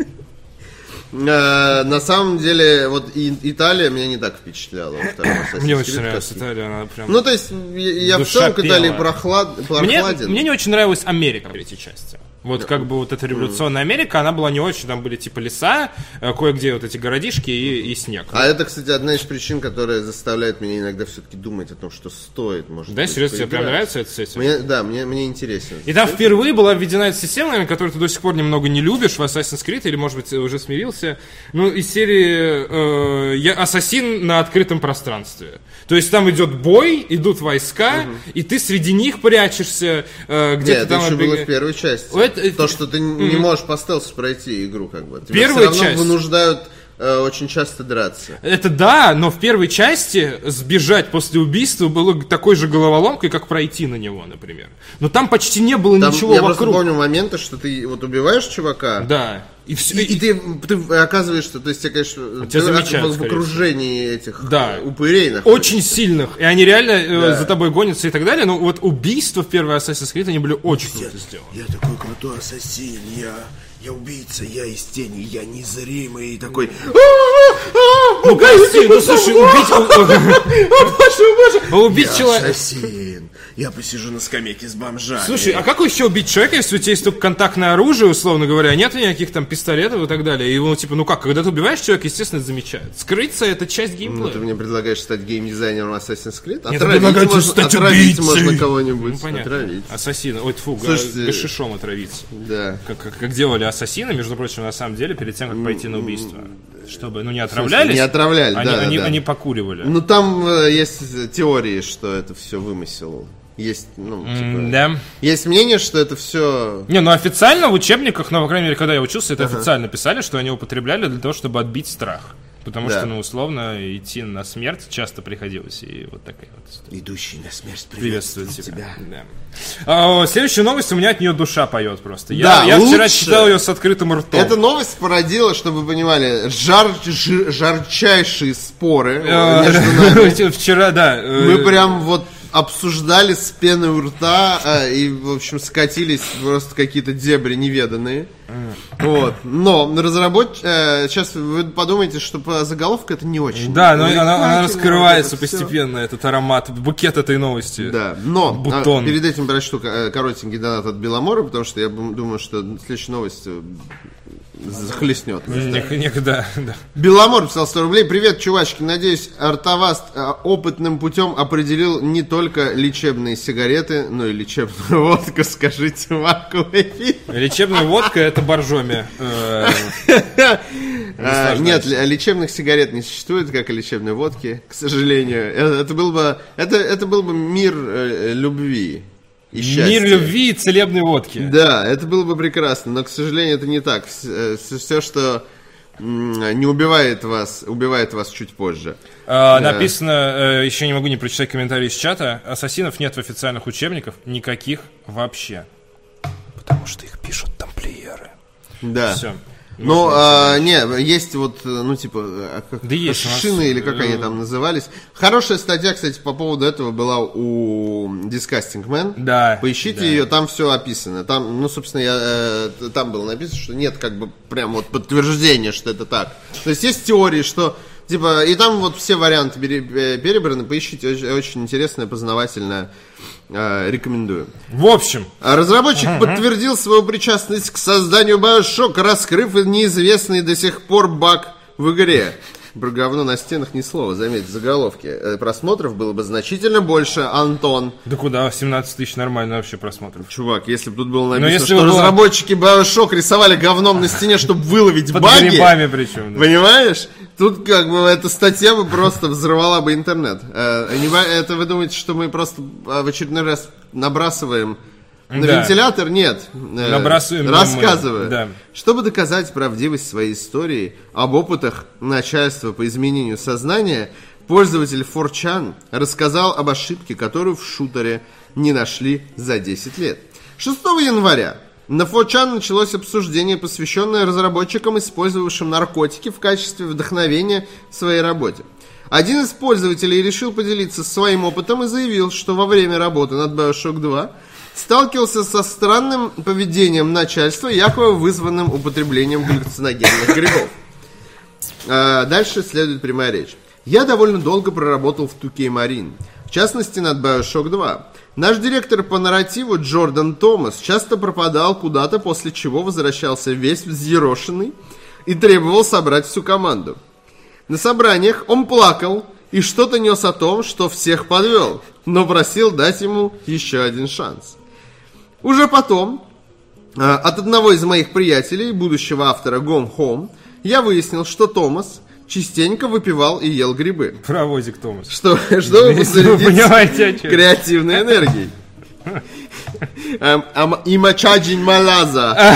[SPEAKER 2] Э, На самом деле, вот и- Италия меня не так впечатляла во втором Assassin's
[SPEAKER 1] Мне очень
[SPEAKER 2] Creed,
[SPEAKER 1] нравится
[SPEAKER 2] как-
[SPEAKER 1] Италия, она прям...
[SPEAKER 2] Ну, то есть, я, я в
[SPEAKER 1] Душа
[SPEAKER 2] целом к Италии
[SPEAKER 1] пела.
[SPEAKER 2] прохлад,
[SPEAKER 1] Мне,
[SPEAKER 2] прохладен.
[SPEAKER 1] мне не очень нравилась Америка в третьей части. Вот как бы вот эта революционная Америка, она была не очень, там были типа леса, э, кое-где вот эти городишки и, и снег.
[SPEAKER 2] А это, кстати, одна из причин, которая заставляет меня иногда все-таки думать о том, что стоит, может
[SPEAKER 1] Да,
[SPEAKER 2] быть,
[SPEAKER 1] серьезно, тебе прям
[SPEAKER 2] поиграть.
[SPEAKER 1] нравится эта сессия?
[SPEAKER 2] Мне, да, мне, мне интересно.
[SPEAKER 1] И там впервые была введена эта система, наверное, которую ты до сих пор немного не любишь в Assassin's Creed, или, может быть, уже смирился. Ну, из серии э, я ассасин на открытом пространстве. То есть там идет бой, идут войска, и ты среди них прячешься, э, где-то
[SPEAKER 2] Нет, это
[SPEAKER 1] там
[SPEAKER 2] еще
[SPEAKER 1] отбега-
[SPEAKER 2] было в первой части.
[SPEAKER 1] Это- это-
[SPEAKER 2] То, что ты не можешь по стелсу пройти игру, как бы. Тебя
[SPEAKER 1] Первая
[SPEAKER 2] все равно
[SPEAKER 1] часть.
[SPEAKER 2] вынуждают э, очень часто драться.
[SPEAKER 1] Это да, но в первой части сбежать после убийства было такой же головоломкой, как пройти на него, например. Но там почти не было
[SPEAKER 2] Там,
[SPEAKER 1] ничего
[SPEAKER 2] я
[SPEAKER 1] вокруг.
[SPEAKER 2] просто помню моменты, что ты вот убиваешь чувака,
[SPEAKER 1] Да. И, все,
[SPEAKER 2] и, и ты, ты оказываешься, то есть, тебе, конечно,
[SPEAKER 1] тебя
[SPEAKER 2] ты
[SPEAKER 1] замечают,
[SPEAKER 2] в, в
[SPEAKER 1] скорее
[SPEAKER 2] окружении этих
[SPEAKER 1] Да.
[SPEAKER 2] э, упырей находишься.
[SPEAKER 1] очень сильных. И они реально э,
[SPEAKER 2] Да.
[SPEAKER 1] за тобой гонятся и так далее. Но вот убийства в первой Assassin's Creed, они были очень круто сделаны.
[SPEAKER 4] Я такой крутой ассасин, я, я убийца, я из тени, я незримый, и такой...
[SPEAKER 1] Ну, прости, ну слушай, убить... Убить
[SPEAKER 4] Я
[SPEAKER 1] человека...
[SPEAKER 4] ассасин, я посижу на скамейке с бомжами.
[SPEAKER 1] Слушай, а как еще убить человека, если у тебя есть только контактное оружие, условно говоря, нет никаких там пистолетов и так далее? И ну, типа, ну как, когда ты убиваешь человека, естественно, это замечают. Скрыться — это часть
[SPEAKER 2] Ну,
[SPEAKER 1] геймплея.
[SPEAKER 2] ты мне предлагаешь стать геймдизайнером Assassin's Creed?
[SPEAKER 1] Нет,
[SPEAKER 2] Отравить,
[SPEAKER 1] предлагаю тебе
[SPEAKER 2] можно,
[SPEAKER 1] стать
[SPEAKER 2] отравить
[SPEAKER 1] убийцей.
[SPEAKER 2] можно кого-нибудь.
[SPEAKER 1] Ну, понятно.
[SPEAKER 2] Отравить.
[SPEAKER 1] Ассасина. Ой, тьфу, га-
[SPEAKER 2] Слушайте-
[SPEAKER 1] гашишом отравиться.
[SPEAKER 2] Да.
[SPEAKER 1] Как, как, как делали ассасины, между прочим, на самом деле, перед тем, как пойти на убийство. Чтобы, ну, не отравлялись.
[SPEAKER 2] не отравляли,
[SPEAKER 1] они,
[SPEAKER 2] да, да,
[SPEAKER 1] они,
[SPEAKER 2] да.
[SPEAKER 1] они покуривали.
[SPEAKER 2] Ну, там э, есть теории, что это все вымысел. Есть, ну, типа...
[SPEAKER 1] М, да.
[SPEAKER 2] Есть мнение, что это все...
[SPEAKER 1] Не, ну официально в учебниках, ну, по крайней мере, когда я учился, это официально писали, что они употребляли для того, чтобы отбить страх. Потому
[SPEAKER 2] Да.
[SPEAKER 1] что, ну, условно, идти на смерть часто приходилось. И вот такая вот история.
[SPEAKER 4] Идущий на смерть
[SPEAKER 1] Приветствую
[SPEAKER 4] приветствует
[SPEAKER 1] тебя.
[SPEAKER 4] тебя.
[SPEAKER 1] Да. А, следующая новость, у меня от нее душа поет просто. Я,
[SPEAKER 2] Да,
[SPEAKER 1] я вчера
[SPEAKER 2] лучше.
[SPEAKER 1] читал ее с открытым ртом.
[SPEAKER 2] Эта новость породила, чтобы вы понимали, жар... жи- жарчайшие споры
[SPEAKER 1] Э,
[SPEAKER 2] между нами.
[SPEAKER 1] Вчера, да. э,
[SPEAKER 2] Мы прям вот обсуждали с пеной у рта э, и, в общем, скатились просто какие-то дебри неведанные. Вот. Но разработчик... сейчас вы подумаете, что по заголовку это не очень.
[SPEAKER 1] Да, но она, она
[SPEAKER 2] увлекательно,
[SPEAKER 1] раскрывается
[SPEAKER 2] вот это всё.
[SPEAKER 1] постепенно, этот арамат, букет этой новости.
[SPEAKER 2] Да, но
[SPEAKER 1] Бутон.
[SPEAKER 2] а, перед этим прочту э, коротенький донат от Беломора, потому что я бу- думаю, что следующая новость э, захлестнет.
[SPEAKER 1] Ник- Никогда, да.
[SPEAKER 2] Беломор писал сто рублей. Привет, чувачки. Надеюсь, Артаваст э, опытным путем определил не только лечебные сигареты, но и лечебную водку. Скажите, Марку, в эфире.
[SPEAKER 1] Лечебная водка — это боржоми. Э,
[SPEAKER 2] А, Нет, л- лечебных сигарет не существует, как и лечебной водки, к сожалению. Э, Это был бы, это, это был бы мир э, любви и счастья.
[SPEAKER 1] Мир любви и целебной водки.
[SPEAKER 2] Да, это было бы прекрасно, но, к сожалению, это не так. Все, что м, не убивает вас, убивает вас чуть позже.
[SPEAKER 1] А, написано, э, еще не могу не прочитать комментарий из чата, ассасинов нет в официальных учебниках, никаких вообще.
[SPEAKER 4] Потому что их пишут тамплиеры.
[SPEAKER 2] Да.
[SPEAKER 1] Все.
[SPEAKER 2] Ну, а, не, есть вот, ну, типа, а, как,
[SPEAKER 1] Да есть у нас,
[SPEAKER 2] шины или как
[SPEAKER 1] э,
[SPEAKER 2] они там назывались. Хорошая статья, кстати, по поводу этого была у Disgusting Man.
[SPEAKER 1] Да.
[SPEAKER 2] Поищите
[SPEAKER 1] да.
[SPEAKER 2] ее, там все описано. Там, ну, собственно, я, э, там было написано, что нет как бы прям вот подтверждения, что это так. То есть есть теории, что типа, и там вот все варианты пере- перебраны, поищите, очень, очень интересное, познавательное, э, рекомендую.
[SPEAKER 1] В общем,
[SPEAKER 2] А Разработчик подтвердил свою причастность к созданию BioShock, раскрыв неизвестный до сих пор баг в игре. Про говно на стенах ни слова, заметьте, заголовки. Э, Просмотров было бы значительно больше, Антон.
[SPEAKER 1] да куда, семнадцать тысяч нормально вообще просмотров.
[SPEAKER 2] Чувак, если бы тут было написано,
[SPEAKER 1] если
[SPEAKER 2] что
[SPEAKER 1] бы было-
[SPEAKER 2] разработчики BioShock рисовали говном на стене, чтобы выловить
[SPEAKER 1] Под
[SPEAKER 2] баги,
[SPEAKER 1] грибами причем. Да.
[SPEAKER 2] понимаешь? Тут как бы эта статья бы просто взорвала бы интернет. Э, не ба- Это вы думаете, что мы просто э, в очередной раз набрасываем На
[SPEAKER 1] Да.
[SPEAKER 2] вентилятор нет. Э,
[SPEAKER 1] Набрасываем на
[SPEAKER 2] Рассказываю.
[SPEAKER 1] мы. Да.
[SPEAKER 2] Чтобы доказать правдивость своей истории об опытах начальства по изменению сознания, пользователь фор чан рассказал об ошибке, которую в шутере не нашли за десять лет. шестого января на фор чан началось обсуждение, посвященное разработчикам, использовавшим наркотики в качестве вдохновения в своей работе. Один из пользователей решил поделиться своим опытом и заявил, что во время работы над Bioshock два сталкивался со странным поведением начальства, якобы вызванным употреблением галлюциногенных грибов. А дальше следует прямая речь. Я довольно долго проработал в ту кей Marine, в частности над Bioshock два. Наш директор по нарративу Джордан Томас часто пропадал куда-то, после чего возвращался весь взъерошенный и требовал собрать всю команду. На собраниях он плакал и что-то нес о том, что всех подвел, но просил дать ему еще один шанс. Уже потом, от одного из моих приятелей, будущего автора Gone Home, я выяснил, что Томас частенько выпивал и ел грибы.
[SPEAKER 1] Паровозик Томас.
[SPEAKER 2] Что, чтобы
[SPEAKER 1] Если вы понимаете, о
[SPEAKER 2] зарядиться
[SPEAKER 1] чем.
[SPEAKER 2] креативной энергией. Имачаджин Малаза.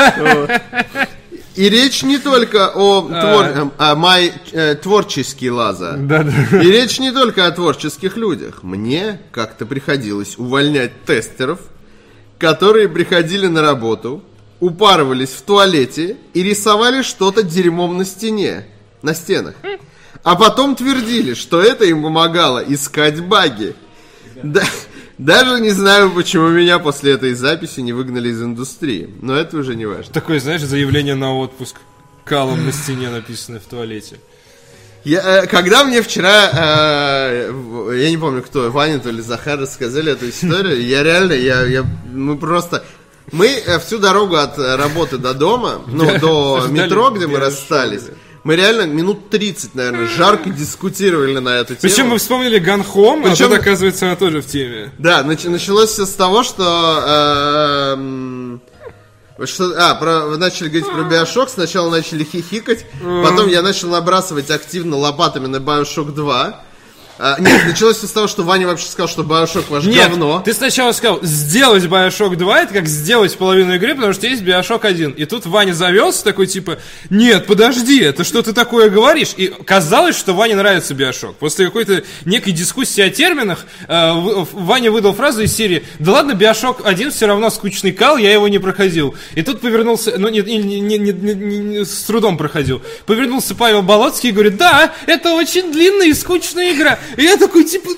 [SPEAKER 2] И речь не только о, твор... о май... э, творческий Лаза.
[SPEAKER 1] Да-да.
[SPEAKER 2] И речь не только о творческих людях. Мне как-то приходилось увольнять тестеров, которые приходили на работу, упарывались в туалете и рисовали что-то дерьмом на стене, на стенах. А потом твердили, что это им помогало искать баги. Да... Даже не знаю, почему меня после этой записи не выгнали из индустрии. Но это уже не важно.
[SPEAKER 1] Такое, знаешь, заявление на отпуск. Калом на стене написано в туалете.
[SPEAKER 2] Я, э, когда мне вчера, э, я не помню кто, Ваня то ли Захар рассказали эту историю, я реально, я, я, мы просто... Мы э, всю дорогу от работы до дома, ну, до метро, где мы расстались, мы реально минут тридцать, наверное, жарко дискутировали на эту тему.
[SPEAKER 1] Причем мы вспомнили Gone Home,
[SPEAKER 2] Причем-
[SPEAKER 1] а тут, оказывается, она тоже в теме.
[SPEAKER 2] Да, нач- началось все с того, что... э, м, что а, про, вы начали говорить про Bioshock, сначала начали хихикать, потом я начал набрасывать активно лопатами на Bioshock два. А, нет, началось все с того, что Ваня вообще сказал, что Bioshock ваш
[SPEAKER 1] Нет,
[SPEAKER 2] говно.
[SPEAKER 1] ты сначала сказал, сделать Bioshock два, это как сделать половину игры, потому что есть Bioshock один. И тут Ваня завелся такой, типа, нет, подожди, это что ты такое говоришь? И казалось, что Ване нравится Bioshock. После какой-то некой дискуссии о терминах, э, в- Ваня выдал фразу из серии, да ладно, Bioshock один все равно скучный кал, я его не проходил. И тут повернулся, ну, не, не, не, не, не- не- не- с трудом проходил. Повернулся Павел Болоцкий и говорит, да, это очень длинная и скучная игра. И я такой, типа...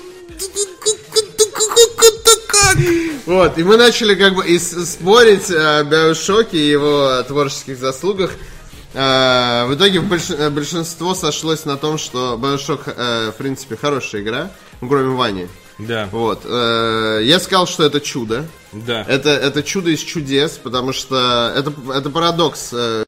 [SPEAKER 2] Вот, и мы начали как бы и с- спорить о Биошоке и его творческих заслугах. А, в итоге больш- большинство сошлось на том, что Bioshock, э, в принципе, хорошая игра, ну, кроме Вани.
[SPEAKER 1] Да,
[SPEAKER 2] Вот. э, Я сказал, что это чудо.
[SPEAKER 1] да.
[SPEAKER 2] Это, это чудо из чудес, потому что это, это парадокс. э,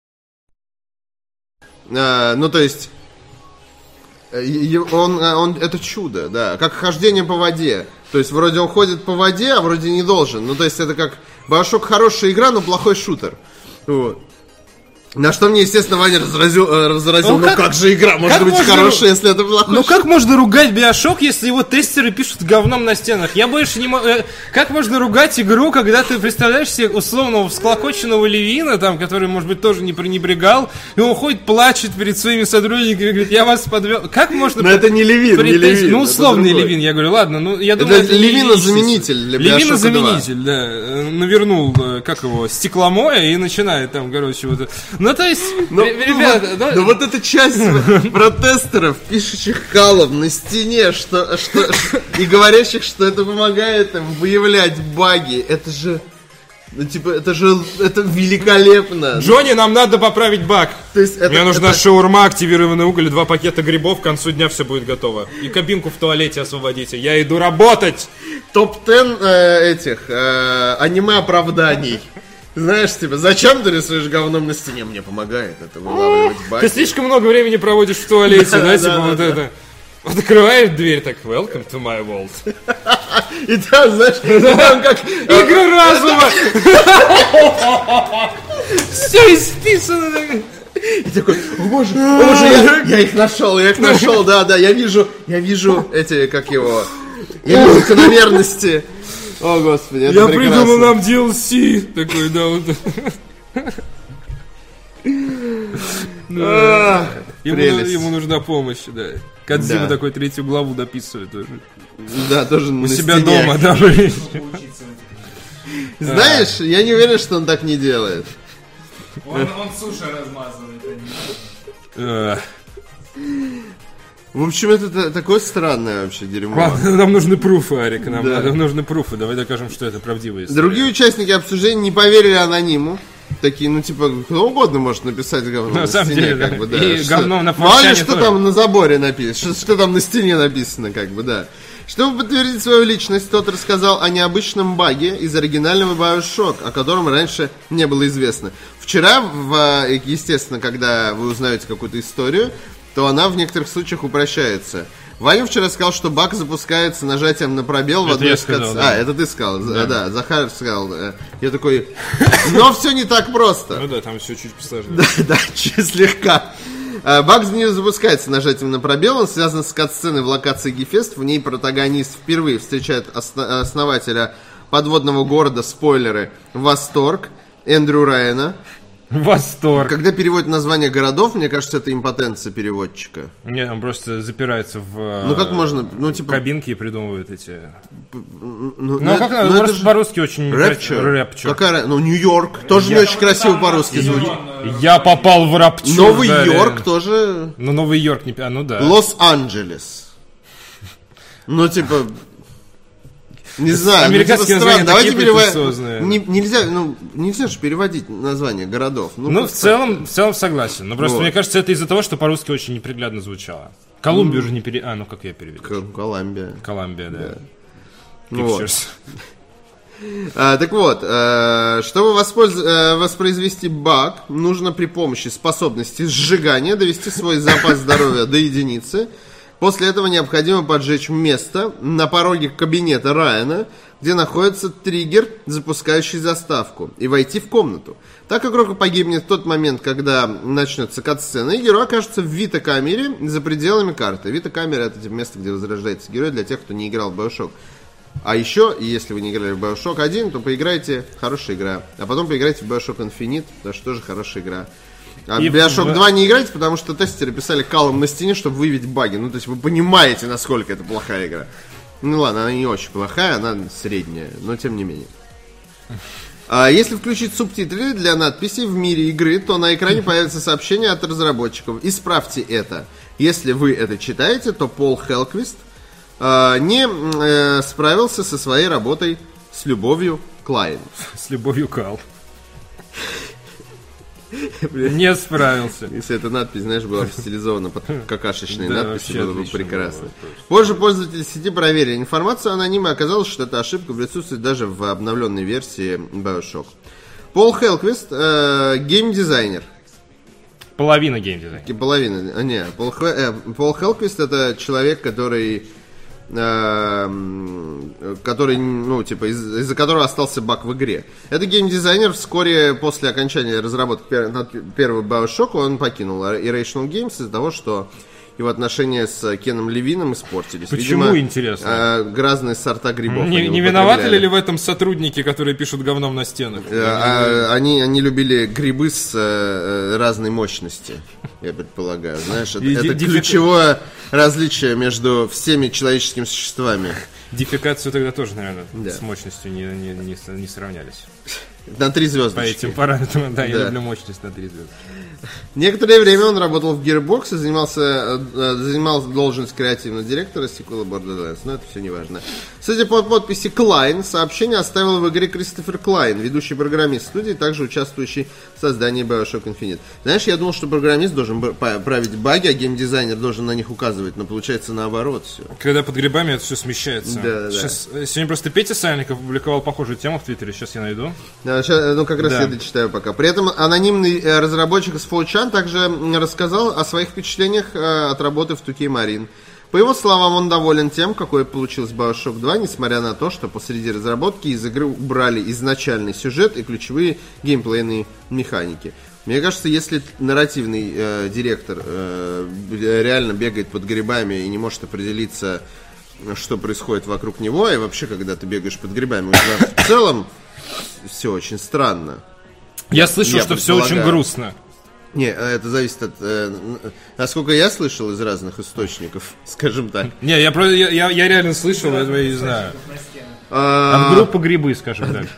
[SPEAKER 2] э, ну, то есть, э, е- он, э, он, это чудо, да, как хождение по воде. То есть, вроде он ходит по воде, а вроде не должен. Ну, то есть, это как Bioshock хорошая игра, но плохой шутер. Вот. На что мне, естественно, Ваня разразил, э, разразил,
[SPEAKER 1] Ну,
[SPEAKER 2] ну
[SPEAKER 1] как-
[SPEAKER 2] как, же игра может
[SPEAKER 1] как
[SPEAKER 2] быть
[SPEAKER 1] можно-
[SPEAKER 2] хорошая, если это плохой
[SPEAKER 1] Ну
[SPEAKER 2] шутер?
[SPEAKER 1] как можно ругать Bioshock, если его тестеры пишут говном на стенах? Я больше не могу... э, Как можно ругать игру, когда ты представляешь себе условного всклокоченного Левина, там, который, может быть, тоже не пренебрегал, и он ходит, плачет перед своими сотрудниками и говорит, я вас подвел. Как можно...
[SPEAKER 2] Но это не Левин, не
[SPEAKER 1] претензии-
[SPEAKER 2] Левин,
[SPEAKER 1] Ну,
[SPEAKER 2] это
[SPEAKER 1] условный
[SPEAKER 2] другой.
[SPEAKER 1] Левин, я говорю, ладно, ну, я думаю,
[SPEAKER 2] Это
[SPEAKER 1] не
[SPEAKER 2] Левина-заменитель
[SPEAKER 1] личность.
[SPEAKER 2] для Bioshock
[SPEAKER 1] Левина-заменитель, да. Э, Навернул, э, как его, стекломоя и начинает там, короче, вот... это. Ну, то есть,
[SPEAKER 2] Ну,
[SPEAKER 1] ре-
[SPEAKER 2] ну,
[SPEAKER 1] ребята,
[SPEAKER 2] вот,
[SPEAKER 1] да,
[SPEAKER 2] ну вот эта часть про тестеров, пишущих калом на стене, что, что, что- и говорящих, что это помогает им выявлять баги, это же, ну типа, это же, это великолепно.
[SPEAKER 1] Джонни, нам надо поправить баг.
[SPEAKER 2] То есть это,
[SPEAKER 1] Мне нужна
[SPEAKER 2] это-
[SPEAKER 1] шаурма, активированный уголь, два пакета грибов, к концу дня все будет готово. И кабинку в туалете освободите. Я иду работать!
[SPEAKER 2] топ десять э, этих э, аниме-оправданий. Знаешь, типа, зачем ты рисуешь говном на стене? Мне помогает это вылавливать баги.
[SPEAKER 1] Ты слишком много времени проводишь в туалете,
[SPEAKER 2] Да,
[SPEAKER 1] да,
[SPEAKER 2] да,
[SPEAKER 1] типа
[SPEAKER 2] да,
[SPEAKER 1] вот
[SPEAKER 2] да.
[SPEAKER 1] это. Открываешь дверь, так, welcome to my world.
[SPEAKER 2] И там, знаешь, там как...
[SPEAKER 1] Игра разума! Все исписано.
[SPEAKER 2] И такой, о боже, о боже, я, я их нашел, я их нашел, да, да, я вижу, я вижу эти, как его, я вижу закономерности. О, господи, это
[SPEAKER 1] Я
[SPEAKER 2] прекрасно.
[SPEAKER 1] придумал нам ди эл си. Такой, да, вот.
[SPEAKER 2] А,
[SPEAKER 1] Ему,
[SPEAKER 2] прелесть.
[SPEAKER 1] ему нужна помощь, да. Кодзима
[SPEAKER 2] Да.
[SPEAKER 1] такой третью главу дописывает тоже.
[SPEAKER 2] Да, тоже
[SPEAKER 1] У
[SPEAKER 2] на
[SPEAKER 1] себя
[SPEAKER 2] стене.
[SPEAKER 1] дома, да.
[SPEAKER 2] Знаешь, я не уверен, что он так не делает.
[SPEAKER 3] Он, он суши размазывает. а не-
[SPEAKER 1] Э,
[SPEAKER 2] В общем, это та- такое странное вообще дерьмо.
[SPEAKER 1] Ладно, нам нужны пруфы, Арик. Нам
[SPEAKER 2] Да.
[SPEAKER 1] надо- нужны пруфы. Давай докажем, что это правдивая история.
[SPEAKER 2] Другие участники обсуждения не поверили анониму. Такие, ну, типа, кто угодно может написать говно
[SPEAKER 1] На
[SPEAKER 2] на,
[SPEAKER 1] самом
[SPEAKER 2] стене,
[SPEAKER 1] деле,
[SPEAKER 2] как
[SPEAKER 1] да.
[SPEAKER 2] бы, да.
[SPEAKER 1] И
[SPEAKER 2] Что-
[SPEAKER 1] говно на
[SPEAKER 2] Мало ли,
[SPEAKER 1] форчане
[SPEAKER 2] что
[SPEAKER 1] тоже.
[SPEAKER 2] там на заборе написано, что, что там на стене написано, как бы, да. Чтобы подтвердить свою личность, тот рассказал о необычном баге из оригинального BioShock, о котором раньше не было известно. Вчера, в, естественно, когда вы узнаете какую-то историю, то она в некоторых случаях упрощается. Ваня вчера сказал, что баг запускается нажатием на пробел в
[SPEAKER 1] Это
[SPEAKER 2] одной
[SPEAKER 1] я
[SPEAKER 2] из
[SPEAKER 1] сказал,
[SPEAKER 2] кац-
[SPEAKER 1] да.
[SPEAKER 2] А, это ты сказал, да, да Захар сказал. э, Я такой, но все не так просто.
[SPEAKER 1] Ну да, там все чуть посложнее.
[SPEAKER 2] Да, да, чуть слегка. А, Баг не запускается нажатием на пробел, он связан с кат-сценой в локации Гефест. В ней протагонист впервые встречает осно- основателя подводного города, спойлеры, Восторг, Эндрю Райана.
[SPEAKER 1] Восторг.
[SPEAKER 2] Когда переводят название городов, мне кажется, это импотенция переводчика.
[SPEAKER 1] Нет, он просто запирается в
[SPEAKER 2] Ну как
[SPEAKER 1] э,
[SPEAKER 2] можно, ну типа...
[SPEAKER 1] кабинки и придумывает эти...
[SPEAKER 2] Ну,
[SPEAKER 1] Ну, а как надо?
[SPEAKER 2] ну, это
[SPEAKER 1] Просто
[SPEAKER 2] же
[SPEAKER 1] по-русски очень...
[SPEAKER 2] рэпчер.
[SPEAKER 1] Рэпчер.
[SPEAKER 2] Какая, ра- ну, Нью-Йорк тоже не очень красиво по-русски звучит.
[SPEAKER 1] Я попал в рапчур.
[SPEAKER 2] Новый
[SPEAKER 1] да,
[SPEAKER 2] Йорк
[SPEAKER 1] реально.
[SPEAKER 2] тоже...
[SPEAKER 1] Ну, Новый Йорк не... А, ну да.
[SPEAKER 2] Лос-Анджелес. Ну, типа... Не знаю, ну,
[SPEAKER 1] Американские
[SPEAKER 2] типа,
[SPEAKER 1] названия
[SPEAKER 2] странно. Давайте
[SPEAKER 1] такие
[SPEAKER 2] переводить.
[SPEAKER 1] претенциозные.
[SPEAKER 2] Не- нельзя, ну, нельзя же переводить названия городов. Ну,
[SPEAKER 1] Ну, в
[SPEAKER 2] просто-
[SPEAKER 1] целом, в целом согласен. Но просто
[SPEAKER 2] Вот.
[SPEAKER 1] мне кажется, это из-за того, что по-русски очень неприглядно звучало. Колумбию же не пере... А, ну как я переведу?
[SPEAKER 2] К- Колумбия.
[SPEAKER 1] Колумбия, да.
[SPEAKER 2] Ну вот.
[SPEAKER 1] Pictures.
[SPEAKER 2] А, так вот, э, чтобы воспольз- э, воспроизвести баг, нужно при помощи способности сжигания довести свой запас здоровья до единицы. После этого необходимо поджечь место на пороге кабинета Райана, где находится триггер, запускающий заставку, и войти в комнату. Так игрок погибнет в тот момент, когда начнется кат-сцена, и герой окажется в вита-камере за пределами карты. Вита-камера — это типа место, где возрождается герой для тех, кто не играл в BioShock. А еще, если вы не играли в BioShock один, то поиграйте, хорошая игра. А потом поиграйте в BioShock Infinite, потому что тоже хорошая игра. А в
[SPEAKER 1] И
[SPEAKER 2] BioShock
[SPEAKER 1] в-
[SPEAKER 2] два не играйте, потому что тестеры писали калом на стене, чтобы выявить баги. Ну, то есть вы понимаете, насколько это плохая игра. Ну ладно, она не очень плохая, она средняя, но тем не менее. А если включить субтитры для надписей в мире игры, то на экране появится сообщение от разработчиков. Исправьте это. Если вы это читаете, то Пол Хелквист э, не э, справился со своей работой с любовью Клайн.
[SPEAKER 1] С любовью Кал. Не справился.
[SPEAKER 2] Если эта надпись, знаешь, была стилизована под какашечные
[SPEAKER 1] Да,
[SPEAKER 2] надписи,
[SPEAKER 1] вообще
[SPEAKER 2] было бы
[SPEAKER 1] отлично
[SPEAKER 2] прекрасно.
[SPEAKER 1] было,
[SPEAKER 2] Позже пользователи сети проверили информацию анонима, и оказалось, что эта ошибка присутствует даже в обновленной версии BioShock. Пол Хелквист, э, геймдизайнер.
[SPEAKER 1] Половина геймдизайна.
[SPEAKER 2] И половина. А, не, Пол, Хе- э, Пол Хелквист — это человек, который э, м, который, ну, типа, из- из-за которого остался баг в игре. Это геймдизайнер. Вскоре после окончания разработки пер- над первого BioShock он покинул Irrational Games из-за того, что его отношения с Кеном Левином испортились.
[SPEAKER 1] Почему,
[SPEAKER 2] Видимо,
[SPEAKER 1] интересно?
[SPEAKER 2] э, разные сорта грибов
[SPEAKER 1] Не,
[SPEAKER 2] они
[SPEAKER 1] не виноваты
[SPEAKER 2] употребляли.
[SPEAKER 1] ли в этом сотрудники, которые пишут говном на стенах?
[SPEAKER 2] Э, а, они, они любили грибы с э, разной мощности, я предполагаю. Знаешь, это,
[SPEAKER 1] И
[SPEAKER 2] это
[SPEAKER 1] ди-
[SPEAKER 2] ключевое различие между всеми человеческими существами.
[SPEAKER 1] Дефекацию тогда тоже, наверное,
[SPEAKER 2] Да.
[SPEAKER 1] с мощностью не, не, не, с- не сравнялись.
[SPEAKER 2] На три
[SPEAKER 1] По
[SPEAKER 2] звездочки.
[SPEAKER 1] этим параметрам, да, я
[SPEAKER 2] Да.
[SPEAKER 1] люблю мощность на три звезды.
[SPEAKER 2] Некоторое время он работал в Gearbox и занимался, э, занимал должность креативного директора сиквела Borderlands, но это все не важно. Судя по подписи Клайн, сообщение оставил в игре Кристофер Клайн, ведущий программист студии, также участвующий в создании BioShock Infinite. Знаешь, я думал, что программист должен б- па- править баги, а геймдизайнер должен на них указывать, но получается наоборот все.
[SPEAKER 1] Когда под грибами это все смещается.
[SPEAKER 2] Да, да, да.
[SPEAKER 1] Сейчас, э, сегодня просто Петя Сальников опубликовал похожую тему в Твиттере, сейчас я найду.
[SPEAKER 2] А, ща- ну, как раз
[SPEAKER 1] Да.
[SPEAKER 2] я дочитаю пока. При этом анонимный э, разработчик из фор чан также м, рассказал о своих впечатлениях э, от работы в ту кей Marine. По его словам, он доволен тем, какой получился BioShock два, несмотря на то, что посреди разработки из игры убрали изначальный сюжет и ключевые геймплейные механики. Мне кажется, если нарративный э, директор э, реально бегает под грибами и не может определиться, что происходит вокруг него, и вообще, когда ты бегаешь под грибами, в целом все очень странно.
[SPEAKER 1] Я слышал,
[SPEAKER 2] Я
[SPEAKER 1] что все очень
[SPEAKER 2] предполагаю.
[SPEAKER 1] грустно.
[SPEAKER 2] Не, это зависит от... Э, насколько я слышал из разных источников, скажем так.
[SPEAKER 1] Не, я, про, я, я, я реально слышал, поэтому я не знаю.
[SPEAKER 2] А,
[SPEAKER 1] От группы «Грибы», скажем так.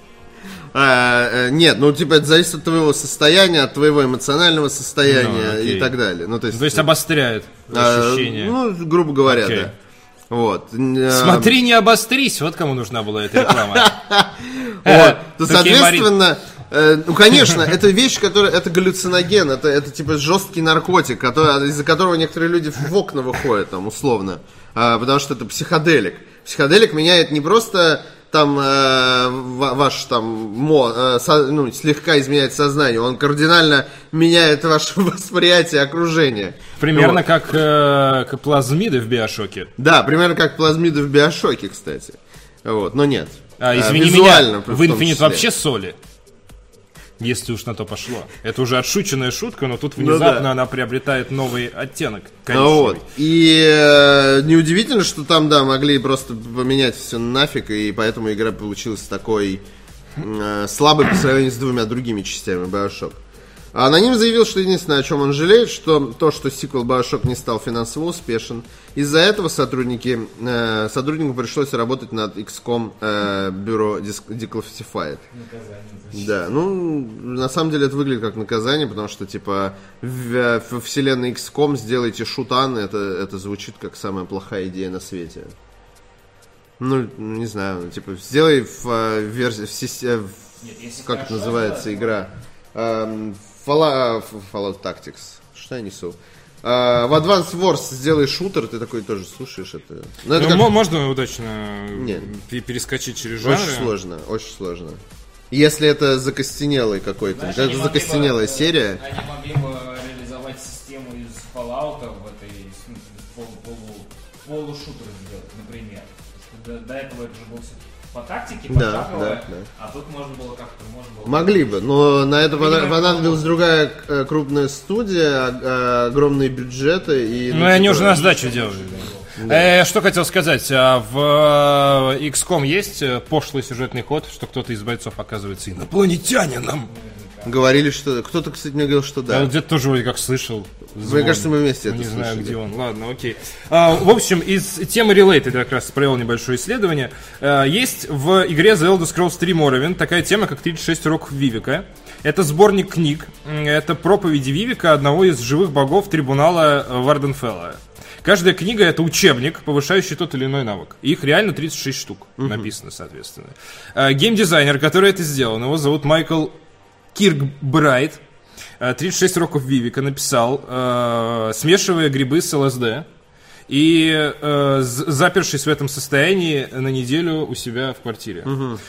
[SPEAKER 2] а, э, нет, ну, типа, это зависит от твоего состояния, от твоего эмоционального состояния
[SPEAKER 1] Ну, окей.
[SPEAKER 2] и так далее. Ну, то есть,
[SPEAKER 1] То есть обостряет
[SPEAKER 2] а,
[SPEAKER 1] ощущение.
[SPEAKER 2] ну, грубо говоря,
[SPEAKER 1] Окей.
[SPEAKER 2] да. Вот. Э,
[SPEAKER 1] Смотри, не обострись, вот кому нужна была эта реклама.
[SPEAKER 2] Вот. То,
[SPEAKER 1] Такие
[SPEAKER 2] соответственно, э, ну, конечно, это вещь, которая, это галлюциноген, это, это типа жесткий наркотик, который, из-за которого некоторые люди в окна выходят, там, условно, а, потому что это психоделик. Психоделик меняет не просто там э, ваш там мо, э, со, ну, слегка изменяет сознание, он кардинально меняет ваше восприятие окружения.
[SPEAKER 1] Примерно
[SPEAKER 2] Вот.
[SPEAKER 1] как, э, как плазмиды в Биошоке.
[SPEAKER 2] Да, примерно как плазмиды в Биошоке, кстати. Вот, но нет.
[SPEAKER 1] А,
[SPEAKER 2] Э,
[SPEAKER 1] извини
[SPEAKER 2] визуально,
[SPEAKER 1] меня,
[SPEAKER 2] в
[SPEAKER 1] в
[SPEAKER 2] том
[SPEAKER 1] Infinite
[SPEAKER 2] числе.
[SPEAKER 1] вообще соли. Если уж на то пошло. Это уже отшученная шутка, но тут
[SPEAKER 2] Ну
[SPEAKER 1] внезапно
[SPEAKER 2] да.
[SPEAKER 1] она приобретает новый оттенок.
[SPEAKER 2] Ну
[SPEAKER 1] коричневый.
[SPEAKER 2] вот. И э, неудивительно, что там, да, могли просто поменять все нафиг, и поэтому игра получилась такой э, слабой по сравнению с двумя другими частями BioShock. А Аноним заявил, что единственное, о чем он жалеет, что то, что сиквел BioShock не стал финансово успешен. Из-за этого сотрудники, э, сотруднику пришлось работать над икс ком э, бюро Declassified. Да, ну, на самом деле это выглядит как наказание, потому что, типа, в, в вселенной икс ком сделайте шутан, это, это звучит как самая плохая идея на свете. Ну, не знаю, типа, сделай в, в версии, в, систе- в-
[SPEAKER 3] Нет, если
[SPEAKER 2] как это
[SPEAKER 3] хорошо
[SPEAKER 2] называется
[SPEAKER 3] сделать,
[SPEAKER 2] игра, Эм, Fallout, Fallout Tactics, что я несу? Э, в Advance Wars сделай шутер, ты такой тоже слушаешь это. Ну, это
[SPEAKER 1] Ну,
[SPEAKER 2] как-
[SPEAKER 1] мо- можно удачно
[SPEAKER 2] Не.
[SPEAKER 1] пе- перескочить через жанры.
[SPEAKER 2] очень сложно, очень сложно. Если это закостенелый какой-то,
[SPEAKER 3] знаешь,
[SPEAKER 2] это
[SPEAKER 3] они могли бы,
[SPEAKER 2] закостенелая
[SPEAKER 3] э,
[SPEAKER 2] серия.
[SPEAKER 3] Они могли бы реализовать систему из Fallout в этой ну, полу, полу, полушутер сделать, например. До, до этого это же был все по тактике,
[SPEAKER 2] Да,
[SPEAKER 3] пошаговое,
[SPEAKER 2] да, да.
[SPEAKER 3] а тут можно было как-то, можно было...
[SPEAKER 2] Могли бы, но на это
[SPEAKER 3] Видимо,
[SPEAKER 2] понадобилась другая э, крупная студия, э, огромные бюджеты и.
[SPEAKER 1] Ну, и они
[SPEAKER 2] типа,
[SPEAKER 1] уже на сдачу делали. Э, что хотел сказать, а в э, икс ком есть э, пошлый сюжетный ход, что кто-то из бойцов оказывается инопланетянином?
[SPEAKER 2] Говорили, что. Кто-то, кстати, мне говорил, что
[SPEAKER 1] Я
[SPEAKER 2] да.
[SPEAKER 1] вот где-то тоже вроде как слышал.
[SPEAKER 2] Мне
[SPEAKER 1] звон.
[SPEAKER 2] кажется, мы вместе
[SPEAKER 1] Ну,
[SPEAKER 2] это
[SPEAKER 1] не знаю,
[SPEAKER 2] слышали.
[SPEAKER 1] где он. Ладно, окей. А, в общем, из темы Related я как раз провел небольшое исследование. А, есть в игре The Elder Scrolls три Morrowind такая тема, как тридцать шесть уроков Вивика. Это сборник книг. Это проповеди Вивика, одного из живых богов трибунала Варденфелла. Каждая книга — это учебник, повышающий тот или иной навык. Их реально тридцать шесть штук написано, соответственно. А, геймдизайнер, который это сделал, его зовут Майкл Киркбрайт. тридцать шесть уроков Вивика написал, э, смешивая грибы с ЛСД и э, з- запершись в этом состоянии на неделю у себя в квартире.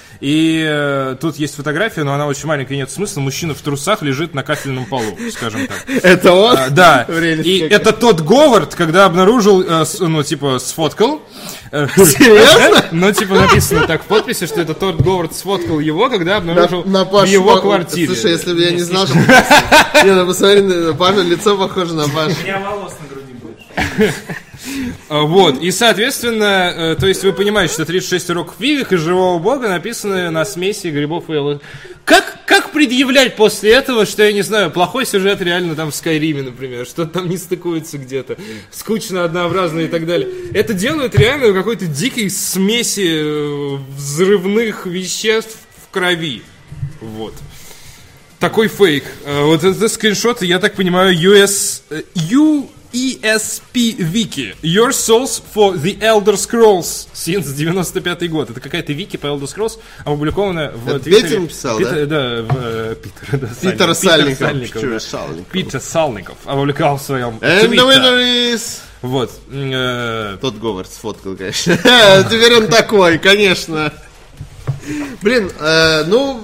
[SPEAKER 1] И э, тут есть фотография, но она очень маленькая, нет смысла. Мужчина в трусах лежит на кафельном полу, скажем так.
[SPEAKER 2] Это он?
[SPEAKER 1] А, да,
[SPEAKER 2] Прелесть
[SPEAKER 1] и
[SPEAKER 2] какая.
[SPEAKER 1] это тот Говард, когда обнаружил, э, с- ну, типа, сфоткал. э,
[SPEAKER 2] Серьезно?
[SPEAKER 1] Ну, типа, написано так в подписи, что это тот Говард сфоткал его, когда обнаружил
[SPEAKER 2] На
[SPEAKER 1] в
[SPEAKER 2] Пашу
[SPEAKER 1] его
[SPEAKER 2] по-
[SPEAKER 1] квартире.
[SPEAKER 2] Слушай, если бы я не знал, что... Не, ну посмотри, на Паша, лицо похоже на Пашу.
[SPEAKER 3] У меня волос на груди будет.
[SPEAKER 1] А, Вот, и, соответственно, э, то есть вы понимаете, что тридцать шесть уроков Вивика живого бога написаны на смеси грибов и ЛСД. Как, как предъявлять после этого, что, я не знаю, плохой сюжет реально там в Скайриме, например, что-то там не стыкуется где-то, скучно, однообразно и так далее. Это делают реально какой-то дикой смеси э, взрывных веществ в крови. Вот. Такой фейк. Э, Вот это скриншот, я так понимаю, ю эс... э, ю и эс пи Wiki. Your Souls for the Elder Scrolls since девяносто пятый год. Это какая-то вики по Elder Scrolls, опубликованная в
[SPEAKER 2] Это
[SPEAKER 1] Твиттере.
[SPEAKER 2] Петя написал,
[SPEAKER 1] Питер, да? в, э, Питер, да,
[SPEAKER 2] Питер
[SPEAKER 1] Сальников.
[SPEAKER 2] Сальников.
[SPEAKER 1] Питер
[SPEAKER 2] Чё,
[SPEAKER 1] Сальников, да.
[SPEAKER 2] Сальников.
[SPEAKER 1] Питер Сальников опубликовал в своем
[SPEAKER 2] And the
[SPEAKER 1] твиттере.
[SPEAKER 2] winner is...
[SPEAKER 1] Вот. Э,
[SPEAKER 2] Тот Говард сфоткал, конечно. Теперь он такой, конечно. Блин, э, ну...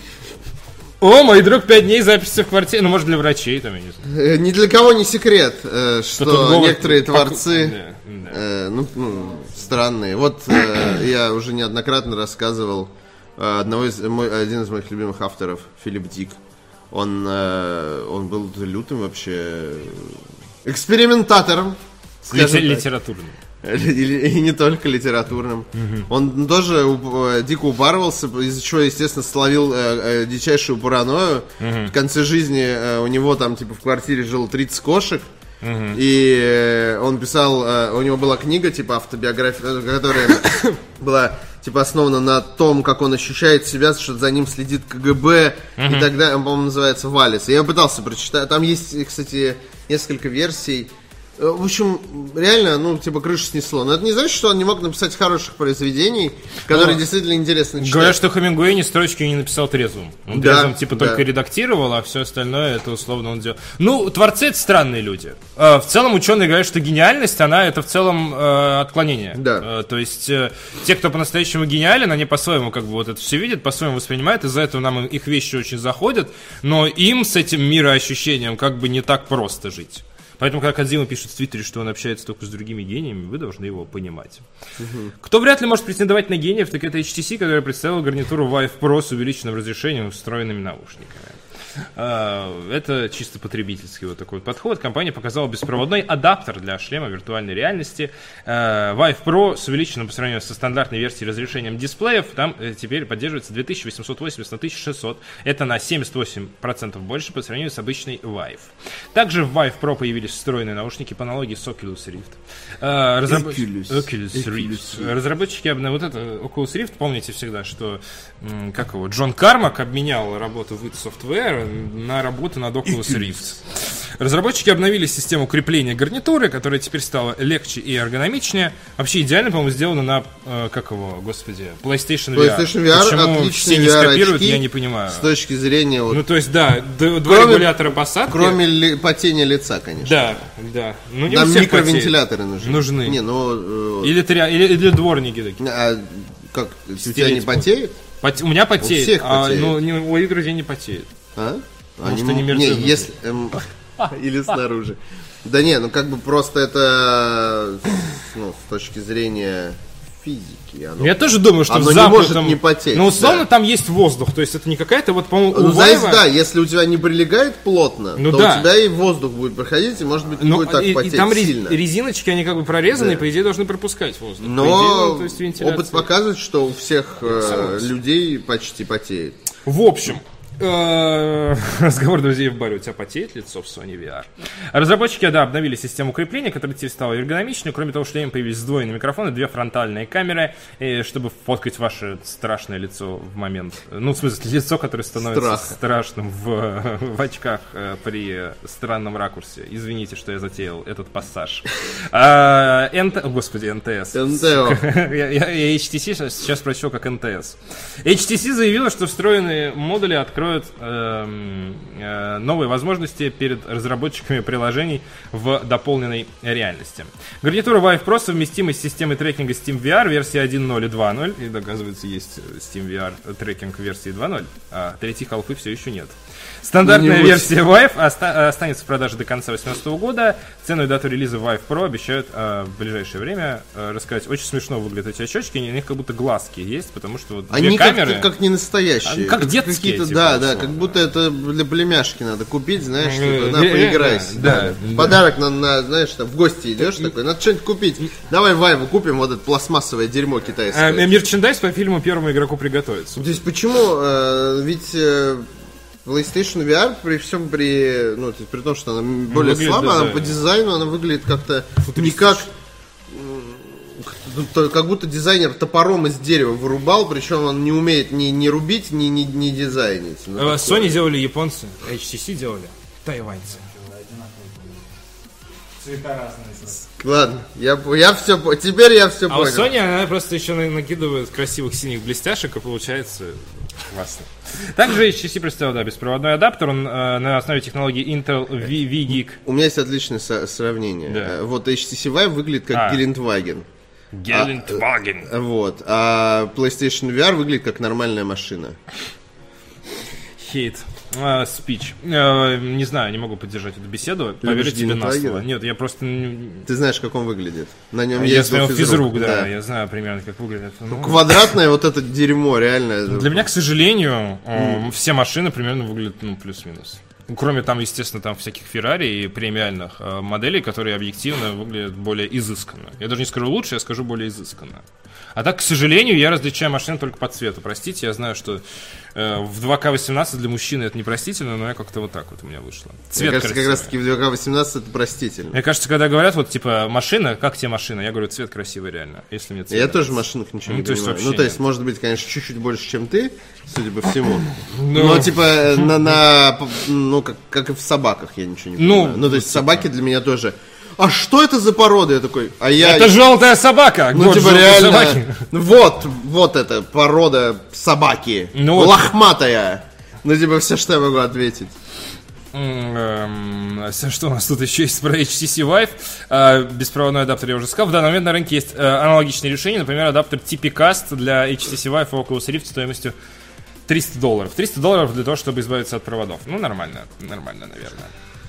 [SPEAKER 1] О, мой друг, пять дней записи в квартире. Ну, может, для врачей, там, я не знаю.
[SPEAKER 2] э, Ни для кого не секрет, э,
[SPEAKER 1] Что
[SPEAKER 2] что
[SPEAKER 1] тут Говард
[SPEAKER 2] некоторые
[SPEAKER 1] пок-
[SPEAKER 2] творцы...
[SPEAKER 1] Да, да.
[SPEAKER 2] Э, ну, ну, странные. Вот э, я уже неоднократно рассказывал э, одного из, мой, один из моих любимых авторов, Филипп Дик. Он, э, он был лютым вообще экспериментатором, скажем
[SPEAKER 1] Лите-
[SPEAKER 2] так.
[SPEAKER 1] Литературный.
[SPEAKER 2] Или, и не только литературным. Mm-hmm. Он тоже уп- дико упарывался, из-за чего, естественно, словил э, э, дичайшую паранойю. Mm-hmm. В конце жизни э, у него там, типа, в квартире жило тридцать кошек. Mm-hmm. И э, он писал, э, у него была книга, типа, автобиография, которая была, типа, основана на том, как он ощущает себя, что за ним следит КГБ mm-hmm. и так далее. Он, по-моему, называется «Валис». Я пытался прочитать. Там есть, кстати, несколько версий. В общем, реально, ну, типа, крышу снесло. Но это не значит, что он не мог написать хороших произведений, которые ну, действительно интересно читать.
[SPEAKER 1] Говорят, что Хемингуэй ни строчки не написал трезвым. Он да, трезвым, типа, да. только редактировал, а все остальное, это условно он делал. Ну, творцы — это странные люди. В целом, ученые говорят, что гениальность, она, это в целом э, отклонение.
[SPEAKER 2] Да.
[SPEAKER 1] То есть, э, те, кто по-настоящему гениален, они по-своему, как бы, вот это все видят, по-своему воспринимают, из-за этого нам их вещи очень заходят, но им с этим мироощущением, как бы, не так просто жить. Поэтому, когда Кодзима пишет в Твиттере, что он общается только с другими гениями, вы должны его понимать. Uh-huh. Кто вряд ли может претендовать на гениев, так это эйч ти си, которая представила гарнитуру Vive Pro с увеличенным разрешением и встроенными наушниками. Это чисто потребительский вот такой вот подход. Компания показала беспроводной адаптер для шлема виртуальной реальности. Vive Pro с увеличенным по сравнению со стандартной версией разрешением дисплеев. Там теперь поддерживается две тысячи восемьсот восемьдесят на тысяча шестьсот. Это на семьдесят восемь процентов больше по сравнению с обычной Vive. Также в Vive Pro появились встроенные наушники по аналогии с Oculus Rift. Разраб... Oculus. Oculus Rift. Разработчики обновили... Вот это Oculus Rift, помните всегда, что как его, Джон Кармак обменял работу в id Software на работу над Oculus Rift. Разработчики обновили систему крепления гарнитуры, которая теперь стала легче и эргономичнее. Вообще идеально, по-моему, сделано на, э, как его, господи, PlayStation ви ар.
[SPEAKER 2] PlayStation ви ар,
[SPEAKER 1] почему все не скопируют, я не понимаю.
[SPEAKER 2] С точки зрения... Вот,
[SPEAKER 1] ну, то есть, да, д- два кроме, регулятора посадки.
[SPEAKER 2] Кроме ли, потения лица, конечно.
[SPEAKER 1] Да, да. Ну, не
[SPEAKER 2] нам
[SPEAKER 1] у всех
[SPEAKER 2] микровентиляторы нужны.
[SPEAKER 1] Нужны.
[SPEAKER 2] Не, ну,
[SPEAKER 1] э, или, тря... или, или дворники такие.
[SPEAKER 2] А как, у тебя не потеет?
[SPEAKER 1] Пот... У меня потеет,
[SPEAKER 2] у всех
[SPEAKER 1] а
[SPEAKER 2] потеет.
[SPEAKER 1] Ну, не, у моих друзей не потеет.
[SPEAKER 2] А?
[SPEAKER 1] Потому
[SPEAKER 2] они,
[SPEAKER 1] что они мертвы.
[SPEAKER 2] Не, если... Эм, или снаружи. Да не, ну как бы просто это, ну, с точки зрения физики. Оно,
[SPEAKER 1] я тоже думаю, что
[SPEAKER 2] оно
[SPEAKER 1] в
[SPEAKER 2] не
[SPEAKER 1] замкнутом...
[SPEAKER 2] может не потеть.
[SPEAKER 1] Ну, условно, да. Там есть воздух, то есть это не какая-то вот, по-моему,
[SPEAKER 2] ну,
[SPEAKER 1] у
[SPEAKER 2] знаешь,
[SPEAKER 1] Vive...
[SPEAKER 2] да, если у тебя не прилегает плотно, ну, то да. у тебя и воздух будет проходить, и, может быть, не
[SPEAKER 1] но,
[SPEAKER 2] будет так
[SPEAKER 1] и,
[SPEAKER 2] потеть
[SPEAKER 1] и там
[SPEAKER 2] сильно.
[SPEAKER 1] резиночки, они как бы прорезаны, да. и, по идее, должны пропускать воздух.
[SPEAKER 2] Но
[SPEAKER 1] идее, ну, то есть вентиляция.
[SPEAKER 2] Опыт показывает, что у всех э, людей почти потеет.
[SPEAKER 1] В общем... Разговор друзей в баре. У тебя потеет лицо в Sony ви ар. Разработчики, да, обновили систему крепления, которая теперь стала эргономичной. Кроме того, в шлеме появились сдвоенные микрофоны, две фронтальные камеры, и чтобы фоткать ваше страшное лицо в момент. Ну, в смысле, лицо, которое становится Страх. страшным в, в очках при странном ракурсе. Извините, что я затеял этот пассаж. А, эн тэ... О, господи, эн тэ эс.
[SPEAKER 2] эн тэ о.
[SPEAKER 1] я, я, я эйч ти си сейчас прочел как эн тэ эс. эйч ти си заявила, что встроенные модули откроют э, э, новые возможности перед разработчиками приложений в дополненной реальности. Гарнитура Vive Pro совместима с системой трекинга Steam ви ар версии один ноль и два ноль. И, оказывается, есть Steam ви ар трекинг версии два ноль, а третьей халфы все еще нет. Стандартная ну, версия Vive оста- останется в продаже до конца две тысячи восемнадцатого года. Цену и дату релиза Vive Pro обещают э, в ближайшее время э, рассказать. Очень смешно выглядят эти очечки, у них как будто глазки есть, потому что вот
[SPEAKER 2] они
[SPEAKER 1] две
[SPEAKER 2] как,
[SPEAKER 1] камеры...
[SPEAKER 2] как не настоящие.
[SPEAKER 1] Как, как детские,
[SPEAKER 2] какие-то,
[SPEAKER 1] типа,
[SPEAKER 2] да, да, как будто это для племяшки надо купить, знаешь, типа, на,
[SPEAKER 1] э,
[SPEAKER 2] поиграйся.
[SPEAKER 1] Да,
[SPEAKER 2] да,
[SPEAKER 1] да.
[SPEAKER 2] Подарок на, на, знаешь, там, в гости идешь такой, надо что-нибудь купить. Давай Vive купим вот это пластмассовое дерьмо китайское.
[SPEAKER 1] А, мерчендайз по фильму «Первому игроку приготовиться».
[SPEAKER 2] То есть почему? Э, ведь... Э, PlayStation ви ар при всем при, ну, при том, что она более выглядит, слабая, да, она да, по да. дизайну она выглядит как-то не как, как будто дизайнер топором из дерева вырубал, причем он не умеет ни, ни рубить, ни, ни, ни дизайнить. Ну,
[SPEAKER 1] Sony делали японцы, эйч ти си делали тайваньцы.
[SPEAKER 3] Цвета разные.
[SPEAKER 2] Ладно, я, я все понял. Теперь я все
[SPEAKER 1] а
[SPEAKER 2] понял.
[SPEAKER 1] А у Sony она просто еще накидывает красивых синих блестяшек, и получается классно. Также эйч ти си представил, да, беспроводной адаптер, он э, на основе технологии Intel V-Geek.
[SPEAKER 2] У меня есть отличное со- сравнение. Да. Вот эйч ти си Vive выглядит как а. Гелендваген.
[SPEAKER 1] Гелендваген.
[SPEAKER 2] А, вот. А PlayStation ви ар выглядит как нормальная машина.
[SPEAKER 1] Хейт. Спич. Uh, uh, не знаю, не могу поддержать эту беседу. Поверю тебе на слово. Нет, я просто...
[SPEAKER 2] Ты знаешь, как он выглядит? На нем
[SPEAKER 1] я
[SPEAKER 2] есть
[SPEAKER 1] смотрел
[SPEAKER 2] физрук,
[SPEAKER 1] физрук, да,
[SPEAKER 2] да.
[SPEAKER 1] Я знаю примерно, как выглядит.
[SPEAKER 2] Ну, квадратное вот это дерьмо, реально.
[SPEAKER 1] Для меня, к сожалению, mm. все машины примерно выглядят, ну, плюс-минус. Кроме там, естественно, там всяких Феррари и премиальных э, моделей, которые объективно выглядят более изысканно. Я даже не скажу лучше, я скажу более изысканно. А так, к сожалению, я различаю машины только по цвету. Простите, я знаю, что э, в два ка восемнадцать для мужчины это непростительно, но я как-то вот так вот у меня вышло. Цвет
[SPEAKER 2] Мне кажется,
[SPEAKER 1] красивый.
[SPEAKER 2] как раз таки в два ка восемнадцать это простительно.
[SPEAKER 1] Мне кажется, когда говорят, вот, типа, машина, как тебе машина? Я говорю, цвет красивый реально, если мне цвет
[SPEAKER 2] Я
[SPEAKER 1] нравится.
[SPEAKER 2] тоже в машинах ничего
[SPEAKER 1] Ну,
[SPEAKER 2] не
[SPEAKER 1] то есть
[SPEAKER 2] понимаю.
[SPEAKER 1] вообще
[SPEAKER 2] Ну, то есть,
[SPEAKER 1] нет.
[SPEAKER 2] может быть, конечно, чуть-чуть больше, чем ты, судя по всему.
[SPEAKER 1] Ну.
[SPEAKER 2] Но, типа, на, на ну, как, как и в собаках я ничего не
[SPEAKER 1] Ну,
[SPEAKER 2] понимаю. Ну, то есть, собаки для меня тоже... А что это за порода? Я такой, а я...
[SPEAKER 1] Это желтая собака!
[SPEAKER 2] Ну,
[SPEAKER 1] год
[SPEAKER 2] типа,
[SPEAKER 1] желтой
[SPEAKER 2] реально,
[SPEAKER 1] собаки.
[SPEAKER 2] вот, вот это порода собаки.
[SPEAKER 1] Ну, вот.
[SPEAKER 2] Лохматая. Ну, типа, все, что я могу ответить.
[SPEAKER 1] Эм, Что у нас тут еще есть про эйч ти си Vive? Э, Беспроводной адаптер я уже сказал. В данный момент на рынке есть э, аналогичные решения. Например, адаптер ти пи Cast для эйч ти си Vive и Oculus Rift стоимостью триста долларов. триста долларов для того, чтобы избавиться от проводов. Ну, нормально, нормально, наверное.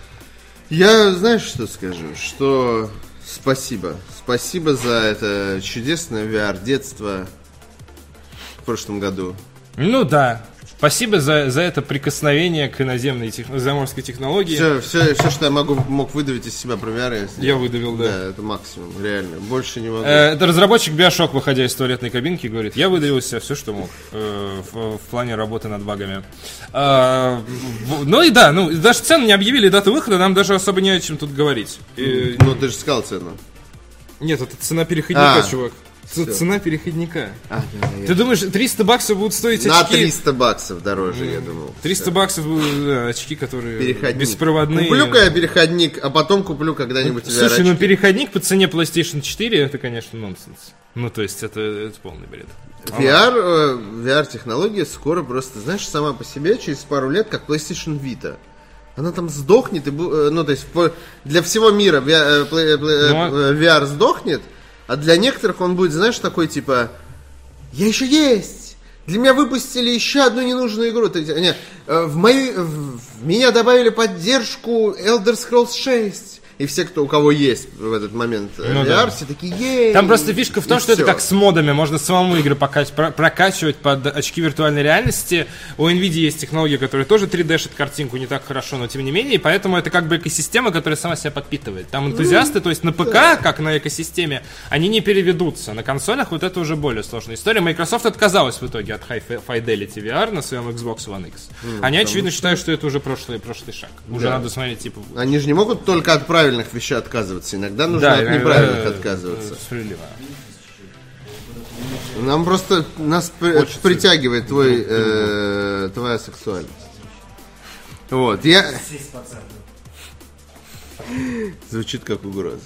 [SPEAKER 2] Я, знаешь, что скажу? Что спасибо. Спасибо за это чудесное ви ар-детство в прошлом году.
[SPEAKER 1] Ну да. Спасибо за, за это прикосновение к иноземной тех, заморской технологии.
[SPEAKER 2] Все, все, все, что я могу, мог выдавить из себя про ви ар, я сделал.
[SPEAKER 1] Я выдавил, да.
[SPEAKER 2] Да, это максимум, реально. Больше не могу.
[SPEAKER 1] Э, Это разработчик Bioshock, выходя из туалетной кабинки, говорит, я выдавил из себя все, что мог э, в, в плане работы над багами. А, в- ну и да, ну даже цены не объявили, дату выхода, нам даже особо не о чем тут говорить. И-
[SPEAKER 2] Ну, ты же сказал цену.
[SPEAKER 1] нет, это цена переходника,
[SPEAKER 2] А,
[SPEAKER 1] чувак.
[SPEAKER 2] всё.
[SPEAKER 1] Ц- Цена переходника.
[SPEAKER 2] А, да, я-
[SPEAKER 1] Ты думаешь, триста баксов будут стоить
[SPEAKER 2] На
[SPEAKER 1] очки?
[SPEAKER 2] триста баксов дороже, я думал.
[SPEAKER 1] триста баксов будут да, очки, которые
[SPEAKER 2] Переходник.
[SPEAKER 1] беспроводные.
[SPEAKER 2] Куплю-ка я переходник, а потом куплю когда-нибудь ви ар.
[SPEAKER 1] Слушай, ну переходник по цене PlayStation четыре, это, конечно, нонсенс. Ну, то есть, это, это полный бред.
[SPEAKER 2] ви ар, э, ви ар-технология скоро просто, знаешь, сама по себе, через пару лет, как PlayStation Vita. Она там сдохнет, и, бу- э, ну, то есть, по- для всего мира ви ар, э, плей- э, плей- э,
[SPEAKER 1] Ну,
[SPEAKER 2] э, ви ар сдохнет, а для некоторых он будет, знаешь, такой, типа, я еще есть! Для меня выпустили еще одну ненужную игру. То есть, не, э, в, мои, в, в меня добавили поддержку Elder Scrolls шесть. И все, кто, у кого есть в этот момент э,
[SPEAKER 1] Ну
[SPEAKER 2] ви ар,
[SPEAKER 1] да.
[SPEAKER 2] все такие, ей!
[SPEAKER 1] Там просто фишка в том,
[SPEAKER 2] И
[SPEAKER 1] что это
[SPEAKER 2] всё.
[SPEAKER 1] как с модами. Можно самому игры покач- про- прокачивать под очки виртуальной реальности. У NVIDIA есть технология, которая тоже три дэ-шит картинку не так хорошо, но тем не менее. И поэтому это как бы экосистема, которая сама себя подпитывает. Там энтузиасты, то есть на ПК, как на экосистеме, они не переведутся. На консолях вот это уже более сложная история. Microsoft отказалась в итоге от High Fidelity ви ар на своем Xbox One X. Они, очевидно, считают, что это уже прошлый, прошлый шаг. Уже
[SPEAKER 2] Да.
[SPEAKER 1] надо смотреть, типа...
[SPEAKER 2] Они же не могут только от правильных вещей отказываться. Иногда нужно
[SPEAKER 1] Да,
[SPEAKER 2] от
[SPEAKER 1] иногда,
[SPEAKER 2] неправильных
[SPEAKER 1] э,
[SPEAKER 2] отказываться.
[SPEAKER 1] Справедливо.
[SPEAKER 2] Нам просто нас при-
[SPEAKER 1] Хочется.
[SPEAKER 2] притягивает твой, э, твоя сексуальность. Вот, я... Звучит как угроза.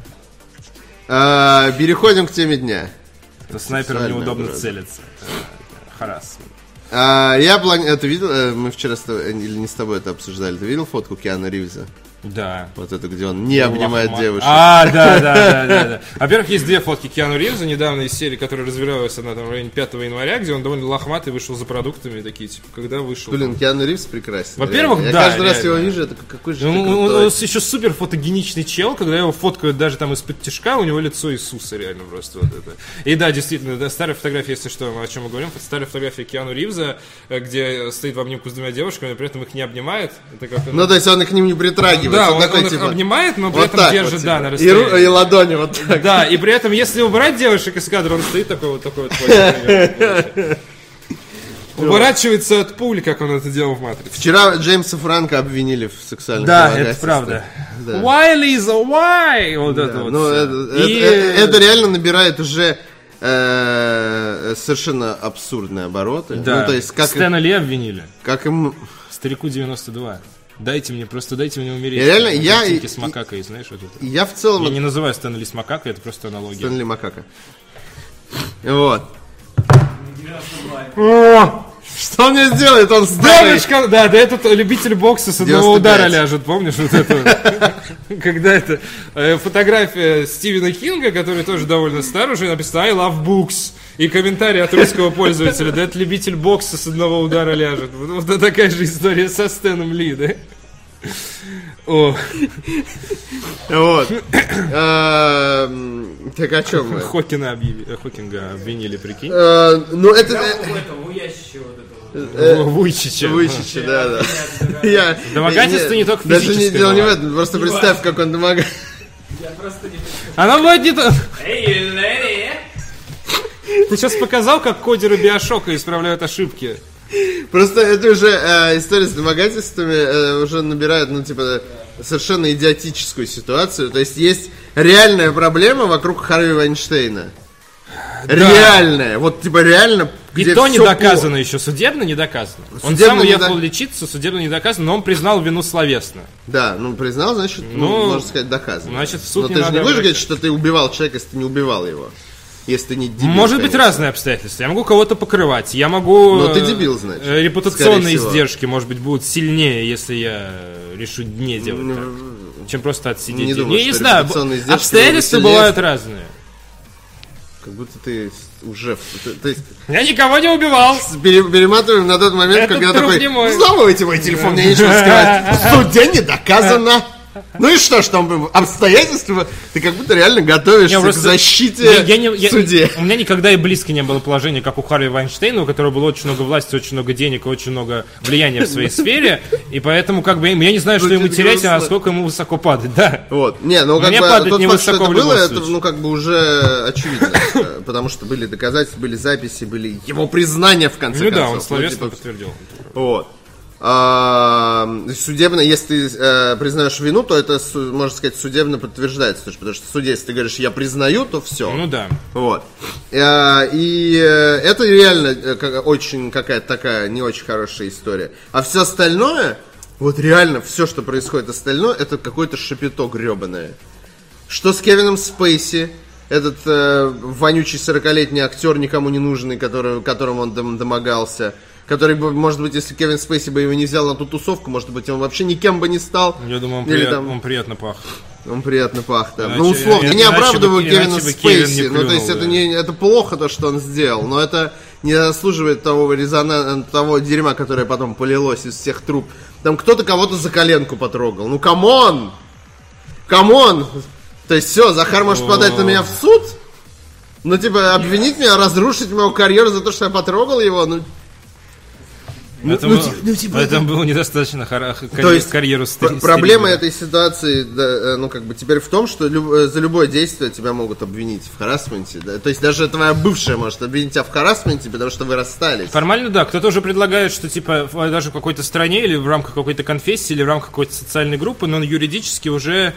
[SPEAKER 2] А, переходим к теме дня.
[SPEAKER 1] Это снайперам
[SPEAKER 2] Сексуальная
[SPEAKER 1] неудобно
[SPEAKER 2] угроза.
[SPEAKER 1] целиться. Харас.
[SPEAKER 2] А, я планирую... Ты видел? э, Мы вчера с тобой, или не с тобой это обсуждали. Ты видел фотку Киану Ривза?
[SPEAKER 1] Да.
[SPEAKER 2] Вот эту, где он не обнимает
[SPEAKER 1] Лохмат.
[SPEAKER 2] девушек.
[SPEAKER 1] А, да, да, да, да, да. Во-первых, есть две фотки Киану Ривза недавно из серии, которая развивалась одна там в районе пятого января, где он довольно лохматый вышел за продуктами, такие, типа, когда вышел.
[SPEAKER 2] Блин, Киану Ривз прекрасен.
[SPEAKER 1] Во-первых,
[SPEAKER 2] реально.
[SPEAKER 1] да,
[SPEAKER 2] Я каждый раз
[SPEAKER 1] реально.
[SPEAKER 2] его вижу, это какой же ты
[SPEAKER 1] Он, он-
[SPEAKER 2] крутой.
[SPEAKER 1] он еще супер фотогеничный чел, когда его фоткают даже там из-под тяжка, у него лицо Иисуса реально просто вот это. И да, действительно, да, старая фотография, если что, мы о чем мы говорим, старая фотография Киану Ривза, э, где стоит в обнимку с двумя девушками, но при этом их не обнимает. Это как
[SPEAKER 2] Ну, то есть он к ним не притрагивается.
[SPEAKER 1] да, он,
[SPEAKER 2] такой,
[SPEAKER 1] он их
[SPEAKER 2] типа,
[SPEAKER 1] обнимает, но при
[SPEAKER 2] вот
[SPEAKER 1] этом
[SPEAKER 2] так
[SPEAKER 1] держит,
[SPEAKER 2] вот,
[SPEAKER 1] да,
[SPEAKER 2] типа.
[SPEAKER 1] на
[SPEAKER 2] и,
[SPEAKER 1] расстоянии.
[SPEAKER 2] ру- и ладони вот так.
[SPEAKER 1] Да, и при этом, если убрать девушек из кадра, он стоит такой вот такой вот. позой. Уворачивается от пуль, как он это делал в «Матрице».
[SPEAKER 2] Вчера Джеймса Франка обвинили в сексуальном
[SPEAKER 1] Да, это
[SPEAKER 2] домогательстве.
[SPEAKER 1] правда.
[SPEAKER 2] Да.
[SPEAKER 1] Why, Lisa, why? Вот это
[SPEAKER 2] Да,
[SPEAKER 1] вот.
[SPEAKER 2] ну,
[SPEAKER 1] всё.
[SPEAKER 2] это,
[SPEAKER 1] И-
[SPEAKER 2] это- это- это реально набирает уже э, совершенно абсурдные обороты.
[SPEAKER 1] Да,
[SPEAKER 2] Ну, то есть, как,
[SPEAKER 1] Стэна Ли обвинили.
[SPEAKER 2] как им...
[SPEAKER 1] Старику девяносто два. Дайте мне, просто дайте мне умереть.
[SPEAKER 2] Я реально-
[SPEAKER 1] На
[SPEAKER 2] я-
[SPEAKER 1] картинке с макакой, знаешь, вот это.
[SPEAKER 2] Я в целом...
[SPEAKER 1] Я не называю Стэна Ли с макакой, это просто аналогия.
[SPEAKER 2] Стэнли Макака. Вот. Что он мне сделает? Он старый.
[SPEAKER 1] Девочка, да, да, этот любитель бокса с одного
[SPEAKER 2] девяносто пять.
[SPEAKER 1] удара ляжет, помнишь вот это? вот? Когда это э, фотография Стивена Кинга, который тоже довольно старый, уже написано I love books. И комментарий от русского пользователя, да, это любитель бокса с одного удара ляжет. Вот, вот это такая же история со Стэном Ли, да? О,
[SPEAKER 2] Вот. Эм, Так о чем мы?
[SPEAKER 1] Хокина объяви- Хокинга обвинили, прикинь.
[SPEAKER 2] Э, Ну, это...
[SPEAKER 3] У этого, у ящича вот этого.
[SPEAKER 1] Вуйчича.
[SPEAKER 2] Вуйчича, да, да. Я...
[SPEAKER 1] Домогательство не только
[SPEAKER 2] Даже
[SPEAKER 1] физическое.
[SPEAKER 2] не дело не в этом, просто представь, как он домогается.
[SPEAKER 3] Я просто не...
[SPEAKER 1] Оно будет не то...
[SPEAKER 3] Эй, леди!
[SPEAKER 1] Ты сейчас показал, как кодеры Биошока исправляют ошибки.
[SPEAKER 2] Просто это уже э, история с домогательствами э, уже набирает, ну, типа, совершенно идиотическую ситуацию. То есть есть реальная проблема вокруг Харви Вайнштейна. Да. Реальная. Вот, типа, реально.
[SPEAKER 1] И то не доказано по... еще, судебно не доказано. Судебно он сам уехал не до... лечиться, судебно не доказано, но он признал вину словесно. Да,
[SPEAKER 2] ну признал, значит, ну, ну можно сказать, доказано.
[SPEAKER 1] Значит, в суд
[SPEAKER 2] но
[SPEAKER 1] не
[SPEAKER 2] ты
[SPEAKER 1] надо
[SPEAKER 2] же не будешь говорить, что ты убивал человека, если ты не убивал его. Если ты не дебил,
[SPEAKER 1] может
[SPEAKER 2] конечно.
[SPEAKER 1] Быть разные обстоятельства. Я могу кого-то покрывать, я могу...
[SPEAKER 2] Но ты дебил, значит.
[SPEAKER 1] Репутационные издержки, может быть, будут сильнее, если я решу не делать ну, так, чем просто отсидеть.
[SPEAKER 2] Не думаю,
[SPEAKER 1] я не знаю, обстоятельства бывают разные.
[SPEAKER 2] Как будто ты уже... То есть,
[SPEAKER 1] я никого не убивал.
[SPEAKER 2] Перематываем на тот момент, этот когда такой... Взламывайте мой телефон, мне нечего сказать. В суде не доказано. Ну и что ж там, обстоятельства, ты как будто реально готовишься просто, к защите я, я не, я, в суде.
[SPEAKER 1] У меня никогда и близко не было положения, как у Харви Вайнштейна, у которого было очень много власти, очень много денег и очень много влияния в своей сфере, и поэтому как бы я не знаю, что ему терять, а насколько ему высоко падать, да.
[SPEAKER 2] Вот, не, ну как бы тот факт, что это было, это ну как бы уже очевидно, потому что были доказательства, были записи, были его признания в конце концов.
[SPEAKER 1] Ну да, он словесно подтвердил.
[SPEAKER 2] Вот. А, судебно, если ты э, признаешь вину, то это, можно сказать, судебно подтверждается. Потому что в суде, если ты говоришь, я признаю, то все.
[SPEAKER 1] Ну да.
[SPEAKER 2] Вот. А, и это реально очень какая-то такая не очень хорошая история. А все остальное, вот реально все, что происходит остальное, это какой-то шапито гребаное. Что с Кевином Спейси? Этот э, вонючий сорокалетний актер, никому не нужный, который, которым он дом, домогался. Который, может быть, если Кевин Спейси бы его не взял на ту тусовку, может быть, он вообще никем бы не стал.
[SPEAKER 1] Я думаю, он, прият, там, он приятно пах.
[SPEAKER 2] Он приятно пах, да. Иначе, ну, условно, я не оправдываю бы, Кевина Спейси. Кевин ну, то есть, да. это, не, это плохо, то, что он сделал, но это не заслуживает того резона, того дерьма, которое потом полилось из всех труб. Там кто-то кого-то за коленку потрогал. Ну, камон! Камон! То есть, все, Захар может О-о-о. подать на меня в суд? Ну, типа, обвинить меня, разрушить мою карьеру за то, что я потрогал его, ну...
[SPEAKER 1] Ну, это, ну, было, ну, типа, это было недостаточно хара-
[SPEAKER 2] то есть,
[SPEAKER 1] карьеру стри-
[SPEAKER 2] проблема этой ситуации, да, ну, как бы, теперь в том, что люб- за любое действие тебя могут обвинить в харассменте. Да? То есть, даже твоя бывшая может обвинить тебя в харассменте, потому что вы расстались.
[SPEAKER 1] Формально, да. Кто-то уже предлагает, что, типа, даже в какой-то стране, или в рамках какой-то конфессии, или в рамках какой-то социальной группы, но юридически уже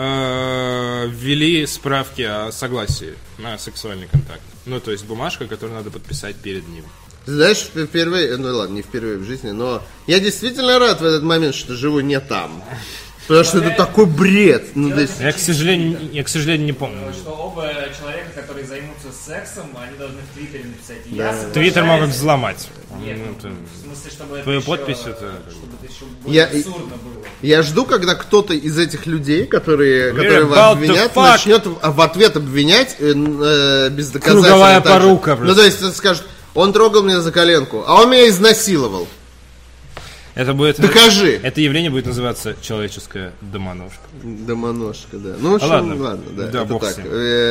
[SPEAKER 1] э- ввели справки о согласии на сексуальный контакт. Ну, то есть, бумажка, которую надо подписать перед ним.
[SPEAKER 2] Знаешь, впервые, ну ладно, не впервые в жизни, но я действительно рад в этот момент, что живу не там. Потому что это такой бред. Ну, то есть...
[SPEAKER 1] я, к сожалению, я, к сожалению, не помню.
[SPEAKER 3] Что оба человека, которые займутся сексом, они должны в Твиттере написать.
[SPEAKER 2] Да.
[SPEAKER 3] Я
[SPEAKER 1] Твиттер могут взломать.
[SPEAKER 3] Нет,
[SPEAKER 1] ну, ты...
[SPEAKER 3] в смысле, чтобы
[SPEAKER 1] твою
[SPEAKER 3] это
[SPEAKER 1] подпись
[SPEAKER 3] еще,
[SPEAKER 1] это...
[SPEAKER 3] чтобы это еще более
[SPEAKER 2] я,
[SPEAKER 3] абсурдно было.
[SPEAKER 2] Я жду, когда кто-то из этих людей, которые, которые вас обвинят, начнет в ответ обвинять э, э, без доказательств.
[SPEAKER 1] Круговая порука.
[SPEAKER 2] Ну, то есть, скажет, он трогал меня за коленку, а он меня изнасиловал.
[SPEAKER 1] Это будет...
[SPEAKER 2] Докажи!
[SPEAKER 1] Это явление будет называться человеческая домоножка.
[SPEAKER 2] Домоножка, да. Ну, в общем,
[SPEAKER 1] ладно,
[SPEAKER 2] ладно да.
[SPEAKER 1] Да,
[SPEAKER 2] это
[SPEAKER 1] бог
[SPEAKER 2] так,
[SPEAKER 1] с ним.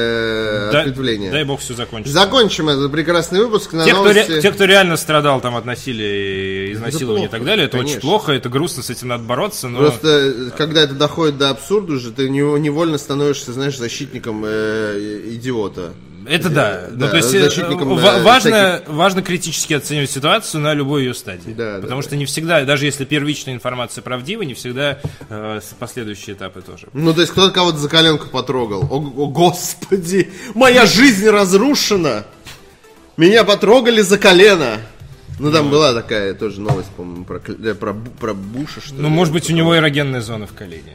[SPEAKER 2] Э,
[SPEAKER 1] дай,
[SPEAKER 2] ответвление.
[SPEAKER 1] Дай бог все закончится.
[SPEAKER 2] Закончим этот прекрасный выпуск на
[SPEAKER 1] те,
[SPEAKER 2] новости.
[SPEAKER 1] Кто ре, те, кто реально страдал там от насилия, изнасилования и так далее, это
[SPEAKER 2] конечно.
[SPEAKER 1] очень плохо, это грустно, с этим надо бороться, но...
[SPEAKER 2] Просто, когда это доходит до абсурда уже, ты невольно становишься, знаешь, защитником э, идиота.
[SPEAKER 1] Это да.
[SPEAKER 2] да,
[SPEAKER 1] ну, то есть
[SPEAKER 2] защитником,
[SPEAKER 1] в- важно,
[SPEAKER 2] всяких...
[SPEAKER 1] важно критически оценивать ситуацию на любой ее стадии.
[SPEAKER 2] Да,
[SPEAKER 1] потому
[SPEAKER 2] да,
[SPEAKER 1] что
[SPEAKER 2] да.
[SPEAKER 1] не всегда, даже если первичная информация правдива, не всегда э, последующие этапы тоже.
[SPEAKER 2] Ну, то есть кто-то кого-то за коленку потрогал. О, о господи, моя жизнь разрушена. Меня потрогали за колено. Ну, там ну, была такая тоже новость, по-моему, про, про, про Буша, что ли.
[SPEAKER 1] Ну, может быть, у него эрогенная зона в колене.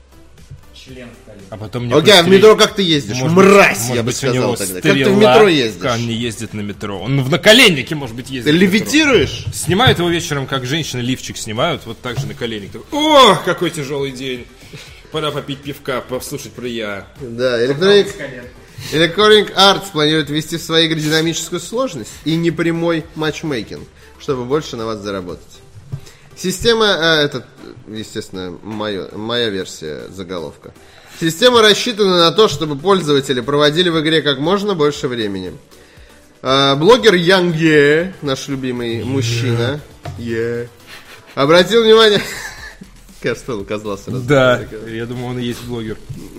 [SPEAKER 3] Член в колене.
[SPEAKER 1] А потом мне
[SPEAKER 2] Окей, okay, а в метро как ты ездишь?
[SPEAKER 1] Может
[SPEAKER 2] Мразь,
[SPEAKER 1] быть,
[SPEAKER 2] я бы
[SPEAKER 1] быть,
[SPEAKER 2] сказал тогда. Как ты в метро ездишь?
[SPEAKER 1] Он не ездит на метро. Он в наколеннике, может быть, ездит.
[SPEAKER 2] Ты левитируешь?
[SPEAKER 1] Снимают его вечером, как женщины лифчик снимают, вот так же на коленник. О, какой тяжелый день. Пора попить пивка, послушать про я.
[SPEAKER 2] Да, Electronic, Electronic Arts планирует ввести в свои игры динамическую сложность и непрямой матчмейкинг, чтобы больше на вас заработать. Система, а, это, естественно, моё, моя версия заголовка. Система рассчитана на то, чтобы пользователи проводили в игре как можно больше времени. А, блогер Young Ye, наш любимый yeah. мужчина, yeah. обратил внимание... Кажется, он указал сразу.
[SPEAKER 1] Да, я думаю, он и есть блогер.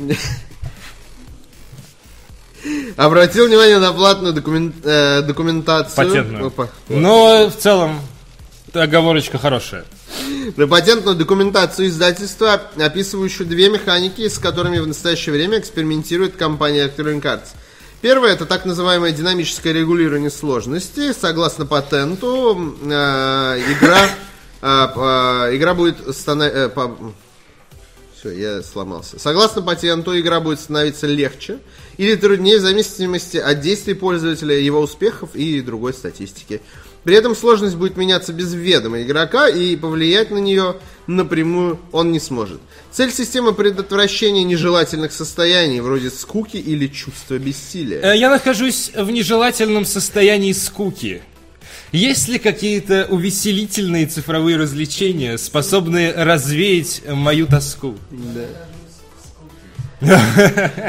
[SPEAKER 2] Обратил внимание на платную докумен... э, документацию.
[SPEAKER 1] Патентную. Опа. Но в целом оговорочка хорошая.
[SPEAKER 2] На патентную документацию издательства, описывающую две механики, с которыми в настоящее время экспериментирует компания Electronic Arts. Первое — это так называемое динамическое регулирование сложности. Согласно патенту, э, игра, э, э, игра будет становиться... Э, по... Все, я сломался. Согласно патенту, игра будет становиться легче или труднее в зависимости от действий пользователя, его успехов и другой статистики. При этом сложность будет меняться без ведома игрока, и повлиять на нее напрямую он не сможет. Цель системы — предотвращения нежелательных состояний, вроде скуки или чувства бессилия.
[SPEAKER 1] Я нахожусь в нежелательном состоянии скуки. Есть ли какие-то увеселительные цифровые развлечения, способные развеять мою тоску?
[SPEAKER 2] Да.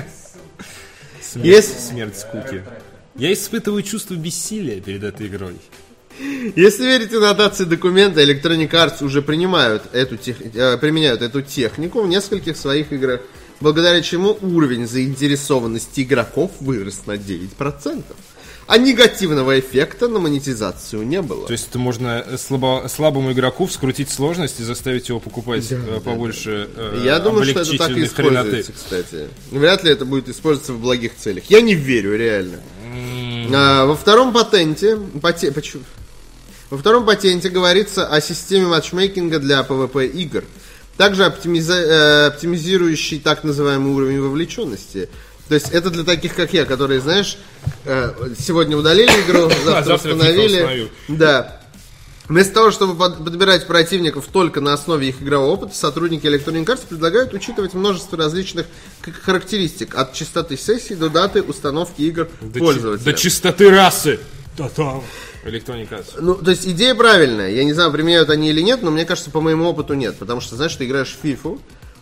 [SPEAKER 1] Смерть, смерть скуки. Я испытываю чувство бессилия перед этой игрой.
[SPEAKER 2] Если верить аннотации документа, Electronic Arts уже принимают эту тех... применяют эту технику в нескольких своих играх, благодаря чему уровень заинтересованности игроков вырос на девять процентов. А негативного эффекта на монетизацию не было.
[SPEAKER 1] То есть это можно слабо, слабому игроку вскрутить сложность и заставить его покупать да, побольше да.
[SPEAKER 2] Я думаю, что это так и используется, кстати. Вряд ли это будет использоваться в благих целях. Я не верю, реально. Mm. А, во втором патенте... Пате, почему? Во втором патенте говорится о системе матчмейкинга для пи ви пи игр. Также оптимиза, э, оптимизирующий так называемый уровень вовлеченности. То есть это для таких, как я, которые, знаешь, сегодня удалили игру, завтра установили. Да. Вместо того, чтобы подбирать противников только на основе их игрового опыта, сотрудники Electronic Arts предлагают учитывать множество различных характеристик, от частоты сессий до даты установки игр
[SPEAKER 1] до
[SPEAKER 2] пользователя.
[SPEAKER 1] До чистоты расы. Да-да. Electronic Arts.
[SPEAKER 2] Ну, то есть идея правильная. Я не знаю, применяют они или нет, но мне кажется, по моему опыту нет. Потому что, знаешь, ты играешь в FIFA.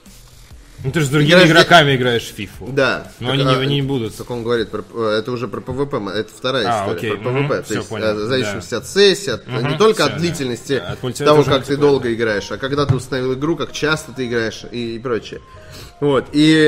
[SPEAKER 1] Ну ты же с другими играешь игроками де... играешь в FIFA.
[SPEAKER 2] Да.
[SPEAKER 1] Но так, они, а, они не будут.
[SPEAKER 2] Так он говорит, про, это уже про пи ви пи, это вторая
[SPEAKER 1] а,
[SPEAKER 2] история.
[SPEAKER 1] Окей.
[SPEAKER 2] Про пи ви пи.
[SPEAKER 1] Угу.
[SPEAKER 2] То есть,
[SPEAKER 1] понял.
[SPEAKER 2] в зависимости
[SPEAKER 1] да.
[SPEAKER 2] от сессии, от, угу. не только Все, от длительности да. от того, как ты долго да. играешь, а когда ты установил игру, как часто ты играешь и, и прочее. Вот. И,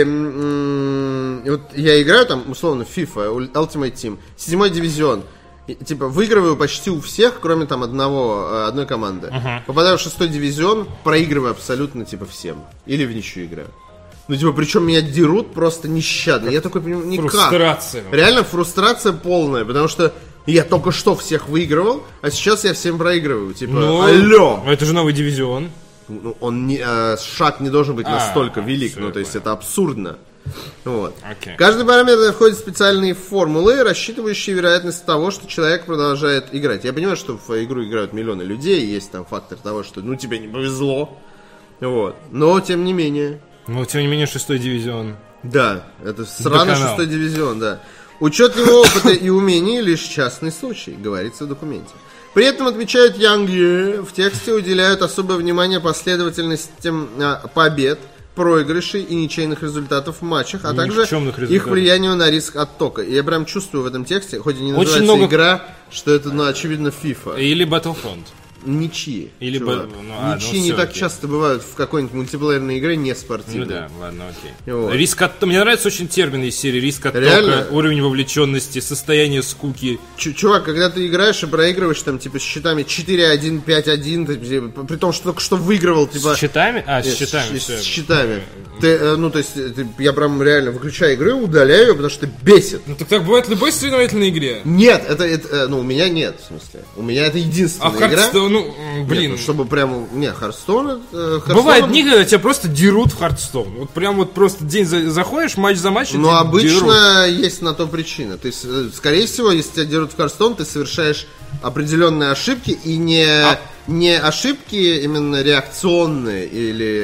[SPEAKER 2] м- и вот я играю там, условно, в FIFA, Ultimate Team, седьмой дивизион. И, типа, выигрываю почти у всех, кроме там одного, одной команды. Uh-huh. Попадаю в шестой дивизион, проигрываю абсолютно, типа, всем. Или в ничью играю. Ну, типа, причем меня дерут просто нещадно. Я такой понимаю, никак.
[SPEAKER 1] Фрустрация.
[SPEAKER 2] Реально фрустрация полная, потому что я только что всех выигрывал, а сейчас я всем проигрываю. Типа, ну, алло!
[SPEAKER 1] Это же новый дивизион.
[SPEAKER 2] Ну, он не, э, шаг не должен быть а, настолько велик, ну, то
[SPEAKER 1] понял.
[SPEAKER 2] есть это абсурдно. Вот.
[SPEAKER 1] Okay.
[SPEAKER 2] Каждый параметр входит в специальные формулы, рассчитывающие вероятность того, что человек продолжает играть. Я понимаю, что в игру играют миллионы людей, есть там фактор того, что ну тебе не повезло. Вот. Но тем не менее.
[SPEAKER 1] Но тем не менее шестой дивизион.
[SPEAKER 2] Да, это сраный шестой дивизион, да. Учет его опыта и умений лишь частный случай, говорится в документе. При этом, отмечают Young Ye, в тексте уделяют особое внимание последовательностям а, побед, проигрышей и ничейных результатов в матчах, а также их влиянию на риск оттока. И я прям чувствую в этом тексте, хоть и не называется много... игра, что это, ну, очевидно, FIFA.
[SPEAKER 1] Или Battlefront.
[SPEAKER 2] Ничьи.
[SPEAKER 1] Или б... ну, а,
[SPEAKER 2] Ничьи
[SPEAKER 1] ну,
[SPEAKER 2] не
[SPEAKER 1] все,
[SPEAKER 2] так
[SPEAKER 1] окей.
[SPEAKER 2] часто бывают в какой-нибудь мультиплеерной игре не спортивной.
[SPEAKER 1] Ну да, ладно, окей.
[SPEAKER 2] Вот.
[SPEAKER 1] Риск от... Мне нравится очень термин из серии риск оттока,
[SPEAKER 2] Реально?
[SPEAKER 1] Уровень вовлеченности, состояние скуки.
[SPEAKER 2] Ч- чувак, когда ты играешь и проигрываешь там типа с счетами четыре один, пять один, ты, при том, что только что выигрывал, типа...
[SPEAKER 1] С счетами? А, с
[SPEAKER 2] Нет,
[SPEAKER 1] счетами.
[SPEAKER 2] С, с счетами. Ты, ну, то есть, ты, я прям реально выключаю игру и удаляю ее, потому что бесит.
[SPEAKER 1] Ну так так бывает в любой соревновательной игре.
[SPEAKER 2] Нет, это, это, ну, у меня нет, в смысле. У меня это единственная
[SPEAKER 1] а
[SPEAKER 2] игра.
[SPEAKER 1] Hearthstone, ну, блин.
[SPEAKER 2] Нет, ну, чтобы прям, не, Hearthstone, это, Hearthstone...
[SPEAKER 1] Бывают дни, когда тебя просто дерут в Hearthstone. Вот прям вот просто день за, заходишь, матч за матчем.
[SPEAKER 2] Ну, обычно дерут. Есть на то причина. Ты, скорее всего, если тебя дерут в Hearthstone, ты совершаешь определенные ошибки и не... А... Не ошибки именно реакционные, или,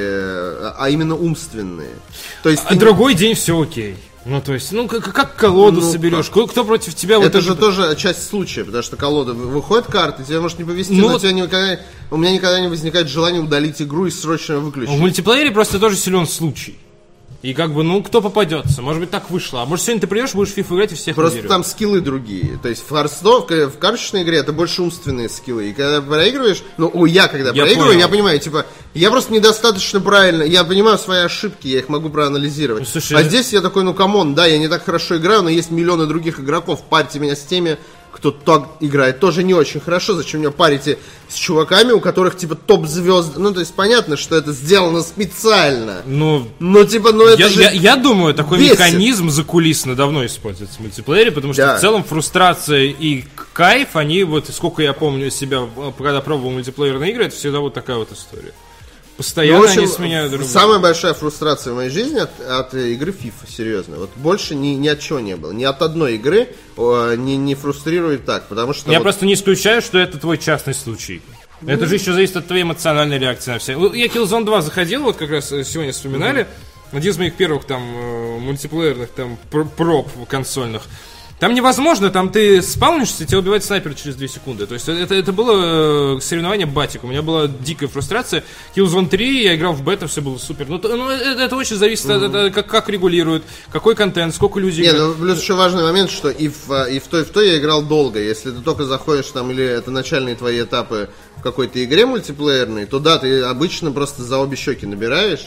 [SPEAKER 2] а именно умственные. То есть
[SPEAKER 1] а
[SPEAKER 2] ты...
[SPEAKER 1] другой день все окей. Ну, то есть, ну, как, как колоду ну, соберешь? Как? Кто против тебя?
[SPEAKER 2] Это
[SPEAKER 1] вот
[SPEAKER 2] же это... тоже часть случая, потому что колода выходит карты, тебе может не повезти,
[SPEAKER 1] ну,
[SPEAKER 2] но тебя никогда... у меня никогда не возникает желания удалить игру и срочно выключить.
[SPEAKER 1] В мультиплеере просто тоже силен случай. И как бы, ну, кто попадется? Может быть, так вышло. А может, сегодня ты придешь, будешь в FIFA играть и всех
[SPEAKER 2] Просто
[SPEAKER 1] выдерешь.
[SPEAKER 2] там скиллы другие. То есть в Хардстоун, в карточной игре это больше умственные скиллы. И когда проигрываешь, ну, о, я когда
[SPEAKER 1] Я
[SPEAKER 2] проигрываю,
[SPEAKER 1] понял.
[SPEAKER 2] я понимаю, типа, я просто недостаточно правильно, я понимаю свои ошибки, я их могу проанализировать.
[SPEAKER 1] Ну, слушай,
[SPEAKER 2] а здесь я такой, ну, камон, да, я не так хорошо играю, но есть миллионы других игроков, парьте меня с теми, кто так играет тоже не очень хорошо. Зачем меня парите с чуваками, у которых типа топ-звезд? Ну, то есть понятно, что это сделано специально.
[SPEAKER 1] Ну,
[SPEAKER 2] Ну, типа, ну это
[SPEAKER 1] я,
[SPEAKER 2] же...
[SPEAKER 1] я, я думаю, такой
[SPEAKER 2] бесит.
[SPEAKER 1] механизм закулисно давно используется в мультиплеере, потому что
[SPEAKER 2] Да.
[SPEAKER 1] в целом фрустрация и кайф, они вот, сколько я помню себя, когда пробовал мультиплеерные игры, это всегда вот такая вот история. Постоянно
[SPEAKER 2] Ну, в общем,
[SPEAKER 1] они сменяют друг друга.
[SPEAKER 2] самая большая фрустрация в моей жизни от, от игры FIFA, серьезно. Вот больше ни, ни от чего не было. Ни от одной игры о, не, не фрустрирует так, потому что...
[SPEAKER 1] Я
[SPEAKER 2] вот-
[SPEAKER 1] просто не исключаю, что это твой частный случай. Это же еще зависит от твоей эмоциональной реакции на все. Я Killzone два заходил, вот как раз сегодня вспоминали. Один из моих первых там э, мультиплеерных там пр- проб консольных. Там невозможно, там ты спаунишься, тебя убивает снайпер через две секунды. То есть это, это было э, соревнование батик. У меня была дикая фрустрация. Killzone три, я играл в бета, все было супер. Ну, то- ну, это, это очень зависит от от- от как, как регулируют, какой контент, сколько людей
[SPEAKER 2] Не,
[SPEAKER 1] играют.
[SPEAKER 2] ну плюс еще важный момент, что и в, и в той, и в той я играл долго. Если ты только заходишь там, или это начальные твои этапы в какой-то игре мультиплеерной, то да, ты обычно просто за обе щеки набираешь.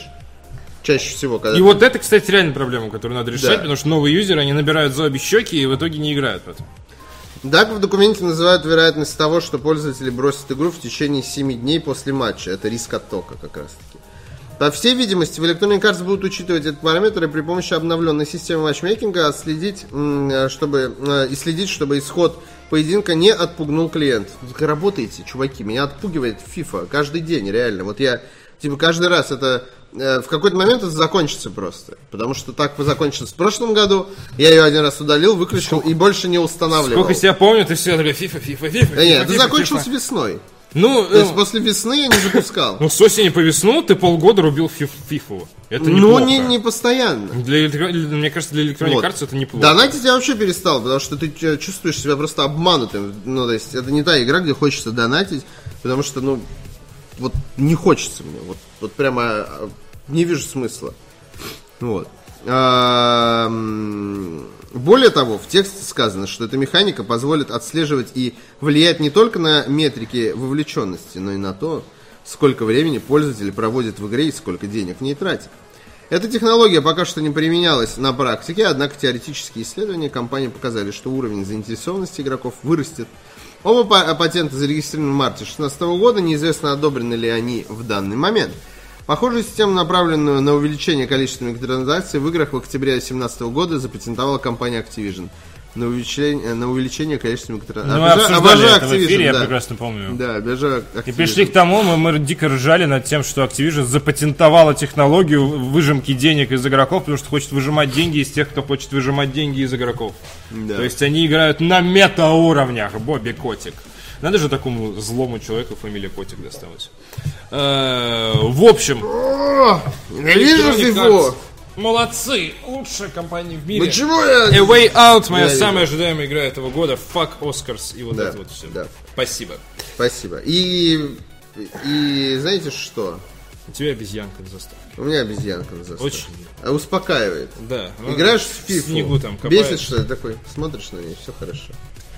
[SPEAKER 2] Чаще всего, когда
[SPEAKER 1] И
[SPEAKER 2] ты-
[SPEAKER 1] вот это, кстати, реально проблема, которую надо решать,
[SPEAKER 2] Да.
[SPEAKER 1] потому что новые юзеры, они набирают за обе щеки и в итоге не играют потом.
[SPEAKER 2] Так в документе называют вероятность того, что пользователи бросят игру в течение семи дней после матча. Это риск оттока как раз таки. По всей видимости, в Electronic Arts будут учитывать этот параметр и при помощи обновленной системы матчмейкинга отследить, м, чтобы, э, и следить, чтобы исход поединка не отпугнул клиент. Вы так работаете, чуваки, меня отпугивает FIFA каждый день, реально. Вот я, типа, каждый раз это... э, В какой-то момент это закончится просто. Потому что так закончилось в прошлом году. Я ее один раз удалил, выключил и больше не устанавливал.
[SPEAKER 1] Сколько себя помню, ты все такой FIFA, FIFA, FIFA.
[SPEAKER 2] Да нет,
[SPEAKER 1] FIFA,
[SPEAKER 2] это
[SPEAKER 1] FIFA,
[SPEAKER 2] закончилось
[SPEAKER 1] FIFA.
[SPEAKER 2] весной.
[SPEAKER 1] Ну,
[SPEAKER 2] То есть
[SPEAKER 1] э,
[SPEAKER 2] после весны я не запускал.
[SPEAKER 1] ну, с осени по весну ты полгода рубил фиф- FIFA. Это
[SPEAKER 2] Ну,
[SPEAKER 1] неплохо.
[SPEAKER 2] не, не постоянно.
[SPEAKER 1] Для, электро- мне кажется, для Electronic
[SPEAKER 2] Вот.
[SPEAKER 1] Arts это неплохо.
[SPEAKER 2] Донатить я вообще перестал, потому что ты э, чувствуешь себя просто обманутым. Ну, то есть, это не та игра, где хочется донатить, потому что, ну, вот не хочется мне. Вот, вот прямо э, не вижу смысла. Вот. А, м, Более того, в тексте сказано, что эта механика позволит отслеживать и влиять не только на метрики вовлеченности, но и на то, сколько времени пользователь проводит в игре и сколько денег в ней тратит. Эта технология пока что не применялась на практике, однако теоретические исследования компании показали, что уровень заинтересованности игроков вырастет. Оба па- патента зарегистрированы в марте две тысячи шестнадцатого года, неизвестно, одобрены ли они в данный момент. Похожую систему, направленную на увеличение количества микротранзакций в играх в октябре две тысячи семнадцатого года запатентовала компания Activision. На увеличение, на увеличение количества микротранзакций.
[SPEAKER 1] Ну, мы обсуждали это в эфире, я прекрасно помню.
[SPEAKER 2] Да, обожаю Activision.
[SPEAKER 1] И пришли к тому, мы, мы дико ржали над тем, что Activision запатентовала технологию выжимки денег из игроков, потому что хочет выжимать деньги из тех, кто хочет выжимать деньги из игроков.
[SPEAKER 2] Да.
[SPEAKER 1] То есть они играют на мета-уровнях, Бобби Котик. Надо же такому злому человеку фамилия Котик досталась. Э, В общем,
[SPEAKER 2] О, ненавижу
[SPEAKER 1] Electronic
[SPEAKER 2] фифу!
[SPEAKER 1] Arts. Молодцы! Лучшая компания в мире.
[SPEAKER 2] Почему я...
[SPEAKER 1] A Way Out, моя
[SPEAKER 2] Я
[SPEAKER 1] самая ожидаемая игра этого года. Fuck Oscars и вот
[SPEAKER 2] Да,
[SPEAKER 1] это вот все.
[SPEAKER 2] да.
[SPEAKER 1] Спасибо.
[SPEAKER 2] Спасибо. И, и знаете что?
[SPEAKER 1] У тебя обезьянка на заставке.
[SPEAKER 2] У меня обезьянка на заставке.
[SPEAKER 1] Очень.
[SPEAKER 2] А успокаивает.
[SPEAKER 1] Да.
[SPEAKER 2] Играешь
[SPEAKER 1] в
[SPEAKER 2] в фифу,
[SPEAKER 1] снегу там копаешь.
[SPEAKER 2] бесит, что ли, такой, смотришь на нее, все хорошо.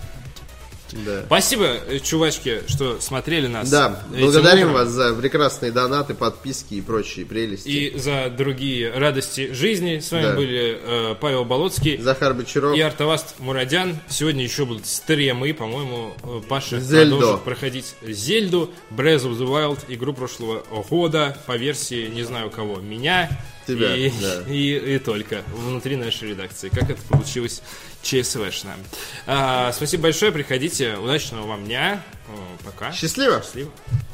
[SPEAKER 2] Да.
[SPEAKER 1] Спасибо, э, чувачки, что смотрели нас.
[SPEAKER 2] Да,
[SPEAKER 1] этим
[SPEAKER 2] благодарим
[SPEAKER 1] утром.
[SPEAKER 2] вас за прекрасные донаты, подписки и прочие прелести.
[SPEAKER 1] И за другие радости жизни. С вами
[SPEAKER 2] Да.
[SPEAKER 1] были э, Павел Болоцкий
[SPEAKER 2] Захар Бочаров.
[SPEAKER 1] и Артаваст Мурадян. Сегодня еще будут стримы, по-моему, э, Паша
[SPEAKER 2] Зельдо.
[SPEAKER 1] продолжит проходить Зельду, Breath of the Wild, игру прошлого года по версии, не знаю кого, меня.
[SPEAKER 2] Тебя,
[SPEAKER 1] и,
[SPEAKER 2] да.
[SPEAKER 1] и, и только внутри нашей редакции. Как это получилось ЧСВшно. А, спасибо большое, приходите. Удачного вам дня. О, пока.
[SPEAKER 2] Счастливо.
[SPEAKER 1] Счастливо.